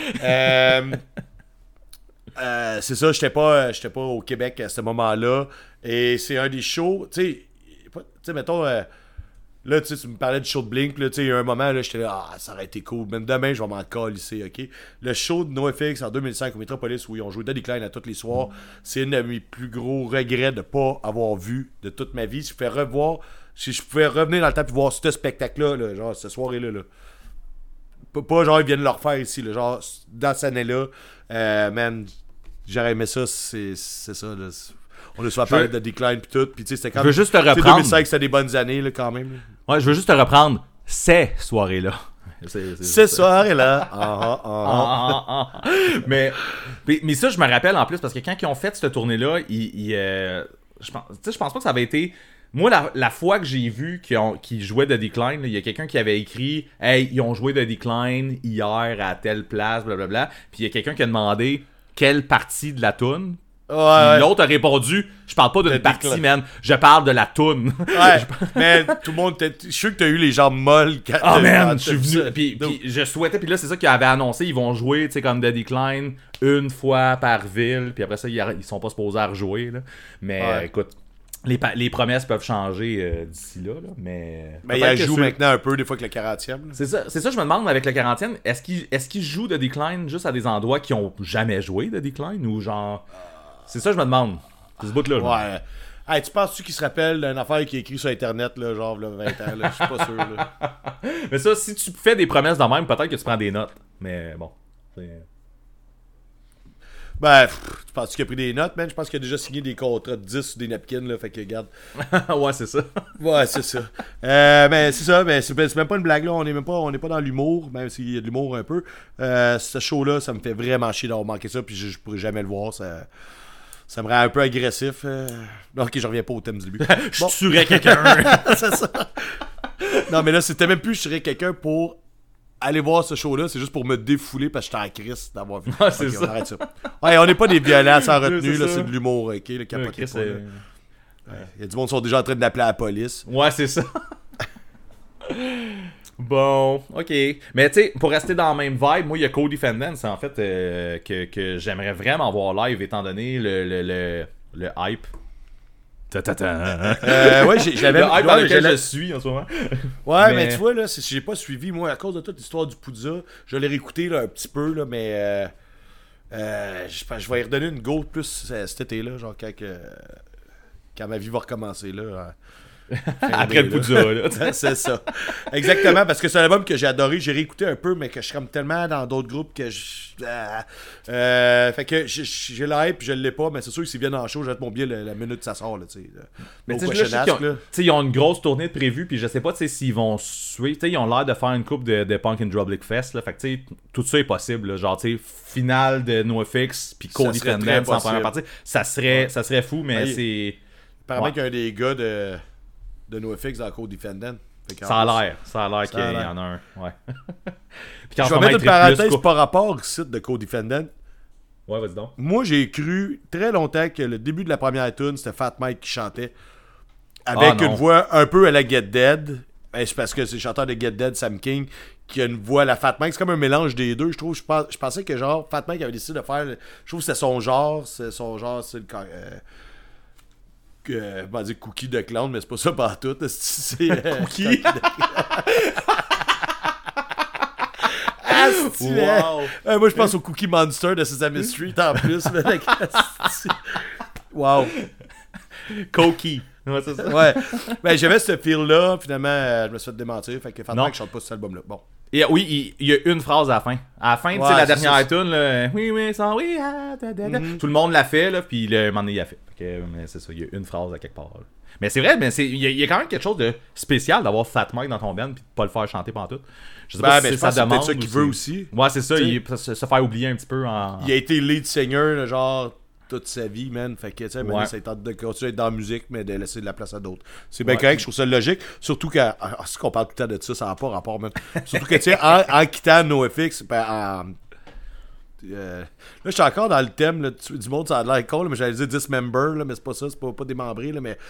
C'est ça, j'étais pas au Québec à ce moment-là. Et c'est un des shows, tu sais, mettons, là, tu me parlais du show de Blink, là, tu sais, il y a un moment, là, j'étais là, ça aurait été cool, mais demain, je vais m'en calisser, ok? Le show de NoFX en 2005 au Metropolis, où ils ont joué Daddy Klein à tous les soirs, c'est un de mes plus gros regrets de pas avoir vu de toute ma vie. Si je pouvais revenir dans le temps et voir ce spectacle-là, là, genre, cette soirée-là, là. Pas genre, ils viennent le refaire ici, là, genre, dans cette année-là, man, j'aurais aimé ça, c'est ça, là. On a souvent parlé de Decline pis tout, pis tu sais, c'était quand même... Je veux juste te reprendre. 2005, c'était des bonnes années, là, quand même. Ouais, je veux juste te reprendre ces soirées-là. Ces soirées-là. Mais ça, je me rappelle en plus, parce que quand ils ont fait cette tournée-là, je pense pas que ça avait été... Moi, la fois que j'ai vu qu'ils jouaient de Decline, il y a quelqu'un qui avait écrit « Hey, ils ont joué de Decline hier à telle place, blablabla. » Puis il y a quelqu'un qui a demandé quelle partie de la toune. Ouais. L'autre a répondu « Je parle pas d'une partie, man. Je parle de la toune. » Ouais, mais tout le monde... Je suis sûr que t'as eu les jambes molles quand man, je suis venu... Puis je souhaitais... Puis là, c'est ça qu'ils avaient annoncé. Ils vont jouer, tu sais, comme The Decline, une fois par ville. Puis après ça, ils sont pas supposés à rejouer, là. Mais écoute... Les promesses peuvent changer d'ici là, mais il joue maintenant un peu des fois avec le 40e. C'est ça, je me demande avec le 40e, est-ce qu'ils jouent de Decline juste à des endroits qui ont jamais joué de Decline ou genre... C'est ça je me demande. C'est ce bout-là. Ouais. Hey, tu penses-tu qu'il se rappelle d'une affaire qui est écrite sur Internet, là, genre là, 20 ans, là, je suis pas sûr. Là. Mais ça, si tu fais des promesses de même, peut-être que tu prends des notes. Mais bon, c'est... Ben, tu penses qu'il a pris des notes, man? Je pense qu'il a déjà signé des contrats de 10 sur des napkins, là, fait que regarde. Ouais, c'est ça. Ouais, c'est ça. Mais c'est ça, mais c'est même pas une blague, là. On est pas dans l'humour, même s'il y a de l'humour un peu. Ce show-là, ça me fait vraiment chier d'avoir manqué ça, puis je pourrais jamais le voir. Ça me rend un peu agressif. Ok, je reviens pas au thème du début. Je tuerais quelqu'un. C'est ça. Non, mais là, c'était même plus je tuerais quelqu'un pour aller voir ce show-là, c'est juste pour me défouler parce que j'étais en crise d'avoir vu. Ah, c'est okay, ça. On arrête ça. Ouais, on n'est pas des violents sans retenue, là, c'est de l'humour, ok? Le capoté pas, là. Il y a du monde qui sont déjà en train d'appeler la police. Ouais, c'est ça. Bon, ok. Mais tu sais, pour rester dans la même vibe, moi, il y a Cody Fendance, en fait, que j'aimerais vraiment voir live, étant donné le hype. Ouais, j'avais le hype dans lequel je suis en ce moment. Ouais, mais tu vois, là, j'ai pas suivi, moi, à cause de toute l'histoire du Poudza. Je l'ai réécouté, là, un petit peu, là, mais je vais y redonner une go plus cet été, là, genre, quand ma vie va recommencer, là. Après le Poudja, là. C'est ça. Exactement, parce que c'est un album que j'ai adoré. J'ai réécouté un peu, mais que je suis comme tellement dans d'autres groupes que fait que j'ai la hype, je l'ai pas, mais c'est sûr que s'ils viennent en show, j'attends mon billet la minute que ça sort, là, tu sais. Mais tu sais, ils ont une grosse tournée de prévue, puis je sais pas, tu sais, s'ils vont suivre. Tu sais, ils ont l'air de faire une coupe de Punk and Drublic Fest, là. Fait que, tu sais, tout ça est possible, là. Genre, tu sais, finale de NoFX, puis Cody Fendance en première partie. Ça serait fou, mais c'est... Apparemment qu'il y a un des gars de NoFX dans le Cody Fendance. Ça a l'air qu'il y en a un, ouais. Puis je vais mettre une parenthèse par rapport au site de Cody Fendance. Ouais, vas-y donc. Moi, j'ai cru très longtemps que le début de la première tune, c'était Fat Mike qui chantait. Avec une voix un peu à la Get Dead. C'est parce que c'est le chanteur de Get Dead, Sam King, qui a une voix à la Fat Mike. C'est comme un mélange des deux, je trouve. Je pensais que genre, Fat Mike avait décidé de faire... Je trouve que c'était son genre. C'est le... on va dire Cookie de Clown, mais c'est pas ça partout. C'est Cookie. Wow. Moi, je pense au Cookie Monster de Sesame Street en plus. Wow. Cookie. Ouais, c'est ça. Ouais. Ben, j'avais ce feel-là. Finalement, je me suis fait démentir. Fait que Fat Mike chante pas cet album-là. Bon. Et oui, il y a une phrase à la fin. À la fin, tu sais, la dernière tune, là, oui, sans oui, tout le monde l'a fait, là, puis le moment donné, il a fait. Mais c'est ça, il y a une phrase à quelque part. Là. Mais c'est vrai, mais il y a quand même quelque chose de spécial d'avoir Fat Mike dans ton band puis de pas le faire chanter pendant tout. Je sais pas si c'est sa demande. C'est peut-être ça qu'il veut aussi. Ouais, c'est ça, se faire oublier un petit peu en... Il a été lead singer, genre, toute sa vie, man. Fait que, tu sais, maintenant, ça tente de continuer à être dans la musique, mais de laisser de la place à d'autres. C'est bien correct, je trouve ça logique. Surtout qu'on parle tout le temps de ça, ça n'a pas rapport, man. Surtout que, tu sais, en quittant NoFX, là, je suis encore dans le thème là, du monde, ça a l'air con, là, mais j'allais dire dismember, là, mais c'est pas ça, c'est pas démembré, là, mais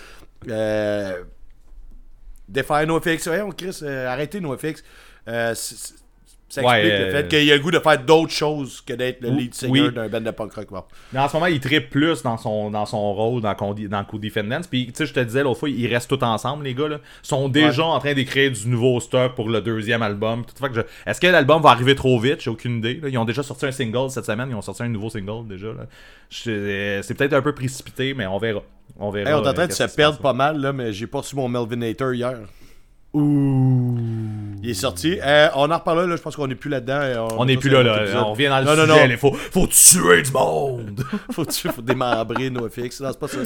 défaire NoFX, ouais, on Chris, arrêtez NoFX. Ça explique le fait qu'il a le goût de faire d'autres choses que d'être le lead singer d'un band de punk rock. Bon. Mais en ce moment, il trippe plus dans son rôle dans Cody Fendance. Puis, tu sais, je te disais l'autre fois, ils restent tous ensemble, les gars. Là. Ils sont déjà en train d'écrire du nouveau stock pour le deuxième album. Est-ce que l'album va arriver trop vite? J'ai aucune idée. Là. Ils ont déjà sorti un single cette semaine. Ils ont sorti un nouveau single déjà. Là. C'est peut-être un peu précipité, mais on verra. On est en train de se perdre pas mal, là, mais j'ai pas reçu mon Melvinator hier. Ouh. Il est sorti. On en reparle là, je pense qu'on est plus là-dedans. On est plus là. On revient dans le sujet. Il faut tuer du monde. faut démembrer NoFX. Non, c'est pas ça.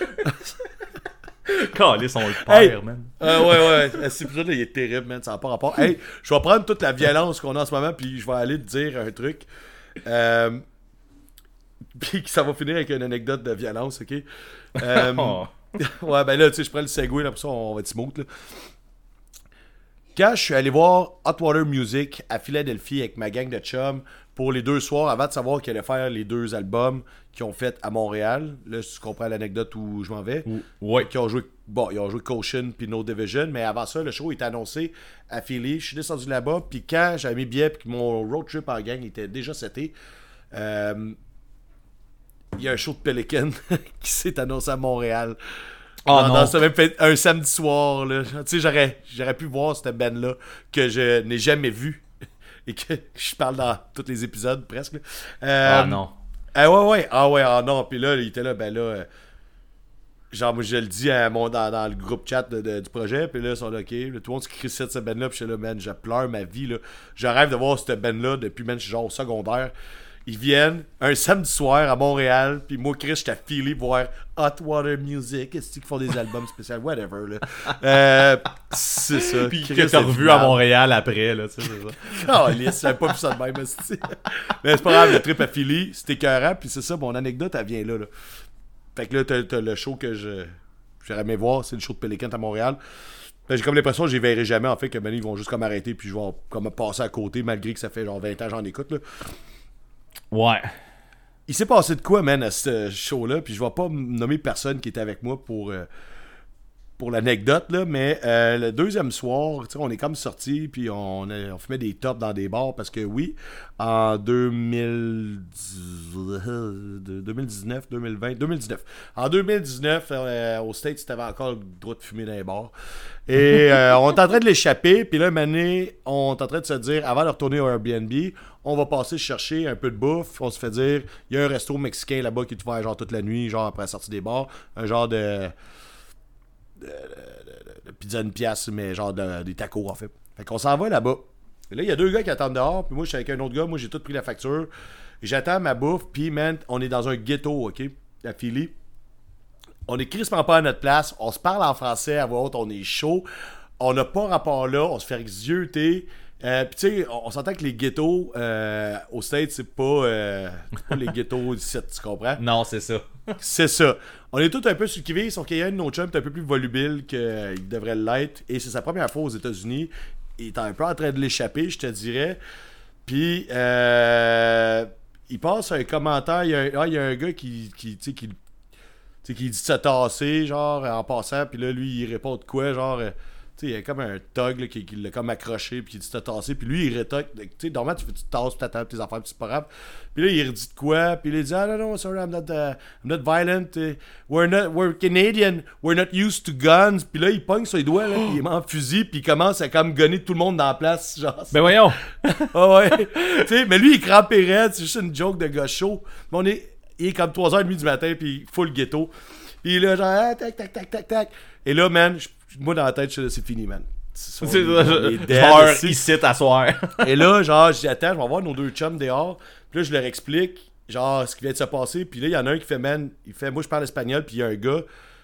Calisse, on le perd, man. Ouais. C'est pour ça qu'il est terrible, man. Ça n'a pas rapport. Hey, je vais prendre toute la violence qu'on a en ce moment, puis je vais aller te dire un truc. Puis ça va finir avec une anecdote de violence, ok? Ouais, ben là, tu sais, je prends le segway, là, pour ça, on va être smooth, là. Quand je suis allé voir Hot Water Music à Philadelphie avec ma gang de chums pour les 2 soirs, avant de savoir qu'ils allaient faire les 2 albums qu'ils ont fait à Montréal, là, si tu comprends l'anecdote où je m'en vais, ils ont joué Caution puis No Division, mais avant ça, le show était annoncé à Philly. Je suis descendu là-bas, puis quand j'avais mis billet puis que mon road trip en gang était déjà seté, il y a un show de Pelican qui s'est annoncé à Montréal. Dans ce même un samedi soir, là. Tu sais, j'aurais pu voir cette band-là que je n'ai jamais vue et que je parle dans tous les épisodes presque. Non. Non. Puis là, il était là, ben là, genre, moi, je le dis à dans le groupe chat du projet, puis là, ils sont là, ok. Là, tout le monde se crie cette band-là, puis je suis là, man, je pleure ma vie, là. Je rêve de voir cette band-là depuis, man, je suis genre au secondaire. Ils viennent un samedi soir à Montréal, puis moi, Chris, j'étais affilé voir Hot Water Music, est-ce qu'ils font des albums spéciaux, whatever, là. C'est ça. Puis que t'as revu à Montréal après, là, tu sais, c'est ça. Oh, lisse, j'avais pas vu ça de même, mais c'est pas grave, le trip à Philly, c'était écœurant, puis c'est ça, mon anecdote, elle vient là. Fait que là, t'as le show que j'aurais aimé voir, c'est le show de Pelican à Montréal. Ben, j'ai comme l'impression que j'y verrai jamais, en fait, que ben, ils vont juste comme arrêter, puis je vais comme passer à côté, malgré que ça fait genre 20 ans j'en écoute, là. Ouais. Il s'est passé de quoi, man, à ce show-là, puis je vais pas nommer personne qui était avec moi pour l'anecdote, là, mais le deuxième soir, on est comme sortis, puis on fumait des tops dans des bars, parce que oui, en 2019, en 2019, aux States, tu avais encore le droit de fumer dans les bars, et on est en train de l'échapper, puis là, une année, on est en train de se dire, avant de retourner au Airbnb, on va passer chercher un peu de bouffe, on se fait dire, il y a un resto mexicain là-bas qui est ouvert genre toute la nuit, genre après la sortie des bars, un genre de pizza une pièce, mais genre des tacos, en fait. Fait qu'on s'en va là-bas. Et là, il y a 2 gars qui attendent dehors, puis moi, je suis avec un autre gars. Moi, j'ai tout pris la facture. Et j'attends ma bouffe, puis, man, on est dans un ghetto, OK? À Philly. On est crispement pas à notre place. On se parle en français à voix haute. On est chaud. On n'a pas rapport là. On se fait exioter. Puis tu sais, on s'entend que les ghettos au States, c'est pas les ghettos d'ici, tu comprends? Non, c'est ça. C'est ça. On est tous un peu sur le qui-vive, sauf qu'il y a un de nos chums qui est un peu plus volubile qu'il devrait l'être. Et c'est sa première fois aux États-Unis. Il est un peu en train de l'échapper, je te dirais. Puis il passe un commentaire. Il y a un gars qui dit de se tasser, genre, en passant. Puis là, lui, il répond de quoi, genre... Tu sais, il y a comme un thug là, qui l'a comme accroché, puis il dit de se tasser, puis lui, il rétoque. Tu sais, normalement, tu te tasses, tu t'attends tes affaires, puis c'est pas grave. Puis là, il redit de quoi, puis il dit, ah non, sorry, I'm not violent. We're Canadian, we're not used to guns. Puis là, il pogne sur les doigts, là, puis il met en fusil, puis il commence à comme gonner tout le monde dans la place. Genre, Ben voyons! ah ouais. Tu sais, mais lui, il crampé raide, c'est juste une joke de gars chaud. Mais il est comme 3h30 du matin, puis full ghetto. Puis là, genre, ah, tac. Et là, man, moi, dans la tête, c'est fini, man. Genre, ici, t'asseoir. Et là, genre, j'attends, je vais voir nos 2 chums dehors. Puis là, je leur explique, genre, ce qui vient de se passer. Puis là, il y en a un qui fait, man, moi, je parle espagnol. Puis il y a un gars,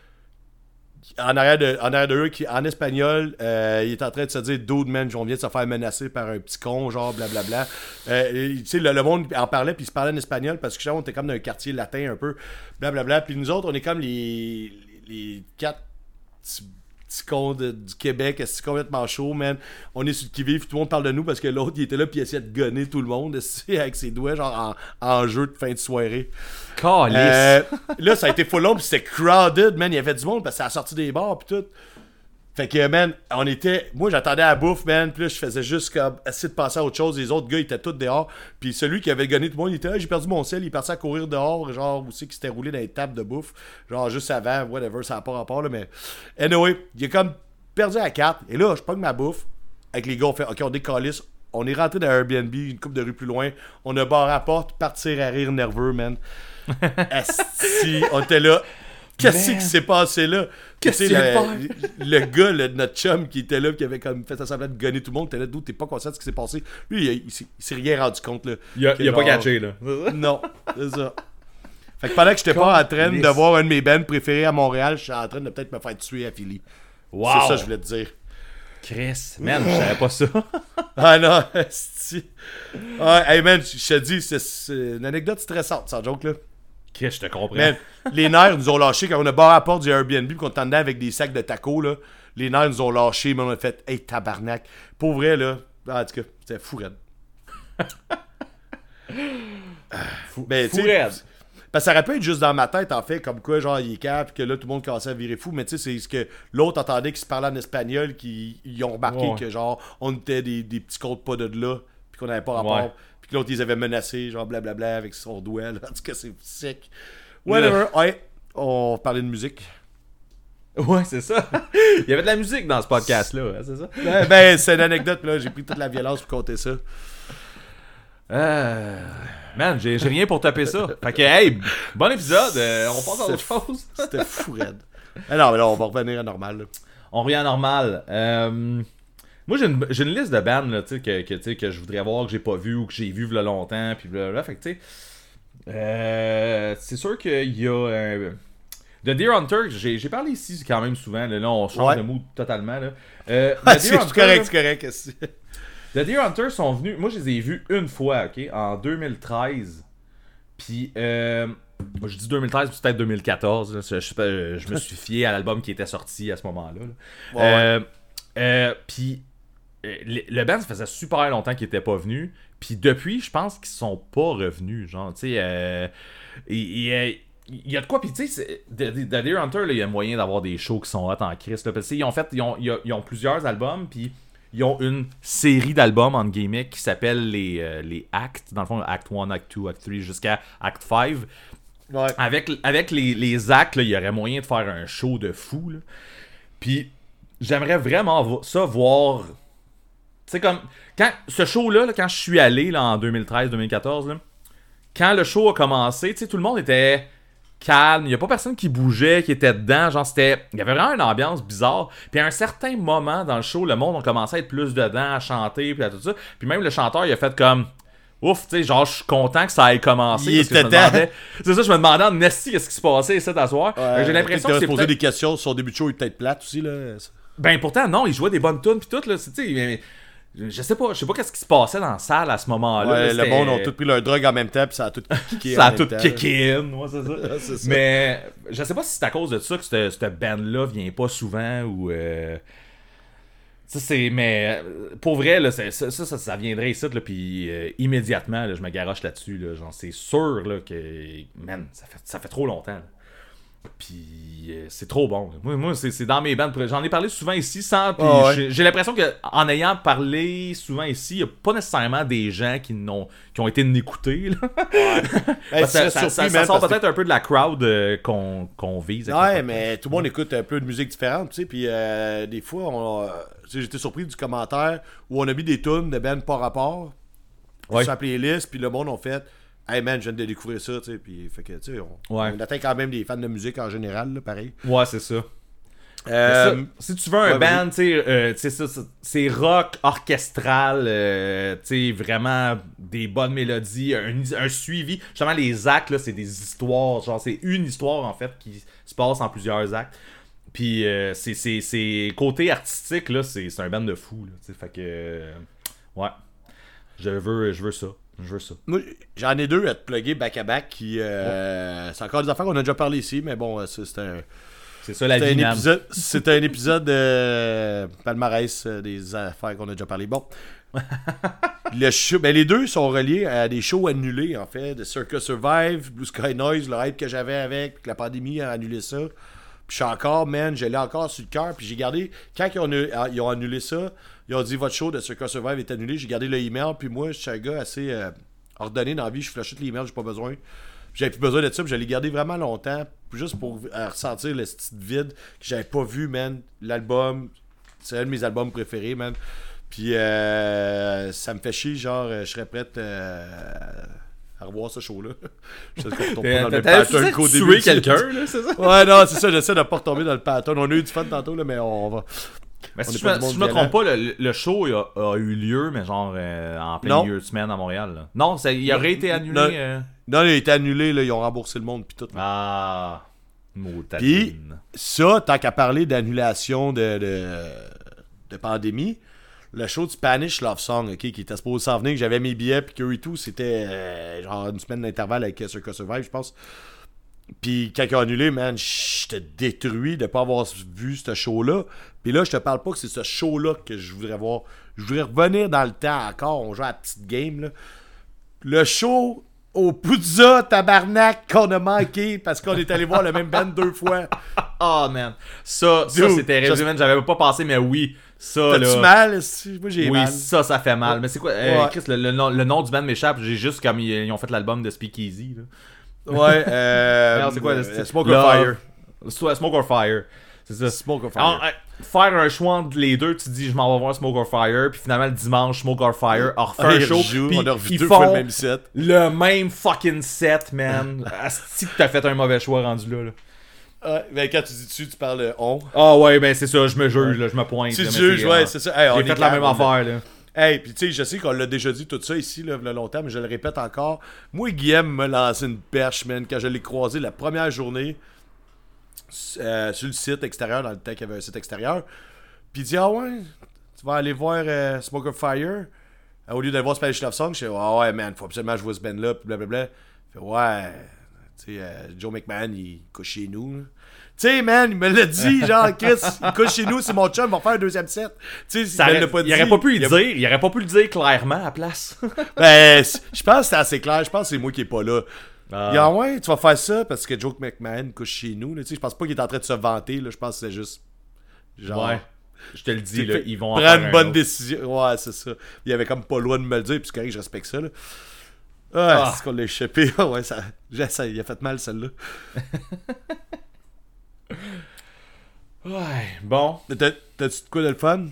en arrière de eux, qui, en espagnol, il est en train de se dire, dude, man, on vient de se faire menacer par un petit con, genre, blablabla. Tu sais, le monde en parlait, puis il se parlait en espagnol, parce que, genre, on était comme dans un quartier latin, un peu, blablabla. Puis nous autres, on est comme les 4 petits cons du Québec, c'est complètement chaud, man. On est sur le qui-vive, tout le monde parle de nous parce que l'autre, il était là, puis il essayait de gonner tout le monde, avec ses doigts, genre en jeu de fin de soirée. Calice! Là, ça a été full long, puis c'était crowded, man. Il y avait du monde parce que ça a sorti des bars, puis tout. Fait que, man, moi, j'attendais à la bouffe, man, puis là, je faisais juste comme essayer de passer à autre chose. Les autres gars, ils étaient tous dehors. Puis celui qui avait gonné tout le monde, il était là, j'ai perdu mon sel, il est parti à courir dehors, genre, aussi, qui s'était roulé dans les tables de bouffe. Genre, juste avant, whatever, ça n'a pas rapport, là, mais. Anyway, il a comme perdu la carte. Et là, je pogne ma bouffe. Avec les gars, on fait, OK, on décalisse. On est rentré dans Airbnb, une couple de rues plus loin. On a barré à la porte, partir à rire nerveux, man. Asti, on était là. Qu'est-ce qui s'est passé là? Qu'est-ce que le gars, notre chum qui était là, qui avait comme fait semblant de gonner tout le monde, t'es là, d'où t'es pas conscient de ce qui s'est passé. Lui, il s'est rien rendu compte, là. Il a pas catché, là. Non, c'est ça. Fait que pendant que j'étais pas en train de voir un de mes bands préférés à Montréal, j'étais en train de peut-être me faire tuer à Philly. Wow. C'est ça que je voulais te dire. Chris, man, je savais pas ça. Ah non, c'est... Hey man, je te dis, c'est une anecdote stressante, sans joke, là. Chris, je te comprends. Man, les nerfs nous ont lâchés quand on a barré à la porte du Airbnb et qu'on était dedans avec des sacs de tacos, là. Les nerfs nous ont lâchés, mais on a fait, hey, tabarnak. Pour vrai, là, en tout cas, c'était fou raide. Fou raide. Parce que ça aurait pu être juste dans ma tête, en fait, comme quoi, genre, il est cap, que là, tout le monde commençait à virer fou. Mais tu sais, c'est ce que l'autre entendait qui se parlait en espagnol, qui ils ont remarqué que, genre, on était des petits comptes pas de là, puis qu'on n'avait pas rapport. Ouais. Puis que l'autre, ils avaient menacé, genre, blablabla, avec son doigt, là. En tout cas, c'est sick. Whatever. Ouais, on parlait de musique. Ouais, c'est ça. Il y avait de la musique dans ce podcast-là, hein, c'est ça? Ben, c'est une anecdote, là. J'ai pris toute la violence pour compter ça. Man, j'ai rien pour taper ça. Fait que, hey, bon épisode. On passe à autre chose. C'était fou raide. Ah non, mais là, on va revenir à normal, là. On revient à normal. Moi, j'ai une liste de bands là, que je voudrais voir, que j'ai pas vu ou que j'ai vu il y a longtemps. Puis blablabla. Fait que, tu sais, c'est sûr qu'il y a... The Deer Hunter, j'ai parlé ici quand même souvent. Là, on change de mood totalement. Là. C'est correct. The Deer Hunter sont venus... Moi, je les ai vus une fois, OK? En 2013. Puis, moi, je dis 2013, puis peut-être 2014. Là. Je me suis fié à l'album qui était sorti à ce moment-là. Là. Puis, le band, ça faisait super longtemps qu'ils n'étaient pas venus. Puis, depuis, je pense qu'ils sont pas revenus. Genre, tu sais... il y a de quoi, puis tu sais, The Deer Hunter, il y a moyen d'avoir des shows qui sont hot en Christ. Là, parce qu'ils ont plusieurs albums, puis ils ont une série d'albums, entre guillemets, qui s'appelle les Acts. Dans le fond, Act 1, Act 2, Act 3, jusqu'à Act 5. Ouais. Avec les actes, là, il y aurait moyen de faire un show de fou. Là. Puis j'aimerais vraiment ça voir... Tu sais, comme... Ce show-là, quand je suis allé là, en 2013-2014, quand le show a commencé, tu sais, tout le monde était calme, il y a pas personne qui bougeait, qui était dedans, genre il y avait vraiment une ambiance bizarre. Puis à un certain moment dans le show, le monde a commencé à être plus dedans, à chanter, puis à tout ça. Puis même le chanteur, il a fait comme ouf, tu sais, genre je suis content que ça ait commencé. Il était temps. C'est ça, je me demandais en esti qu'est-ce qui se passait ici à soir. J'ai l'impression que c'est poser des questions sur son début de show, il est peut-être plate aussi là. Ben pourtant non, il jouait des bonnes tunes puis tout là, tu sais. Je sais pas qu'est-ce qui se passait dans la salle à ce moment-là. Ouais, là, le monde ont tout pris leur drogue en même temps, puis ça a tout kické. Ça a tout kické in, ouais, c'est ça. C'est ça. Mais je sais pas si c'est à cause de ça que cette band-là vient pas souvent ou. Ça, c'est. Mais pour vrai, là, ça viendrait ici, là, puis immédiatement, là, je me garoche là-dessus. Là, genre, c'est sûr là, que. Man, ça fait trop longtemps. Là. Puis c'est trop bon. Moi c'est dans mes bandes. J'en ai parlé souvent ici sans. Puis j'ai l'impression qu'en ayant parlé souvent ici, il n'y a pas nécessairement des gens qui ont été d'écouter. Ouais. Ça sort peut-être un peu de la crowd qu'on vise. Ouais, mais tout le monde écoute un peu de musique différente, tu sais. Puis des fois, j'étais surpris du commentaire où on a mis des tunes de bands par rapport sur la playlist, puis le monde a fait. Hey man, je viens de découvrir ça, tu sais, puis fait que, tu sais, on atteint quand même des fans de musique en général, là, pareil. Ouais, c'est ça. Si tu veux un band, tu sais, c'est rock orchestral, tu sais, vraiment des bonnes mélodies, un suivi. Justement, les actes, là, c'est des histoires, genre, c'est une histoire, en fait, qui se passe en plusieurs actes. Puis, c'est côté artistique, là, c'est un band de fou, là, tu sais, fait que, ouais, je veux ça. Moi, j'en ai deux à te plugger back-à-back qui... C'est encore des affaires qu'on a déjà parlé ici, mais bon, c'est un épisode palmarès des affaires qu'on a déjà parlé. Bon. Les deux sont reliés à des shows annulés, en fait, de Circa Survive, Blue Sky Noise, le hype que j'avais avec, puis que la pandémie a annulé ça. Puis je suis encore, man, je l'ai encore sur le cœur, puis j'ai gardé... Quand ils ont annulé ça... Ils ont dit votre show de Circa Survive est annulé. J'ai gardé le email. Puis moi, je suis un gars assez ordonné dans la vie. Je flush tout l'email, j'ai pas besoin. J'avais plus besoin de ça. Puis je l'ai gardé vraiment longtemps. Juste pour ressentir le style vide que j'avais pas vu, man. L'album, c'est un de mes albums préférés, man. Puis ça me fait chier. Genre, je serais prête à revoir ce show-là. Je sais qu'on retombe pas dans le même pattern qu'au début. Tuer quelqu'un, là, c'est ça? Ouais, non, c'est ça. J'essaie de pas retomber dans le pattern. On a eu du fun tantôt, là, mais on va. Mais si je me trompe pas, le show a eu lieu, mais genre en plein milieu de semaine à Montréal. Là. Non, il aurait été annulé. Non, il a été annulé, là, ils ont remboursé le monde puis tout. Ah, puis ça, tant qu'à parler d'annulation de pandémie, le show de Spanish Love Song, ok, qui était supposé s'en venir, que j'avais mes billets, puis que et tout, c'était genre une semaine d'intervalle avec Circa Survive, je pense. Puis quand ils ont annulé, man, j'étais détruit de pas avoir vu ce show-là. Puis là, je te parle pas que c'est ce show-là que je voudrais voir. Je voudrais revenir dans le temps encore. On joue à la petite game, là. Le show au Puzza tabarnak qu'on a manqué parce qu'on est allé voir le même band 2 fois. Oh, man. Ça c'est terrible. Man, j'avais pas pensé, mais oui. Ça, t'as-tu mal? Moi, j'ai mal. Oui, ça fait mal. Mais c'est quoi? Chris, le nom du band m'échappe. J'ai juste comme ils ont fait l'album de Speakeasy, là. Ouais, c'est quoi? Smoke or Fire. Smoke or Fire. C'est ça. Smoke or Fire. Alors, faire un choix entre les deux, tu te dis je m'en vais voir Smoke or Fire, puis finalement le dimanche Smoke or Fire a refait un show, puis on a revu ils deux font fois le même set. Le même fucking set, man. Asti que t'as fait un mauvais choix rendu là. Ben quand tu dis dessus, tu parles on. Ah ouais, ben c'est ça, je me juge, là, je me pointe. Tu juges, ouais, c'est ça. Hey, j'ai fait la même affaire, là. Hey, pis tu sais, je sais qu'on l'a déjà dit tout ça ici, là, il y a longtemps, mais je le répète encore. Moi, Guillaume m'a lancé une perche, man, quand je l'ai croisé la première journée sur le site extérieur, dans le temps qu'il y avait un site extérieur. Puis il dit, ah ouais, tu vas aller voir Smoke of Fire au lieu d'aller voir Spanish Love Song. Je dis, ah ouais, man, faut absolument jouer ce band-là, pis blablabla. Il fait, ouais, tu sais, Joe McMahon, il couche chez nous, là. Tu sais, man, il me l'a dit, genre, Chris, il couche chez nous, c'est mon chum, il va faire un deuxième set. Tu sais, il aurait pas pu le dire, il aurait pas pu le dire clairement à la place. Ben, je pense que c'est assez clair, je pense que c'est moi qui est pas là. Il dit, ah ouais, tu vas faire ça parce que Joe McMahon couche chez nous, là, tu sais, je pense pas qu'il est en train de se vanter, là, je pense que c'est juste, genre... Ouais, je te le dis, là, ils vont prendre une bonne décision, ouais, c'est ça. Il avait comme pas le droit de me le dire, puis c'est correct, je respecte ça, là. C'est qu'on l'a échappé, ouais, ça, il a fait mal, celle-là. Ouais, bon. T'as-tu de quoi de le fun?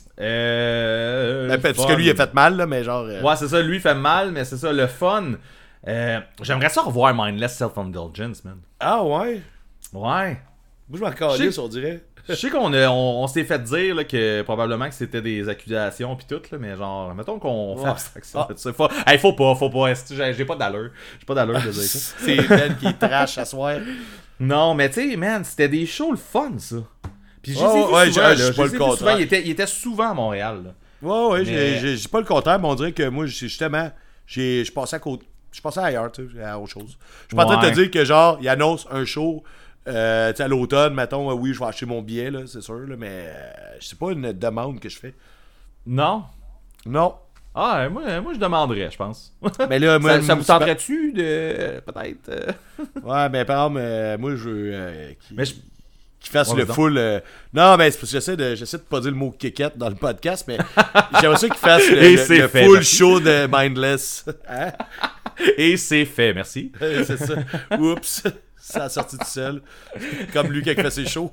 Parce que lui, il a fait mal, là, mais genre... Ouais, c'est ça, lui, il fait mal, mais c'est ça, le fun. J'aimerais ça revoir Mindless Self-Indulgence, man. Ah ouais? Ouais. Moi, je m'en calisse, on dirait. Je sais qu'on s'est fait dire là, que probablement que c'était des accusations pis tout, là, mais genre, mettons qu'on fait abstraction de ça. Faut pas. J'ai pas d'allure. J'ai pas d'allure de dire ça. C'est Ben qui trash à soir. Non, mais tu sais, man, c'était des shows le fun, ça. Pis j'ai souvent, il était souvent à Montréal, là. Ouais, Mais- j'ai pas le contraire, mais on dirait que moi, justement, je passais à côté. Je passais ailleurs, tu sais, à autre chose. Je suis pas en train de te dire que, genre, il annonce un show, tu sais, à l'automne, mettons, oui, je vais acheter mon billet, là, c'est sûr, là, mais c'est pas une demande que je fais. Non? Non. Ah, moi je demanderais, je pense. Mais là, moi, ça vous tenterait-tu de. Peut-être. Ouais, mais par exemple, moi, je veux Mais je- qu'il fasse Ouais, le vas-y full. Non, mais c'est parce que j'essaie de pas dire le mot kékette dans le podcast, mais j'aimerais ça qu'il fasse Et c'est le fait, full merci. show de Mindless. Hein? Et c'est fait, merci. C'est ça. Oups. Ça a sorti tout seul. Comme lui qui a fait ses shows.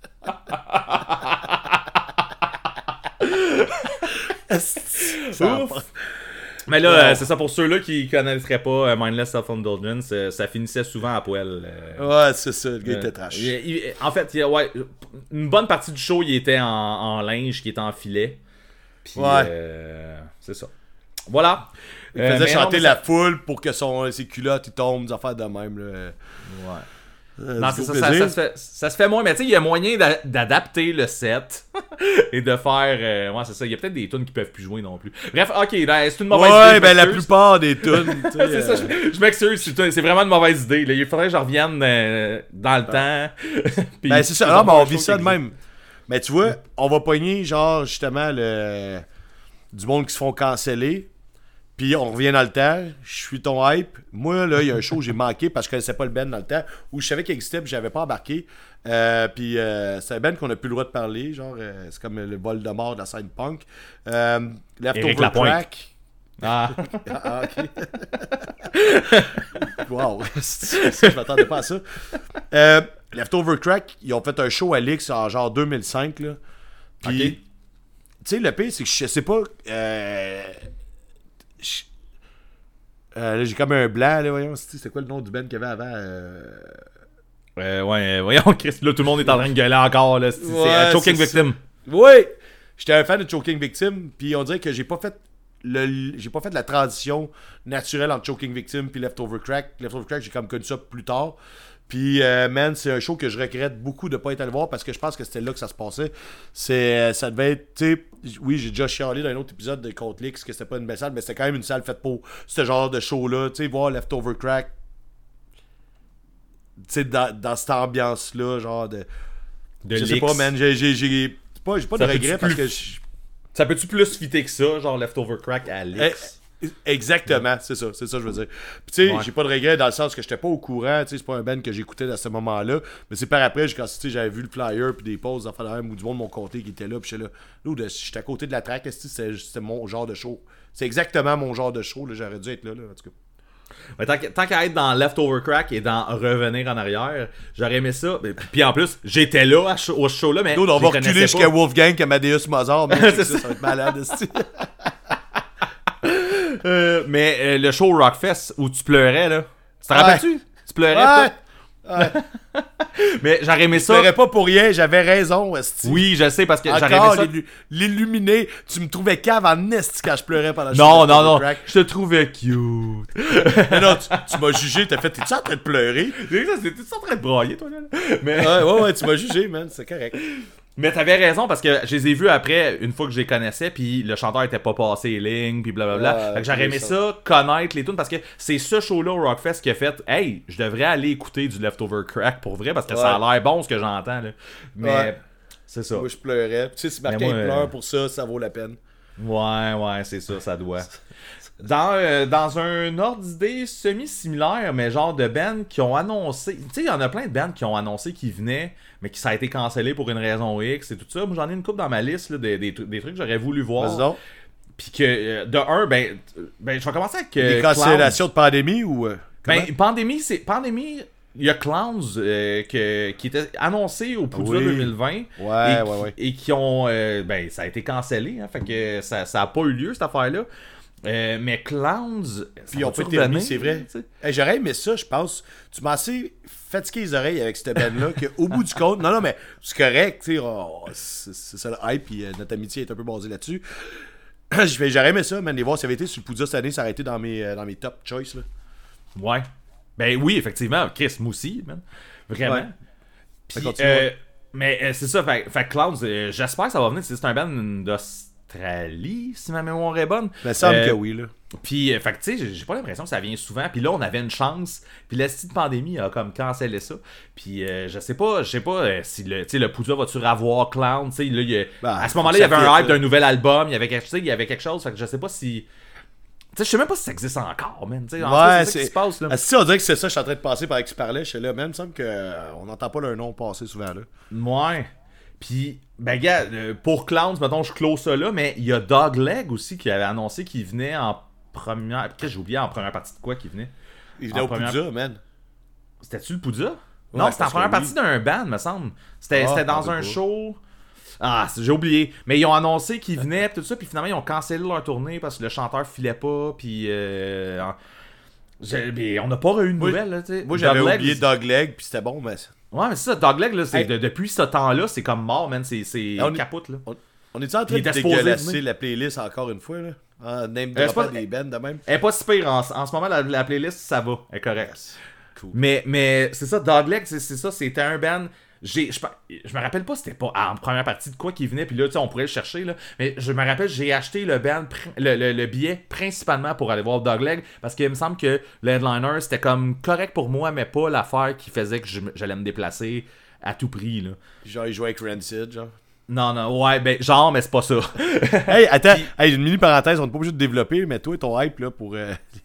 Ça a pas- Mais là, Ouais. c'est ça pour ceux-là qui connaîtraient pas Mindless Self-Indulgence, ça finissait souvent à poil. Ouais, c'est ça. Le gars était trash. En fait, ouais, une bonne partie du show, il était en linge, qui était en filet. Puis, Ouais. c'est ça. Voilà. Il faisait mais chanter non, mais la foule pour que ses culottes ils tombent, des affaires de même. Là. Ouais. Du Non, c'est gros ça, plaisir. ça se fait moins, mais tu sais, il y a moyen d'adapter le set et de faire. Ouais, c'est ça, il y a peut-être des tunes qui peuvent plus jouer non plus. Bref, ok, ben, c'est une mauvaise idée. Ouais, je ben la m'excuse. plupart des tunes. tu sais, C'est ça, je m'excuse, c'est vraiment une mauvaise idée. Là. Il faudrait que je revienne dans le temps. Puis- Ben c'est ça, puis non, mais faire on un vit show ça qui de même. Mais tu vois, on va pogner genre justement du monde qui se font canceller. Puis on revient dans le temps, je suis ton hype. Moi, là, il y a un show que j'ai manqué parce que je connaissais pas le band dans le temps, où je savais qu'il existait puis j'avais pas embarqué. Puis c'est un band qu'on a plus le droit de parler, genre, c'est comme le vol de mort de la scène punk. Leftover Éric Lapointe. Crack. Ah. Ah, ok. Wow, je m'attendais pas à ça. Leftover Crack, ils ont fait un show à l'X en genre 2005. Là. Puis, Ok. tu sais, le pire, c'est que je sais pas. Là, j'ai comme un blanc, là, voyons, c'est quoi le nom du band qu'il y avait avant Ouais, voyons, Chris, là, tout le monde est en train de gueuler encore, là. C'est Ouais, Choking c'est Victim. Oui! J'étais un fan de Choking Victim, puis on dirait que j'ai pas fait la transition naturelle entre Choking Victim puis Leftover Crack. Leftover Crack, j'ai comme connu ça plus tard. Puis, man, c'est un show que je regrette beaucoup de pas être allé voir parce que je pense que c'était là que ça se passait. Ça devait être, tu sais, oui, j'ai déjà chialé dans un autre épisode de Contre Leaks que c'était pas une belle salle, mais c'était quand même une salle faite pour ce genre de show-là. Tu sais, voir Leftover Crack, tu sais, dans cette ambiance-là, genre de je sais Leaks. pas, man, j'ai pas de Ça peut-tu regrets parce plus- que Ça peut-tu plus fitter que ça, genre Leftover Crack à Leaks? Exactement, c'est ça je veux dire. Puis tu sais, Ouais. j'ai pas de regrets dans le sens que j'étais pas au courant, tu sais, c'est pas un band que j'écoutais à ce moment-là, mais c'est par après, quand tu sais, j'avais vu le flyer puis des posts enfin même où du monde m'ont compté qui était là, puis j'étais là, j'étais à côté de la track, c'était mon genre de show. C'est exactement mon genre de show, là, j'aurais dû être là, en tout cas. Mais tant qu'à être dans Leftover Crack et dans Revenir en arrière, j'aurais aimé ça. Puis en plus, j'étais là au show-là, mais Nous, on je va les reculer connaissais jusqu'à pas. Wolfgang, Amadeus Mozart, mais C'est ça va être malade, esti. Mais le show Rockfest où tu pleurais, là. Tu te Ouais. rappelles-tu? Tu pleurais, Ouais. toi? Mais j'aurais aimé Je ça. pleurais pas pour rien, j'avais raison, esti. Oui, je sais, parce que j'aurais aimé Encore ça. l'illuminé, tu me trouvais cave en esti quand je pleurais pendant le Non, show de non, non. Crack. Je te trouvais cute. Mais non, tu m'as jugé, t'as fait, t'es-tu en train de pleurer? T'es en train de brailler, toi, là? Mais... Ouais, tu m'as jugé, man, c'est correct. Mais t'avais raison parce que je les ai vus après, une fois que je les connaissais, puis le chanteur était pas passé les lignes, puis blablabla. Ouais, Fait que j'aurais aimé ça. ça, connaître les tunes, parce que c'est ce show-là au Rockfest qui a fait « Hey, je devrais aller écouter du Leftover Crack pour vrai, parce que ça a l'air bon ce que j'entends. » là. Mais Ouais. c'est ça. Moi, je pleurais. Tu sais, si Martin Mais moi, pleure pour ça, ça vaut la peine. Ouais, c'est ça, ça doit. Dans un ordre d'idée semi-similaire, mais genre de bands qui ont annoncé... Tu sais, il y en a plein de bands qui ont annoncé qu'ils venaient, mais qui ça a été cancellé pour une raison X et tout ça. Moi, j'en ai une couple dans ma liste, là, des trucs que j'aurais voulu voir. Vas-y donc. Puis que, de un, ben, je vais commencer avec Des cancellations de pandémie ou... comment? Ben, Pandémie, il y a Clowns qui était annoncé au Poudre Oui. 2020. Ouais. Et qui ont... ben, ça a été cancellé, hein, fait que ça a pas eu lieu, cette affaire-là. Mais Clowns, Puis ils ont pas été remis, c'est vrai. Hey, j'aurais aimé ça, je pense. Tu m'as assez fatigué les oreilles avec cette band-là qu'au bout du compte, non, mais c'est correct, tu sais, c'est ça le hype, puis notre amitié est un peu basée là-dessus. J'aurais aimé ça, man, les voir, ça avait été sur le Poudja cette année, ça aurait été dans mes top choice, là. Ouais. Ben oui, effectivement, Chris, moi aussi, man. Vraiment. Ouais. Puis, continue. mais c'est ça, fait Clowns, j'espère que ça va venir. C'est un band d'Australie, si ma mémoire est bonne. Ben, ça me semble que oui, là. Puis, fait que tu sais, j'ai pas l'impression que ça vient souvent. Puis là, on avait une chance. Puis la petite pandémie a comme cancellé ça. Puis je sais pas si le Poudja va-tu revoir Clown. Tu sais, là, à ce moment-là, il y avait un hype d'un nouvel album. Il y avait quelque chose. Fait que je sais pas si. Tu sais, je sais même pas si ça existe encore, man. T'sais, ouais, c'est ça qui se passe, là. Si on dirait que c'est ça, je suis en train de passer par qui parlait. Je suis là, man, il me semble qu'on n'entend pas leur nom passer souvent, là. Ouais. Puis, ben, gars, pour Clowns, mettons, je close ça là. Mais il y a Dogleg aussi qui avait annoncé qu'il venait en première. Qu'est-ce que j'ai oublié en première partie de quoi qu'il venait? Il venait au Poudja, man. C'était-tu le Poudja? Ouais, Non, c'était en première partie d'un band, me semble. C'était dans un show. Ah, j'ai oublié. Mais ils ont annoncé qu'ils venaient, tout ça, puis finalement, ils ont cancellé leur tournée parce que le chanteur filait pas, puis. On n'a pas eu une nouvelle, là, tu sais. Moi, j'avais oublié Dogleg, puis c'était bon, mais. Ouais, mais c'est ça, Dogleg, là, depuis ce temps-là, c'est comme mort, man. C'est capote, là. On est-tu en train de dégueulasser la playlist encore une fois, là? En name droppant des bands de même? Elle est pas si pire. En ce moment, la playlist, ça va. Elle est correcte. Cool. Mais c'est ça, Dogleg, c'est ça, c'était un band. Je me rappelle pas c'était pas en première partie de quoi qui venait, puis là, tu sais, on pourrait le chercher, là. Mais je me rappelle, j'ai acheté le billet principalement pour aller voir Dogleg, parce qu'il me semble que le headliner, c'était comme correct pour moi, mais pas l'affaire qui faisait que j'allais me déplacer à tout prix, là. Genre, il jouait avec Rancid, genre. Non, ouais, ben, genre, mais c'est pas ça. Hey, attends, une mini parenthèse, on n'est pas obligé de développer, mais toi, ton hype, là, pour...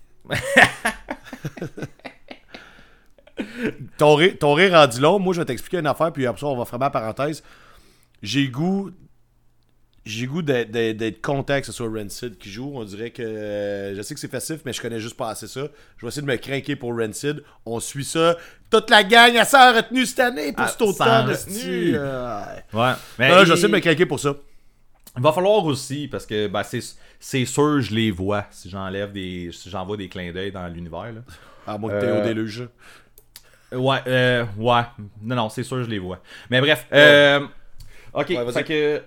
ton rire rendu long, moi, je vais t'expliquer une affaire, puis après ça, on va fermer la parenthèse. J'ai goût d'être content que ce soit Rancid qui joue. On dirait que... je sais que c'est facile, mais je connais juste pas assez ça. Je vais essayer de me craquer pour Rancid. On suit ça. Toute la gang, elle s'en retenue cette année pour cet automne. Ouais. Mais non, je vais essayer de me craquer pour ça. Il va falloir aussi, parce que ben, c'est sûr je les vois si j'envoie des clins d'œil dans l'univers. Là. À moins que t'es au déluge. Ouais. Non, c'est sûr je les vois. Mais bref, ok, ouais, fait que...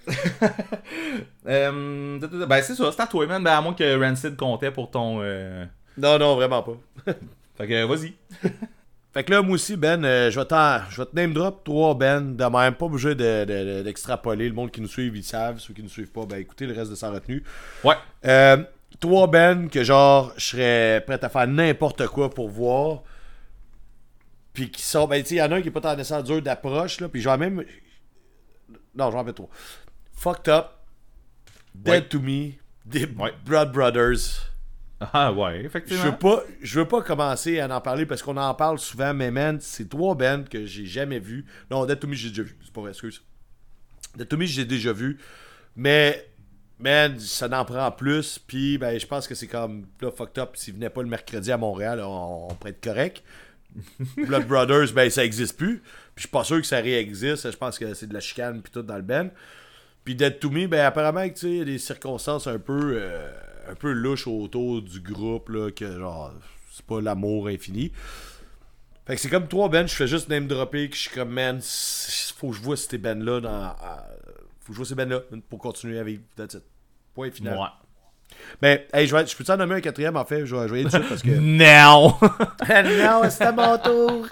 ben c'est ça, c'est à toi, man. Ben, à moins que Rancid comptait pour ton... Non, vraiment pas. Fait que vas-y. Fait que là, moi aussi, Ben, je vais te name drop 3 Ben de même, pas obligé d'extrapoler. Le monde qui nous suit, ils savent. Ceux qui nous suivent pas, ben écoutez le reste de Sans Retenue. Ouais. 3 Ben que genre, je serais prêt à faire n'importe quoi pour voir. Puis qui sont, ben tu sais, il y en a un qui est pas tant nécessaire dur d'approche, là. Puis genre même... Non, j'en fais 3. Fucked Up, Dead to Me, des Blood Brothers. Ah ouais, effectivement. Je veux pas commencer à en parler parce qu'on en parle souvent, mais man, c'est 3 bands que j'ai jamais vu. Non, Dead to Me, j'ai déjà vu. C'est pas vrai, excuse. Dead to Me, j'ai déjà vu. Mais, man, ça n'en prend plus. Puis, ben, je pense que c'est comme, là, Fucked Up, s'il venait pas le mercredi à Montréal, on pourrait être correct. Blood Brothers, ben, ça existe plus. Puis, je suis pas sûr que ça réexiste. Je pense que c'est de la chicane, puis tout dans le band. Puis, Dead to Me, ben, apparemment, tu sais, il y a des circonstances un peu louches autour du groupe, là, que genre, c'est pas l'amour infini. Fait que c'est comme 3 bands, je fais juste name dropper, que je suis comme, man, faut que je vois ces bands-là faut que je vois ces bands-là pour continuer à vivre. That's it. Point final. Ouais. Mais, hey, je peux t'en nommer un 4e, en fait, je vais y aller dessus parce que... Non! Non, c'est à mon tour!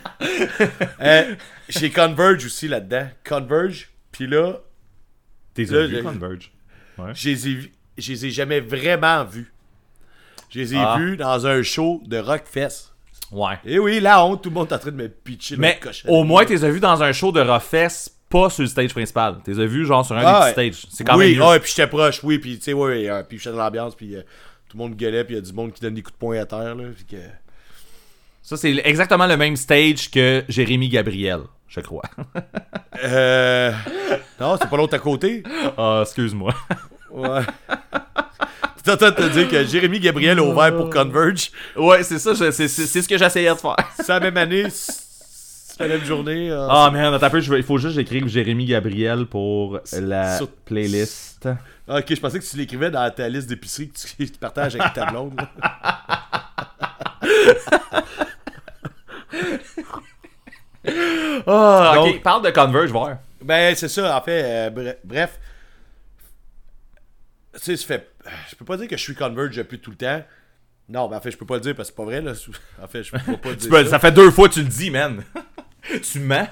J'ai Converge aussi là-dedans. Converge, puis là... T'es vu Converge? Ouais. Je les ai jamais vraiment vus. Je les ai vus dans un show de Rockfest. Ouais. Et oui, la honte, tout le monde est en train de me pitcher. Mais au moins, t'es vu dans un show de Rockfest, pas sur le stage principal. T'es vu genre sur un des petits stages. C'est quand même mieux. Oui, puis j'étais proche, oui, puis tu sais, ouais, puis j'étais dans l'ambiance, puis tout le monde gueulait, puis il y a du monde qui donne des coups de poing à terre, là, puis que... Ça, c'est exactement le même stage que Jérémy Gabriel, je crois. Non, c'est pas l'autre à côté. Ah, excuse-moi. Ouais. Tu es en train de te dire que Jérémy Gabriel a ouvert pour Converge. Ouais, c'est ça, c'est ce que j'essayais de faire. C'est la même année, C'est la même journée. Ah, man, attends un peu, il faut juste que j'écrive Jérémy Gabriel pour la playlist. Ok, je pensais que tu l'écrivais dans ta liste d'épicerie que tu partages avec ta blonde. Ah, ok, Donc, parle de Converge, voir. Ben, c'est ça, en fait. Bref. Tu sais, ça fait. Je peux pas dire que je suis Converge depuis tout le temps. Non, ben en fait, je peux pas le dire parce que c'est pas vrai, là. En fait, je peux pas dire Ça fait 2 fois que tu le dis, man. Tu mens?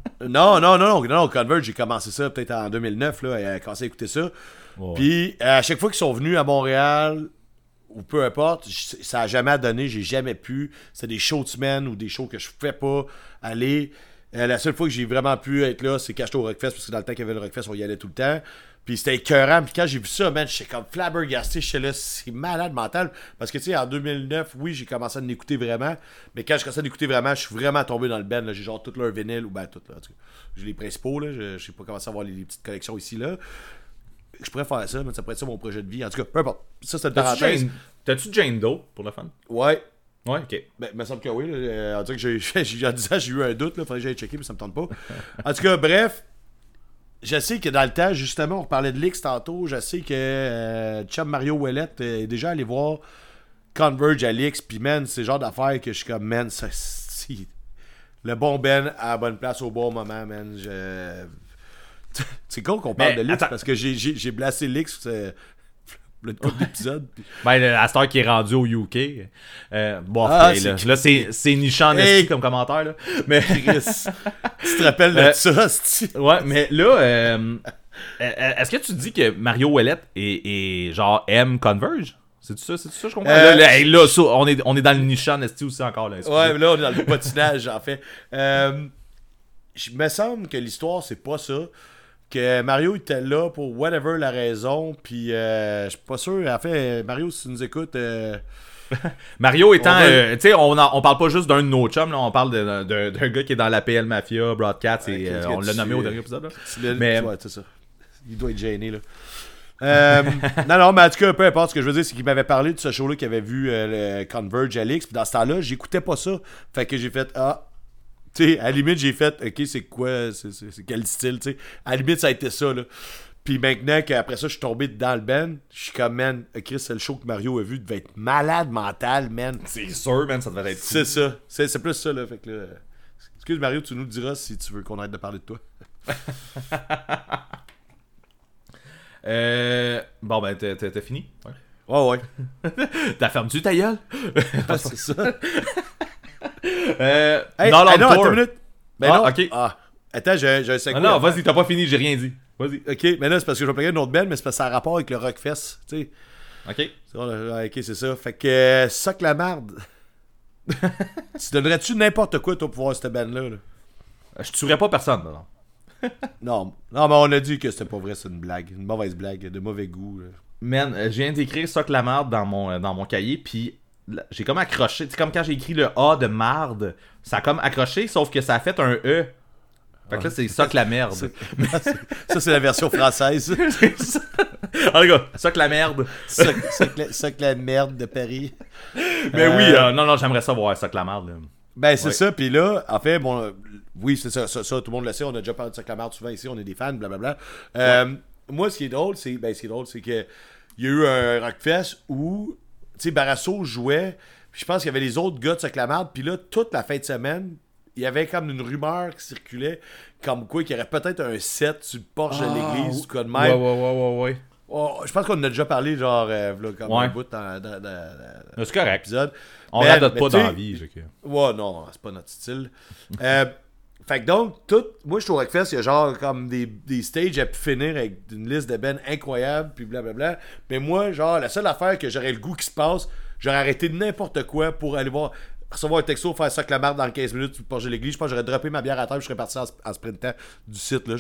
Non, Converge, j'ai commencé ça peut-être en 2009, là, et commencé à écouter ça. Ouais. Puis, à chaque fois qu'ils sont venus à Montréal, ou peu importe, ça a jamais donné, j'ai jamais pu. C'était des shows de semaine ou des shows que je pouvais pas aller. La seule fois que j'ai vraiment pu être là, c'est quand j'étais au Rockfest, parce que dans le temps qu'il y avait le Rockfest, on y allait tout le temps. Puis c'était écœurant. Puis quand j'ai vu ça, man, j'étais comme flabbergasté. J'étais là, c'est malade mental. Parce que, tu sais, en 2009, oui, j'ai commencé à l'écouter vraiment. Mais quand j'ai commencé à l'écouter vraiment, je suis vraiment tombé dans le band. Là. J'ai genre tout leur vinyle, ou ben tout, là. En tout cas, j'ai les principaux, là. Je sais pas commencé à avoir les petites collections ici, là. Je pourrais faire ça, mais ça pourrait être ça mon projet de vie. En tout cas, peu importe. Ça, c'est une parenthèse. T'as-tu Jane Doe pour le fun? Ouais. Ouais, ok. Ben, il me semble que oui. Là. On dirait que en 10 ans, j'ai eu un doute. Il faudrait que j'aille checker, mais ça me tente pas. En tout cas, bref. Je sais que dans le temps, justement, on parlait de l'X tantôt. Je sais que Chum Mario Ouellette est déjà allé voir Converge à l'X. Puis, man, c'est le genre d'affaire que je suis comme, man, ça, si, le bon Ben à la bonne place au bon moment, man. C'est con qu'on parle de l'X parce que j'ai blasé l'X. Le couple d'épisodes. Ben, la star qui est rendue au UK. Bon, là, c'est nichant comme commentaire, là. Mais... Chris, tu te rappelles de ça, c'est... Ouais, mais là, est-ce que tu dis que Mario Ouellette et genre aime Converge? C'est ça, je comprends? Là, ça, on est dans le nichant esti aussi encore, là. Ouais, mais là, on est dans le patinage, en fait. Je me semble que l'histoire, c'est pas ça. Que Mario était là pour whatever la raison, puis je suis pas sûr. En fait, Mario, si tu nous écoutes... Mario étant... tu sais, on parle pas juste d'un de nos chums, là, on parle d'un gars qui est dans la PL Mafia, Broadcast, et on l'a nommé au dernier épisode. Là. Mais... Ouais, c'est ça. Il doit être gêné, là. non, mais en tout cas, peu importe, ce que je veux dire, c'est qu'il m'avait parlé de ce show-là qu'il avait vu le Converge Alix, puis dans ce temps-là, j'écoutais pas ça. Fait que j'ai fait, tu sais, à la limite, j'ai fait, ok, c'est quoi, c'est quel style, tu sais. À la limite, ça a été ça, là. Puis maintenant qu'après ça, je suis tombé dans le band, je suis comme, man, Chris, c'est le show que Mario a vu, devait être malade mental, man. C'est sûr, man, ça devait être cool. C'est ça. C'est plus ça, là. Fait que là, excuse Mario, tu nous diras si tu veux qu'on arrête de parler de toi. Bon, ben, t'as fini? Ouais. T'as fermé-tu ta gueule? C'est ça. Hey, non, attends une minute. Ben non. Ok. Attends, j'ai un segway. Non, vas-y, t'as pas fini, j'ai rien dit. Vas-y. Ok, mais là, c'est parce que je vais plugger une autre belle, mais c'est parce que ça a rapport avec le Rockfest, tu sais. Ok. Ok, c'est ça. Fait que, Soc la marde. Tu donnerais-tu n'importe quoi, toi, pour voir cette bande-là? Là? Je tuerais pas personne, non. Non, mais on a dit que c'était pas vrai, c'est une blague. Une mauvaise blague, de mauvais goût. Là. Man, je viens d'écrire Soc la marde dans mon cahier, puis j'ai comme accroché. C'est comme quand j'ai écrit le A de marde, ça a comme accroché, sauf que ça a fait un E. Fait que là, c'est Soc la merde. Ça, c'est la version française. Ah, les gars, Soc la merde. Soc la merde de Paris. Mais oui, non, j'aimerais ça voir Soc la merde. Là. Ben, c'est ça. Puis là, en fait, bon, oui, c'est ça, tout le monde le sait. On a déjà parlé de Soc la merde souvent ici. On est des fans, blablabla. Moi, ce qui est drôle, c'est que il y a eu un Rockfest où, tu sais, Barasso jouait. Puis je pense qu'il y avait les autres gars de Soc la merde. Puis là, toute la fin de semaine, il y avait comme une rumeur qui circulait, comme quoi qu'il y aurait peut-être un set sur le porche de l'église, ou quoi de même. Ouais. Oh, je pense qu'on en a déjà parlé, genre, comme un bout dans c'est correct. L'épisode. On radote pas dans la vie. Ouais, non, c'est pas notre style. Fait que donc, moi, je trouve que il y a genre comme des stages à pu finir avec une liste de bands incroyable, puis blablabla. Mais moi, genre, la seule affaire que j'aurais le goût qui se passe, j'aurais arrêté n'importe quoi pour aller recevoir un texto, faire ça que la marde dans 15 minutes, pour porcher l'église. Je pense que j'aurais droppé ma bière à terre, je serais parti en sprintant du site, là.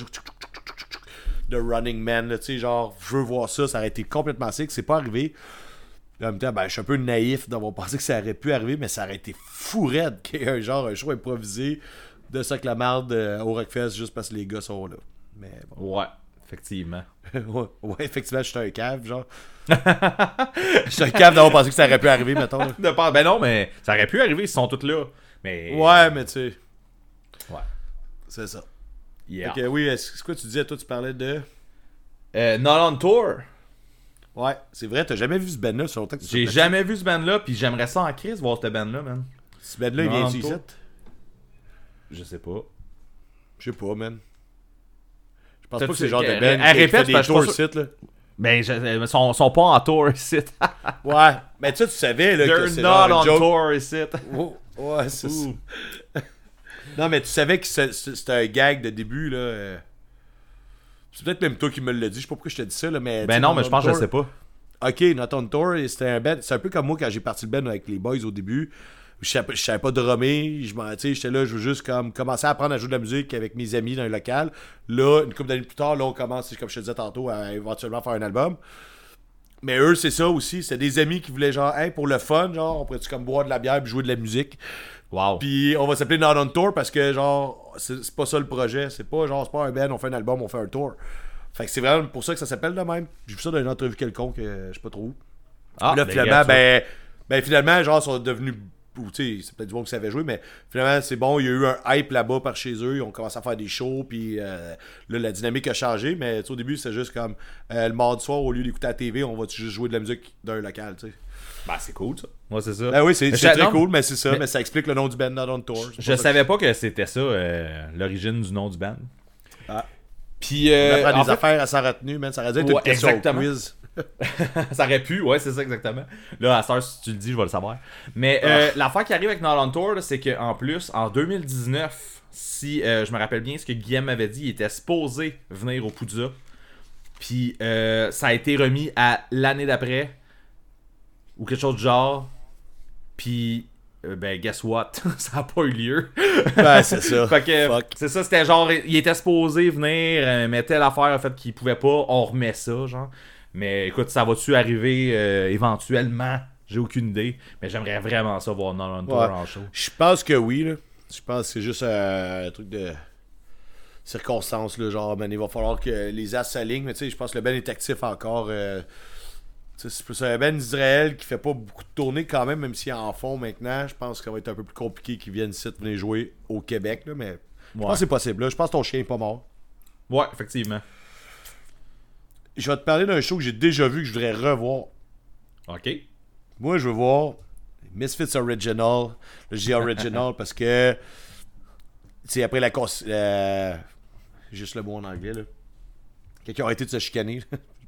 De Running Man, là, tu sais, genre, je veux voir ça, ça aurait été complètement sick, c'est pas arrivé. En même temps, ben, je suis un peu naïf d'avoir pensé que ça aurait pu arriver, mais ça aurait été fou raide qu'il y ait un show improvisé de ça que la marde au Rockfest juste parce que les gars sont là. Mais bon. Ouais, effectivement. ouais, effectivement, je suis un cave, genre. Je suis un cave d'avoir pensé que ça aurait pu arriver, mettons. Ben non, mais ça aurait pu arriver, ils sont tous là. Mais... Ouais, mais tu sais. Ouais. C'est ça. Yeah. Fait que oui, c'est quoi tu disais? Toi, tu parlais de... Not on Tour. Ouais, c'est vrai, t'as jamais vu ce band-là, sur longtemps que tu J'ai jamais vu ce band-là, puis j'aimerais ça en crise voir ce band-là, man. Ce band-là, il vient-tu ici? Je sais pas. Je sais pas, man. Je pense T'as- pas que c'est le tu- genre de elle- band elle qui fait répète, des parce que tours je suis sites, là. Ben, ils sont pas en tour ici. Ouais, mais tu savais, là, que They're c'est not genre on un joke. tour ici. Oh, ouais, c'est ça. Ouh. Non, mais tu savais que c'était un gag de début, là. C'est peut-être même toi qui me l'as dit, je sais pas pourquoi je te dis ça, là, mais... Ben non, mais je pense que je sais pas. Ok, Not on Tour, c'était un band. C'est un peu comme moi quand j'ai parti le band avec les boys au début. Je savais pas drummer. J'étais là, je veux juste comme commencer à apprendre à jouer de la musique avec mes amis dans un local. Là, une couple d'années plus tard, là, on commence, comme je te disais tantôt, à éventuellement faire un album. Mais eux, c'est ça aussi. C'était des amis qui voulaient genre, hey, pour le fun, genre, on pourrait-tu comme boire de la bière puis jouer de la musique. Wow. Puis on va s'appeler Not on Tour parce que, genre, c'est pas ça le projet. C'est pas genre, c'est pas un band, on fait un album, on fait un tour. Fait que c'est vraiment pour ça que ça s'appelle de même. J'ai vu ça dans une entrevue quelconque, je sais pas trop où. Ah, Là, ben, finalement, regarde ben, finalement, genre, ils sont devenus. Tu sais, c'est peut-être du monde qui savait jouer, mais finalement, c'est bon. Il y a eu un hype là-bas par chez eux. Ils ont commencé à faire des shows, puis là, la dynamique a changé. Mais au début, c'est juste comme le mardi soir, au lieu d'écouter la TV, on va juste jouer de la musique d'un local, tu sais. ça. Ben, c'est cool, ça. Moi, c'est ça. Ben oui, c'est Mais très non, cool, mais c'est ça. mais- Mais ça explique le nom du band Not on Tour. Je savais pas que c'était ça, l'origine du nom du band. Ah. Puis, On apprend en des fait, affaires à sa retenue, man. Ça aurait dû être Ouais, une question au exactement. quiz. ça aurait pu, ouais, c'est ça exactement. Là, à cette heure, si tu le dis, je vais le savoir. Mais l'affaire qui arrive avec Not on Tour, là, c'est qu'en plus, en 2019, si je me rappelle bien ce que Guillaume m'avait dit, il était supposé venir au Poudza. Puis ça a été remis à l'année d'après, ou quelque chose du genre. Puis, ben, guess what? Ça a pas eu lieu. Ben, c'est ça. Fait que, Fuck. c'est ça, c'était genre, il était supposé venir, mais telle affaire, en fait, qu'il pouvait pas, on remet ça, genre. Mais écoute, ça va-tu arriver éventuellement? J'ai aucune idée, mais j'aimerais vraiment ça voir Not on Tour Ouais. en show. Je pense que oui, là. Je pense que c'est juste un truc de circonstances, là. Genre, man, il va falloir que les as s'alignent. Mais tu sais, je pense que le band est actif encore. Tu sais, c'est plus un band d'Israël qui fait pas beaucoup de tournées quand même s'ils en font maintenant. Je pense que ça va être un peu plus compliqué qu'ils viennent ici venir jouer au Québec, là. Mais je pense que c'est possible, là. Je pense que ton chien est pas mort. Ouais, effectivement. Je vais te parler d'un show que j'ai déjà vu que je voudrais revoir. Ok. Moi, je veux voir Misfits Original. Là, je dis Original parce que, tu sais, après juste le mot en anglais, là. Quelqu'un a arrêté de se chicaner.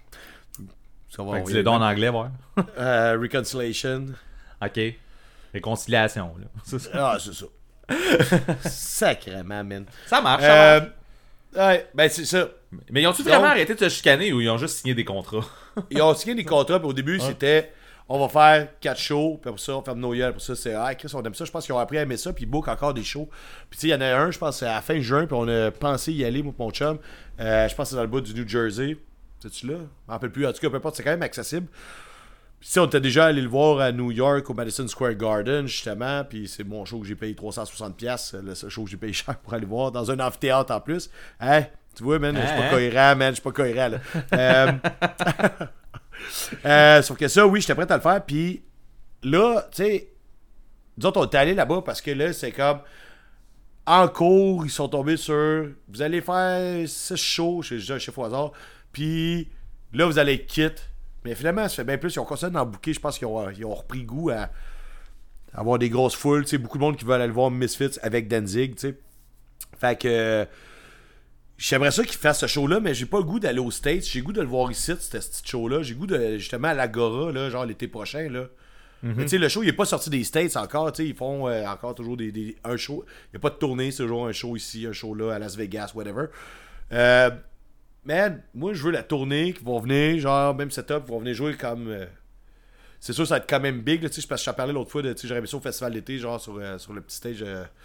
Ça va, Fait on que va dis-le y donc en aller. anglais, ouais. Reconciliation. Ok. Réconciliation, là. C'est ça. Ah, c'est ça. Sacrément, man. Ça marche, ça marche. Ouais, ben c'est ça. Mais ils ont-tu donc- vraiment arrêté de se chicaner ou ils ont juste signé des contrats? Ils ont signé des contrats, puis au début, c'était on va faire 4 shows, puis après ça, on ferme nos yeux. Pour ça, c'est Chris, on aime ça. Je pense qu'ils ont appris à aimer ça, puis ils bookent encore des shows. Puis tu sais, il y en a un, je pense, c'est à la fin juin, puis on a pensé y aller, moi, et mon chum. Je pense que c'est dans le bout du New Jersey. C'est-tu là? Je m'en rappelle plus. En tout cas, peu importe, c'est quand même accessible. Puis tu sais, on était déjà allé le voir à New York, au Madison Square Garden, justement. Puis c'est mon show que j'ai payé 360$. Le seul show que j'ai payé cher pour aller voir, dans un amphithéâtre en plus. Hein? Tu vois, man, je suis pas cohérent, man. Je suis pas cohérent, là. Sauf que ça, oui, j'étais prêt à le faire. Puis là, tu sais, nous autres, on est allés là-bas parce que là, c'est comme. En cours, ils sont tombés sur. Vous allez faire 6 shows chez déjà un chef au hasard. Puis là, vous allez être quitte. Mais finalement, ça fait bien plus. Ils ont continué d'en booker. Je pense qu'ils ont repris goût à avoir des grosses foules. Tu sais, beaucoup de monde qui veut aller le voir Misfits avec Danzig. Tu sais. Fait que. J'aimerais ça qu'ils fassent ce show-là, mais j'ai pas le goût d'aller aux States. J'ai le goût de le voir ici, ce petit show-là. J'ai le goût de justement à l'Agora, là, genre l'été prochain. Là. Mais tu sais, le show, il est pas sorti des States encore. Tu sais, ils font encore toujours un show. Il n'y a pas de tournée, c'est toujours un show ici, un show là, à Las Vegas, whatever. Man, moi, je veux la tournée qui vont venir, genre, même setup, ils vont venir jouer comme. C'est sûr, ça va être quand même big, là, tu sais, parce que je t'en parlais l'autre fois, tu sais, j'aurais aimé ça au festival d'été, genre, sur le petit stage.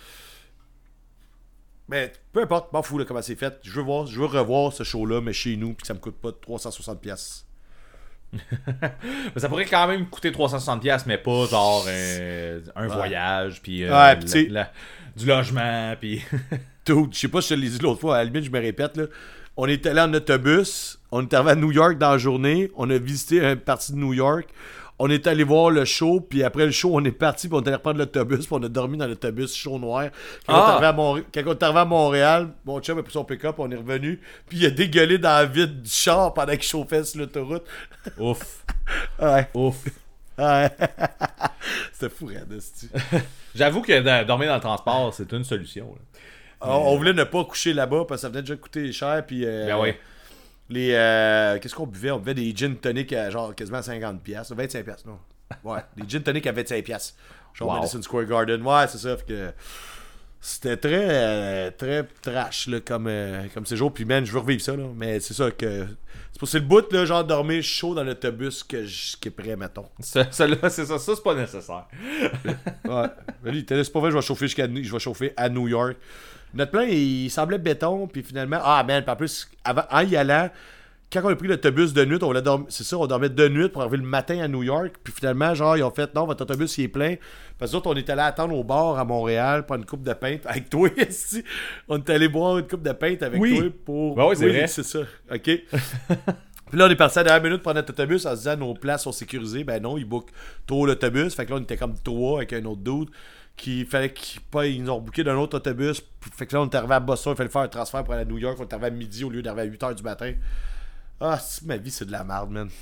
Mais peu importe, m'en fous, là, comment c'est fait. Je veux revoir ce show-là, mais chez nous, puis que ça me coûte pas 360$. Mais ça pourrait quand même coûter 360$, mais pas genre un voyage, puis Ouais, pis tu sais- du logement, puis. Dude, je sais pas si je te l'ai dit l'autre fois, à la limite, je me répète, là. On est allé en autobus, on est arrivé à New York dans la journée, on a visité une partie de New York, On est allé voir le show, puis après le show, on est parti, puis on est allé reprendre l'autobus, puis on a dormi dans l'autobus chaud noir. Quand on est arrivé à Montréal, mon chum a pris son pick-up, on est revenu, puis il a dégueulé dans la vide du char pendant qu'il chauffait sur l'autoroute. Ouf. Ouais. Ouf. Ouais. C'était fou, raide, J'avoue que dormir dans le transport, c'est une solution. Là. On voulait ne pas coucher là-bas parce que ça venait déjà coûter cher. Puis, Ben oui. qu'est-ce qu'on buvait? On buvait des gin tonic à genre quasiment 50$. 25$, non? Ouais, des gin tonic à 25$. Genre Madison Square Garden. Ouais, c'est ça. Fait que c'était très trash là, comme séjour. Puis, man, je veux revivre ça. Là. Mais c'est ça que. C'est le bout, là, genre dormir chaud dans l'autobus qui est prêt, mettons. Ça, c'est ça. Ça, c'est pas nécessaire. Ouais. Lui, c'est pas vrai, je vais chauffer à New York. Notre plan, il semblait béton, puis finalement, man, en plus, en y allant, quand on a pris l'autobus de nuit, on dormait de nuit pour arriver le matin à New York, puis finalement, genre, ils ont fait, non, votre autobus, il est plein, parce que nous autres, on est allé attendre au bar à Montréal, prendre une coupe de pinte avec toi, ici. On est allé boire une coupe de pinte avec toi pour... Ben oui, c'est vrai. C'est ça, OK. Puis là, on est parti à la dernière minute pour prendre notre autobus en se disant, nos places sont sécurisées. Ben non, ils bookent trop l'autobus, fait que là, on était comme 3 avec un autre dude. Qu'il fallait ils nous ont booké d'un autre autobus. Fait que là, on est arrivé à Boston, il fallait faire un transfert pour aller à New York. On est arrivé à midi au lieu d'arriver à 8h du matin. Ma vie, c'est de la merde, man.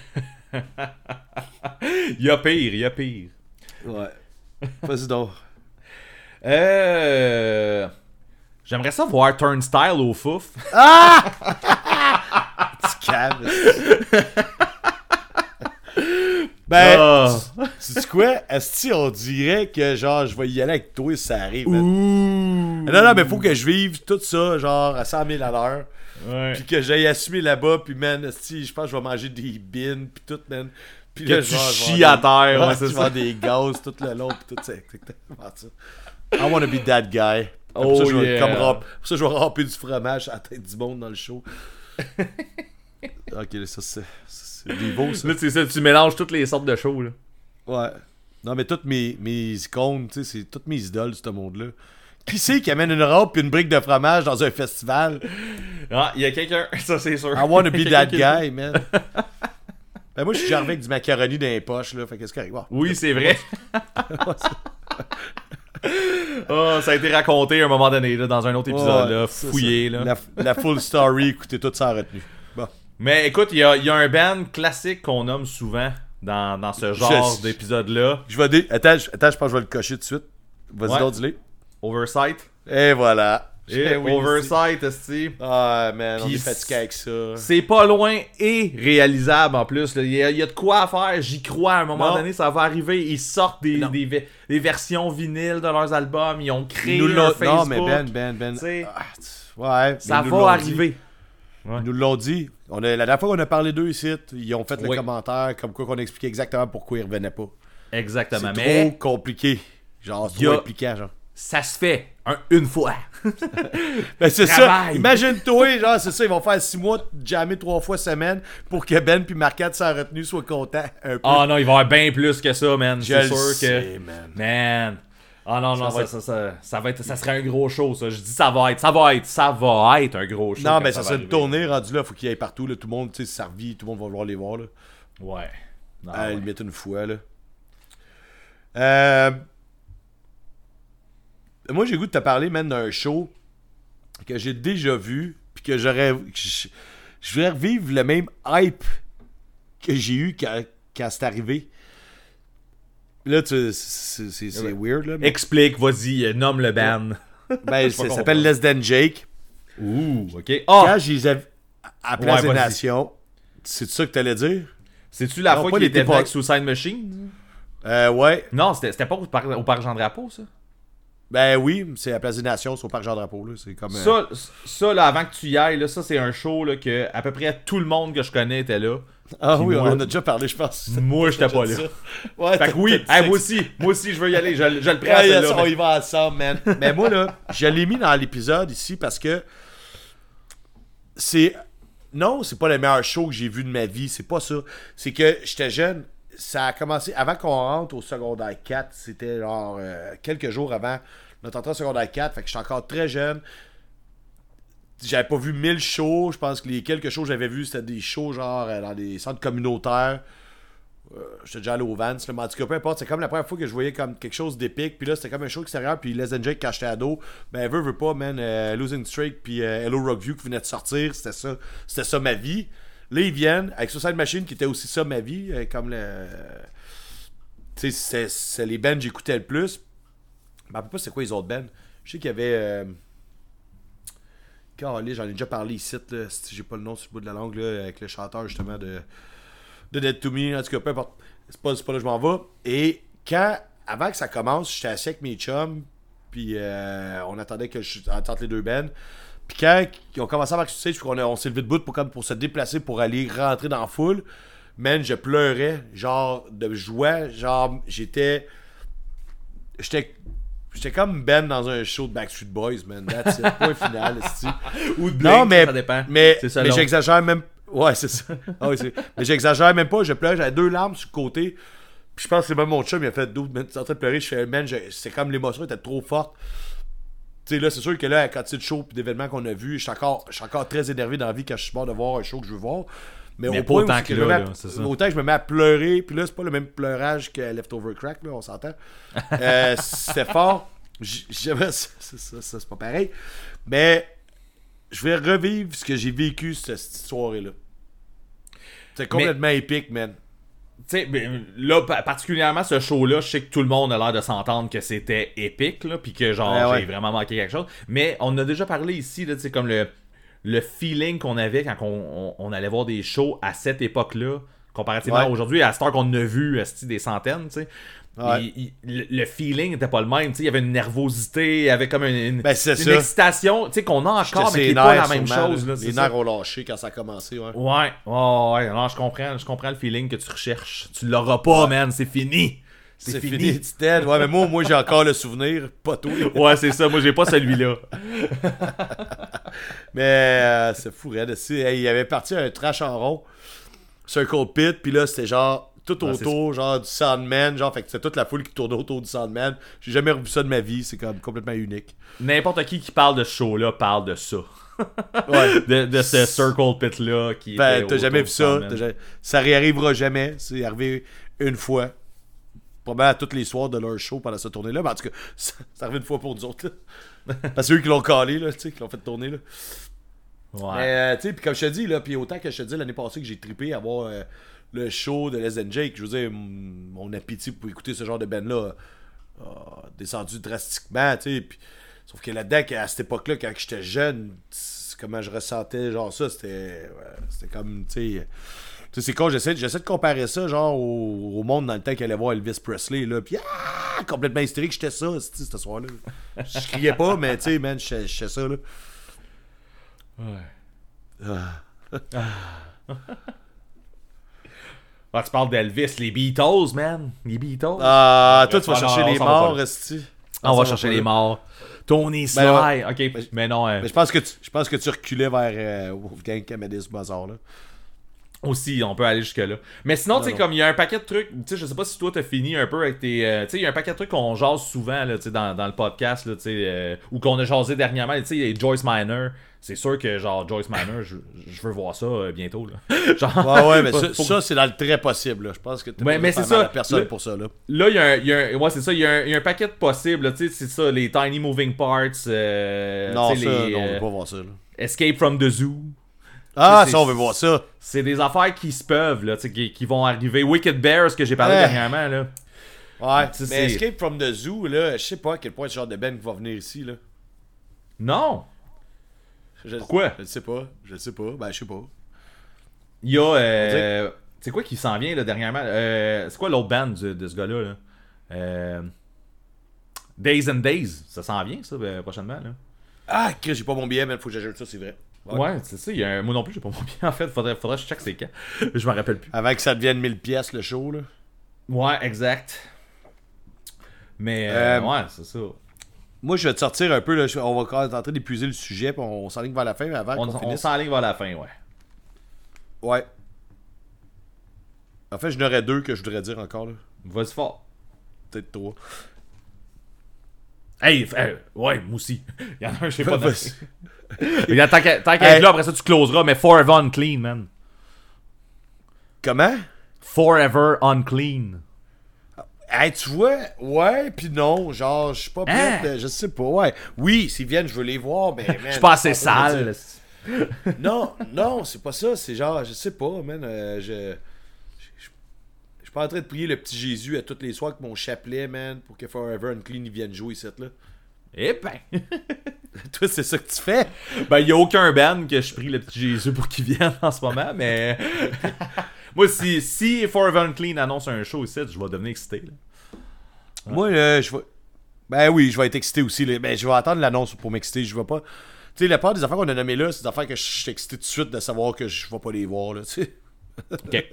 Il y a pire. Ouais. Vas-y donc. J'aimerais ça voir Turnstile au fouf. Tu calmes. Ben, tu sais quoi? Est-ce on dirait que genre je vais y aller avec toi si ça arrive, man. Non, mais faut que je vive tout ça, genre à 100 000 à l'heure. Ouais. Puis que j'aille assumer là-bas, puis man, je pense que je vais manger des bines, puis tout, man. Puis là, tu chies à terre, ouais, c'est ça. Des gaz tout le long, puis tout ça. Exactement ça. I wanna be that guy. Pour ça, je vais ramper du fromage à la tête du monde dans le show. Ok, ça c'est vivo, ça. Là, c'est ça, tu mélanges toutes les sortes de shows, là. Ouais. Non, mais toutes mes icônes, tu sais, c'est toutes mes idoles, ce monde-là. Qui c'est qui amène une robe et une brique de fromage dans un festival? Ah, il y a quelqu'un, ça c'est sûr. I wanna be that guy, man. Ben moi, je suis genre avec du macaroni dans les poches, là. Fait qu'est-ce qu'il arrive? Oui, c'est vrai. Ça a été raconté à un moment donné, là, dans un autre épisode, là, fouillé, là. La full story, écoutez tout ça en retenue. Bon. Mais écoute, il y a un band classique qu'on nomme souvent dans ce genre d'épisode-là. Attends, je pense que je vais le cocher tout de suite. Vas-y donc, dis-le. Oversight. Et voilà. Et oui, Oversight, esti. Ah, man, on Puis est fatigué avec ça. C'est pas loin et réalisable en plus. Il y a de quoi à faire, j'y crois. À un moment donné, ça va arriver. Ils sortent des versions vinyles de leurs albums. Ils ont créé un Facebook. Non, mais Ben. Ouais, ça va arriver. Ouais. Ils nous l'ont dit. La dernière fois qu'on a parlé d'eux ici, ils ont fait le commentaire comme quoi qu'on expliquait exactement pourquoi ils revenaient pas. Exactement. C'est trop compliqué. Genre, c'est trop impliquant, genre. Ça se fait une fois. Ben c'est ça. Imagine-toi, genre, c'est ça, ils vont faire 6 mois de jammer 3 fois semaine pour que Ben puis Marquette sans retenue soient contents un peu. Ah non, il va y avoir bien plus que ça, man. C'est sûr sais, que. Man. Ah non, ça va être. Ça serait un gros show, ça. Je dis ça va être un gros show. Non, mais ça serait une tournée rendue là, faut qu'il y ait partout, là. Tout le monde, tu sais, ça revit, tout le monde va vouloir les voir, là. Ouais. Ils mettent une fois, là. Moi, j'ai goût de te parler, man, d'un show que j'ai déjà vu, puis que je vais revivre le même hype que j'ai eu quand c'est arrivé. Là, c'est weird, là. Mais... Explique, vas-y, nomme le band. Ben, ça s'appelle Less Than Jake. Ouh, ok. Quand je les avais à Place des Nations, c'est ça que t'allais dire? C'est-tu la fois qu'il était venu avec Suicide Machine? Ouais. Non, c'était pas au Parc Jean-Drapeau, ça? Ben oui, c'est à Place des Nations, c'est au Parc Jean-Drapeau, là. C'est comme... Ça, là, avant que tu y ailles, là, ça, c'est un show, là, que à peu près tout le monde que je connais était là. Ah oui, on en a déjà parlé, je pense. Moi, j'étais pas là. Ouais, fait que oui, moi aussi, je veux y aller. Je le prends à celle-là. On y va ensemble, man. Mais moi, là, je l'ai mis dans l'épisode ici parce que c'est... Non, c'est pas le meilleur show que j'ai vu de ma vie. C'est pas ça. C'est que j'étais jeune. Ça a commencé... Avant qu'on rentre au secondaire 4, c'était genre quelques jours avant notre entrée au secondaire 4. Fait que j'étais encore très jeune. J'avais pas vu 1000 shows. Je pense que les quelques shows que j'avais vus, c'était des shows genre dans des centres communautaires J'étais déjà allé au Vans, là, mais en tout cas, peu importe, c'est comme la première fois que je voyais comme quelque chose d'épique, puis là, c'était comme un show extérieur, puis Les Jake, quand j'étais ado, ben, veut pas, man, Losing Streak, puis Hello Rockview qui venait de sortir, c'était ça ma vie. Là, ils viennent avec Suicide Machine, qui était aussi ça ma vie, comme le... Tu sais, c'est les bands que j'écoutais le plus. Je me rappelle pas c'est quoi les autres bands. Je sais qu'il y avait... Calé, j'en ai déjà parlé ici, là, si j'ai pas le nom sur le bout de la langue, là, avec le chanteur, justement, de Dead to Me, en tout cas, peu importe. C'est pas là que je m'en vais. Et avant que ça commence, j'étais assis avec mes chums, puis on attendait que je tente les deux bands. Puis quand ils ont commencé à marcher sur stage, puis on s'est levé de bout pour se déplacer, pour aller rentrer dans la foule, man, je pleurais, genre, de joie, genre, j'étais comme Ben dans un show de Backstreet Boys, man. That's it. Point final, esti. Ou de Blink, non, mais, ça dépend. Mais C'est j'exagère même. Ouais, c'est ça. Ah oui, mais j'exagère même pas. Je pleurais, j'avais 2 larmes sur le côté. Puis je pense que c'est même mon chum, il a fait 12 minutes. Tu es en train de pleurer. Je fais, man, c'est comme l'émotion était trop forte. Tu sais, là, c'est sûr que là, à quantité de shows et d'événements qu'on a vus, je suis encore très énervé dans la vie quand je suis mort de voir un show que je veux voir. Mais au point autant où que là, c'est ça. autant que je me mets à pleurer, puis là, c'est pas le même pleurage que Leftover Crack, là, on s'entend. C'est fort. C'est pas pareil. Mais je vais revivre ce que j'ai vécu cette soirée-là. C'est complètement épique, man. Tu sais, là, particulièrement ce show-là, je sais que tout le monde a l'air de s'entendre que c'était épique, là, puis que genre, j'ai vraiment manqué quelque chose. Mais on a déjà parlé ici, là, tu sais, comme le feeling qu'on avait quand on allait voir des shows à cette époque-là, comparativement à aujourd'hui, à cette heure qu'on a vu des centaines, tu sais. Ouais. Le feeling n'était pas le même, tu sais, il y avait une nervosité, il y avait comme une excitation, tu sais, qu'on a encore, mais qui n'est pas la même chose. Là, les nerfs ont lâché quand ça a commencé, ouais. Ouais, non, je comprends le feeling que tu recherches. Tu l'auras pas, man, c'est fini. C'est fini, Ted. Ouais, mais moi j'ai encore le souvenir, pas toi. Ouais, c'est ça, moi j'ai pas celui-là. Mais c'est fou, Red. Il avait parti un trash en rond, Circle Pit, puis là c'était genre tout autour, genre du Sandman, genre, fait que c'est toute la foule qui tournait autour du Sandman. J'ai jamais revu ça de ma vie, c'est comme complètement unique. N'importe qui parle de ce show-là parle de ça. Ouais. de ce Circle Pit-là qui ben, t'as jamais vu ça. Ça réarrivera jamais. C'est arrivé une fois. Probablement à tous les soirs de leur show pendant cette tournée-là. Mais en tout cas, ça arrive une fois pour nous autres. Là. Parce que c'est eux qui l'ont calé, là, tu sais, qui l'ont fait tourner. Là. Ouais. Mais, tu sais, puis comme je te dis, là, puis autant que je te dis l'année passée que j'ai trippé à voir le show de Les Jake, je veux dire, mon appétit pour écouter ce genre de band-là a descendu drastiquement, tu sais. Puis, sauf que là-dedans, à cette époque-là, quand j'étais jeune, comment je ressentais, genre ça, c'était comme, tu sais, c'est con, j'essaie de comparer ça, genre, au monde dans le temps qu'il allait voir Elvis Presley, là, pis complètement hystérique, j'étais ça, ce soir-là. Je criais pas, mais, tu sais, man, j'étais ça, là. Ouais. Tu parles d'Elvis, les Beatles, man. Les Beatles. Toi, tu vas chercher les morts, resti. On va chercher les morts. Tony Sly. Ouais. Ok, mais non. Mais je pense que tu reculais vers Wolfgang Amadeus Mozart, là. Aussi, on peut aller jusque-là. Mais sinon, tu sais, comme il y a un paquet de trucs, tu sais, je sais pas si toi t'as fini un peu avec tes. Tu sais, il y a un paquet de trucs qu'on jase souvent, là, tu sais, dans le podcast, là, tu sais, ou qu'on a jasé dernièrement. Tu sais, Joyce Minor. C'est sûr que, genre, Joyce Minor, je veux voir ça bientôt, là. Genre, ouais, mais ça, c'est dans le très possible, là. Je pense que t'es mais c'est ça. La personne pour ça, là. Là, il y a un. Ouais, c'est ça, il y a un paquet de possibles, tu sais, c'est ça, les Tiny Moving Parts. Non, ça, on veut pas voir ça, là. Escape from the Zoo. Ah, ça, on veut voir ça. C'est des affaires qui se peuvent, là, qui vont arriver. Wicked Bears, que j'ai parlé dernièrement, là. Ouais, mais Escape from the Zoo, là, je sais pas à quel point ce genre de band va venir ici, là. Non. Pourquoi? Je sais pas. Ben, je sais pas. Il y a... c'est quoi qui s'en vient, là, dernièrement? C'est quoi l'autre band de ce gars-là, là? Days and Days. Ça s'en vient, ça, prochainement, là. Ah, Chris, j'ai pas mon billet, mais il faut que j'ajoute ça, c'est vrai. Ouais, c'est ça. Moi non plus, j'ai pas mon billet, en fait. Faudrait que je check c'est quand. Je m'en rappelle plus. Avant que ça devienne 1000 pièces le show, là. Ouais, exact. Mais, ouais, c'est ça. Moi, je vais te sortir un peu, là, on va quand même tenter d'épuiser le sujet, puis on s'enligne vers la fin, mais avant qu'on finisse... On s'enligne vers la fin, ouais. Ouais. En fait, j'en aurais 2 que je voudrais dire encore, là. Vas-y fort. Peut-être 3. Hey, ouais, moi aussi. Il y en a un, je sais pas. Tant qu'à être là, après ça, tu closeras, mais Forever Unclean, man. Comment? Forever Unclean. Hey, tu vois, ouais, pis non, genre, je suis pas prêt, je sais pas, ouais. Oui, s'ils viennent, je veux les voir, mais man, Je suis pas assez sale. Non, c'est pas ça, c'est genre, je sais pas, man, je suis pas en train de prier le petit Jésus à tous les soirs avec mon chapelet, man, pour que Forever Unclean, ils viennent jouer ici, là. Eh ben. Toi, c'est ça que tu fais? Ben, y a aucun band que je prie le petit Jésus pour qu'il vienne en ce moment, mais... Moi, si Forever Unclean annonce un show ici, je vais devenir excité, là. Moi, je vais... Ben oui, je vais être excité aussi, là. Ben, je vais attendre l'annonce pour m'exciter, je vais pas... Tu sais, la part des affaires qu'on a nommées là, c'est des affaires que je suis excité tout de suite de savoir que je vais pas les voir, là, tu sais. OK.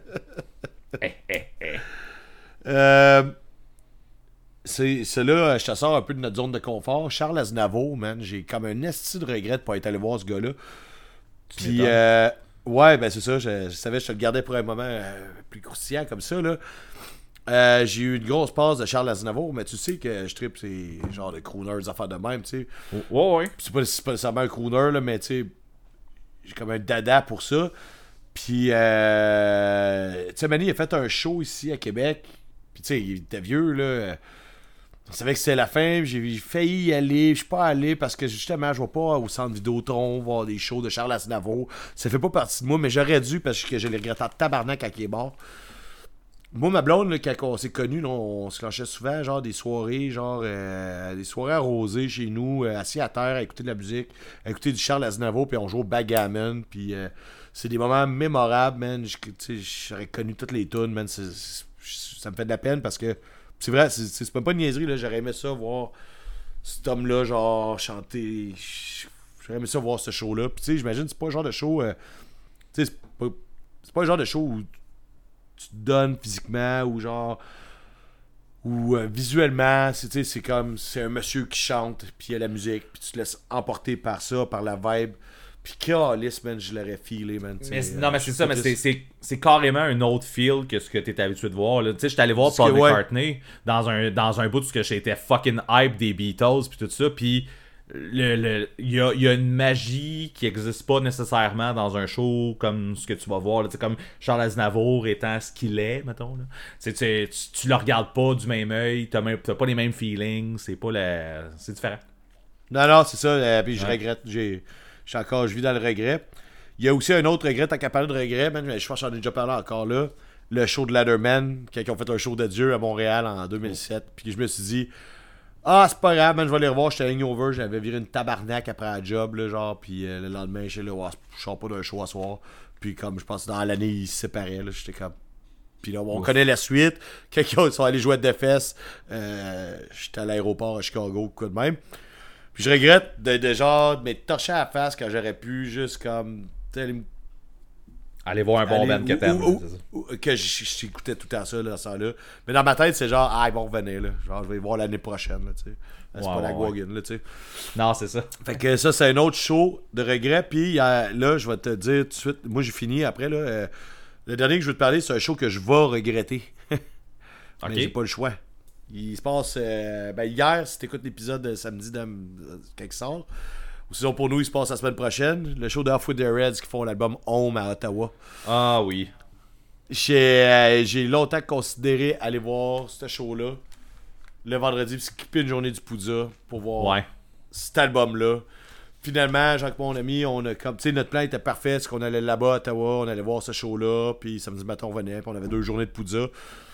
C'est là, je te sors un peu de notre zone de confort. Charles Aznavour, man, j'ai comme un esti de regret de pas être allé voir ce gars-là. Puis, ouais, ben c'est ça, je savais, je te le gardais pour un moment plus croustillant comme ça, là. J'ai eu une grosse passe de Charles Aznavour, mais tu sais que je trippe, c'est genre de crooner, des affaires de même, tu sais. Ouais. C'est pas nécessairement un crooner, là, mais tu sais, j'ai comme un dada pour ça. Puis, tu sais, Manny a fait un show ici à Québec. Puis, tu sais, il était vieux, là. On savait que c'était la fin, j'ai failli y aller, je suis pas allé parce que justement, je vais pas au centre Vidéotron voir des shows de Charles Aznavour. Ça fait pas partie de moi, mais j'aurais dû parce que je l'ai regretté en tabarnak quand il est mort. Moi, ma blonde, là, quand on s'est connus, là, on se clenchait souvent, genre des soirées, des soirées arrosées chez nous, assis à terre, à écouter de la musique, à écouter du Charles Aznavour, puis on joue au backgammon, puis c'est des moments mémorables, man. J'aurais connu toutes les tunes, man. Ça me fait de la peine parce que c'est vrai, c'est même pas une niaiserie, là. J'aurais aimé ça voir cet homme-là, genre, chanter. J'aurais aimé ça voir ce show-là. Puis, tu sais, j'imagine, c'est pas le genre de show. Tu sais, c'est pas le genre de show où tu te donnes physiquement ou genre. Ou visuellement. C'est comme. C'est un monsieur qui chante, puis il y a la musique, puis tu te laisses emporter par ça, par la vibe. Puis calice, man, je l'aurais filé, man. Non, mais c'est ça, mais c'est carrément un autre feel que ce que t'es habitué de voir. Tu sais, j'étais allé voir Paul McCartney dans un bout où j'étais fucking hype des Beatles, puis tout ça, puis il y a une magie qui existe pas nécessairement dans un show comme ce que tu vas voir, là, comme Charles Aznavour étant ce qu'il est, mettons. Là. Tu le regardes pas du même œil, t'as pas les mêmes feelings, c'est différent. Non, c'est ça, puis je regrette, je vis dans le regret. Il y a aussi un autre regret, tant qu'à parler de regret, man, je pense que j'en ai déjà parlé encore là. Le show de Letterman, quand ils ont fait un show d'adieu à Montréal en 2007. Puis je me suis dit, c'est pas grave, man, je vais aller revoir. J'étais hangover, j'avais viré une tabarnak après la job, là, genre. Puis le lendemain, je suis là, je sors pas d'un show à soir. Puis comme je pense dans l'année, ils se séparaient, là, j'étais comme. Puis là, on connaît la suite. Quand ils sont allés jouer à DFS, j'étais à l'aéroport à Chicago, quoi de même. Puis je regrette de genre m'être torché à la face quand j'aurais pu juste comme aller voir un bon band que t'aimes. Que j'écoutais tout le temps ça, là, là. Mais dans ma tête, c'est genre, ils vont revenir, là. Genre, je vais y voir l'année prochaine, là, tu sais. C'est pas la Wagon, là, tu sais. Non, c'est ça. Fait que ça, c'est un autre show de regret. Puis là, je vais te dire tout de suite, moi, j'ai fini après, là. Le dernier que je veux te parler, c'est un show que je vais regretter. Mais j'ai pas le choix. Il se passe hier, si t'écoutes l'épisode de samedi quand il sort, ou sinon pour nous il se passe la semaine prochaine, le show de Off With The Reds qui font l'album Home à Ottawa. Ah oui. J'ai longtemps considéré aller voir ce show-là le vendredi, puis skipper une journée du Poudja pour voir cet album-là. Finalement, Jacques, mon ami, on a comme, tu sais, notre plan était parfait, c'est qu'on allait là-bas à Ottawa, on allait voir ce show-là, puis samedi matin on venait, puis on avait 2 journées de Poudja.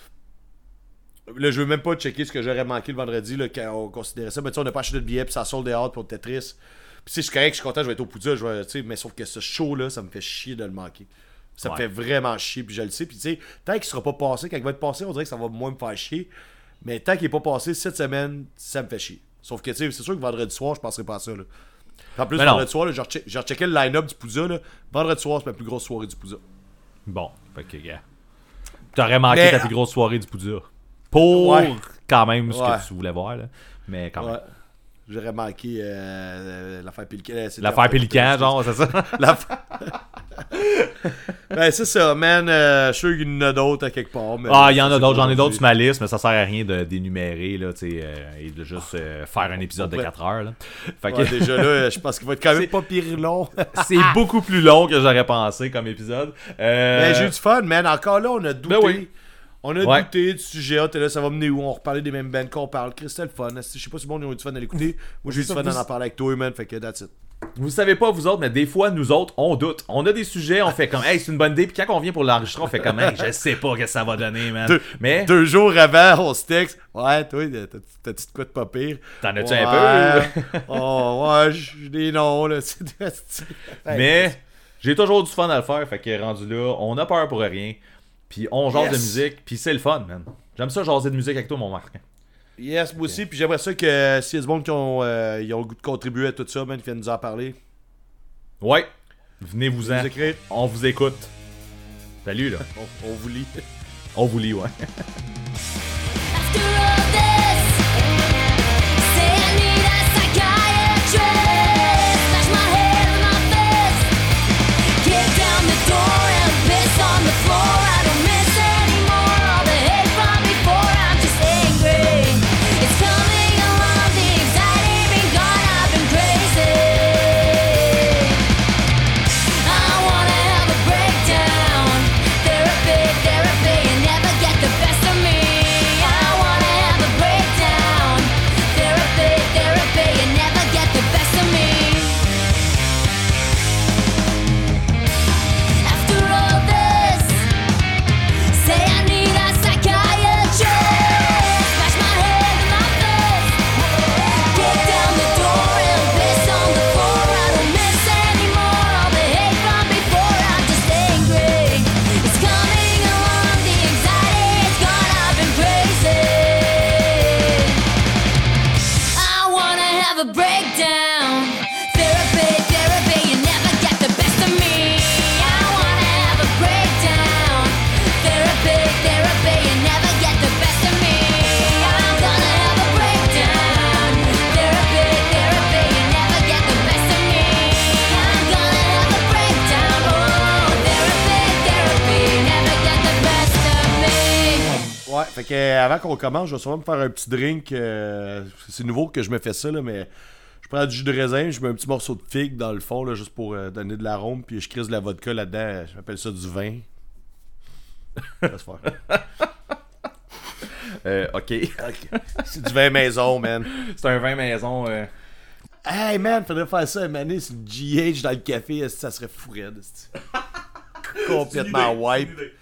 Là, je veux même pas checker ce que j'aurais manqué le vendredi là, quand on considérait ça. Mais tu sais, on n'a pas acheté de billets, puis ça sold out, puis on était triste. Puis tu sais, je suis correct, je suis content, je vais être au Poudja, mais sauf que ce show-là, ça me fait chier de le manquer. Ça me fait vraiment chier, puis je le sais. Puis tu sais, tant qu'il sera pas passé, quand il va être passé, on dirait que ça va moins me faire chier. Mais tant qu'il est pas passé cette semaine, ça me fait chier. Sauf que tu sais, c'est sûr que vendredi soir, je penserai pas à ça. Là. En plus, vendredi soir, là, j'ai rechecké le line-up du Poudja. Là. Vendredi soir, c'est ma plus grosse soirée du Poudja. Bon, fait que, gars. T'aurais manqué ta plus grosse soirée du Poudja. Pour quand même ce que tu voulais voir, là. Mais quand même. J'aurais manqué l'affaire Pélican. L'affaire Pélican, genre, c'est ça? Ben, c'est ça, man. Je suis sûr qu'il y en a d'autres à quelque part. Mais Ah, il y en a d'autres. J'en ai d'autres sur ma liste, mais ça sert à rien de d'énumérer, là, tu sais, et de juste faire un épisode de 4 heures, là. Fait que... Ouais, déjà là, je pense qu'il va être quand même pas pire long. c'est beaucoup plus long que j'aurais pensé comme épisode. Mais j'ai eu du fun, man. Encore là, on a douté. Ben oui. On a douté du sujet. T'es là, ça va mener où? On reparler des mêmes bands qu'on parle. C'était le fun. Je sais pas si bon, ils ont eu du fun à l'écouter. Moi, j'ai eu du fun d'en parler avec toi, man. Fait que that's it. Vous savez pas, vous autres, mais des fois, nous autres, on doute. On a des sujets, on fait comme, hey, c'est une bonne idée. Puis quand on vient pour l'enregistrer, on fait comme, hey, je sais pas ce que ça va donner, man. Mais 2 jours avant, on se texte. Ouais, toi, t'as-tu de quoi de pas pire? T'en as-tu un peu? Oh, ouais, j'ai des noms, là. Mais j'ai toujours du fun à le faire. Fait que rendu là, on a peur pour rien. Puis on jase de musique. Puis c'est le fun, man. J'aime ça jaser de musique avec toi, mon Marc. Yes, moi aussi. Puis j'aimerais ça que s'il y a du monde qui ont le goût de contribuer à tout ça, man, qui viennent nous en parler. Ouais. Venez-vous-en. Vous écrire. On vous écoute. Salut, là. On vous lit. On vous lit, ouais. After all this, say I need a psychiatrist. Smash my head with my fist. Kick down the door and piss on the floor. I don't miss anymore all the hate from before. I'm just angry. It's coming along, the anxiety been gone. I've been crazy. I wanna have a breakdown. Therapy, therapy, you never get the best of me. I wanna have a breakdown. Therapy, therapy, you never get the best of me. After all this, say I need a psychiatrist. Smash my head with my fist. Kick down the door and piss on the floor. I don't miss anymore all the hate from before. I'm just angry. It's coming along, the anxiety is gone. I've been crazy. I wanna have a breakdown. Therapy, therapy, you never get the best of me. I wanna have a breakdown. Therapy, therapy, you never get the best of me. I'm gonna have a breakdown. Therapy, therapy, you never get the best of me. I'm gonna have a breakdown. Oh, therapy, therapy, you never get the best of me. Ouais, fait que avant qu'on commence, je vais sûrement me faire un petit drink. C'est nouveau que je me fais ça, là, mais je prends du jus de raisin, je mets un petit morceau de figue dans le fond, là, juste pour donner de l'arôme, puis je crisse de la vodka là-dedans. Je m'appelle ça du vin. Laisse faire. OK. C'est du vin maison, man. C'est un vin maison. Hey, man, faudrait faire ça, man. C'est une GH dans le café, est-ce que ça serait fou raide, est-ce que- Complètement wipe.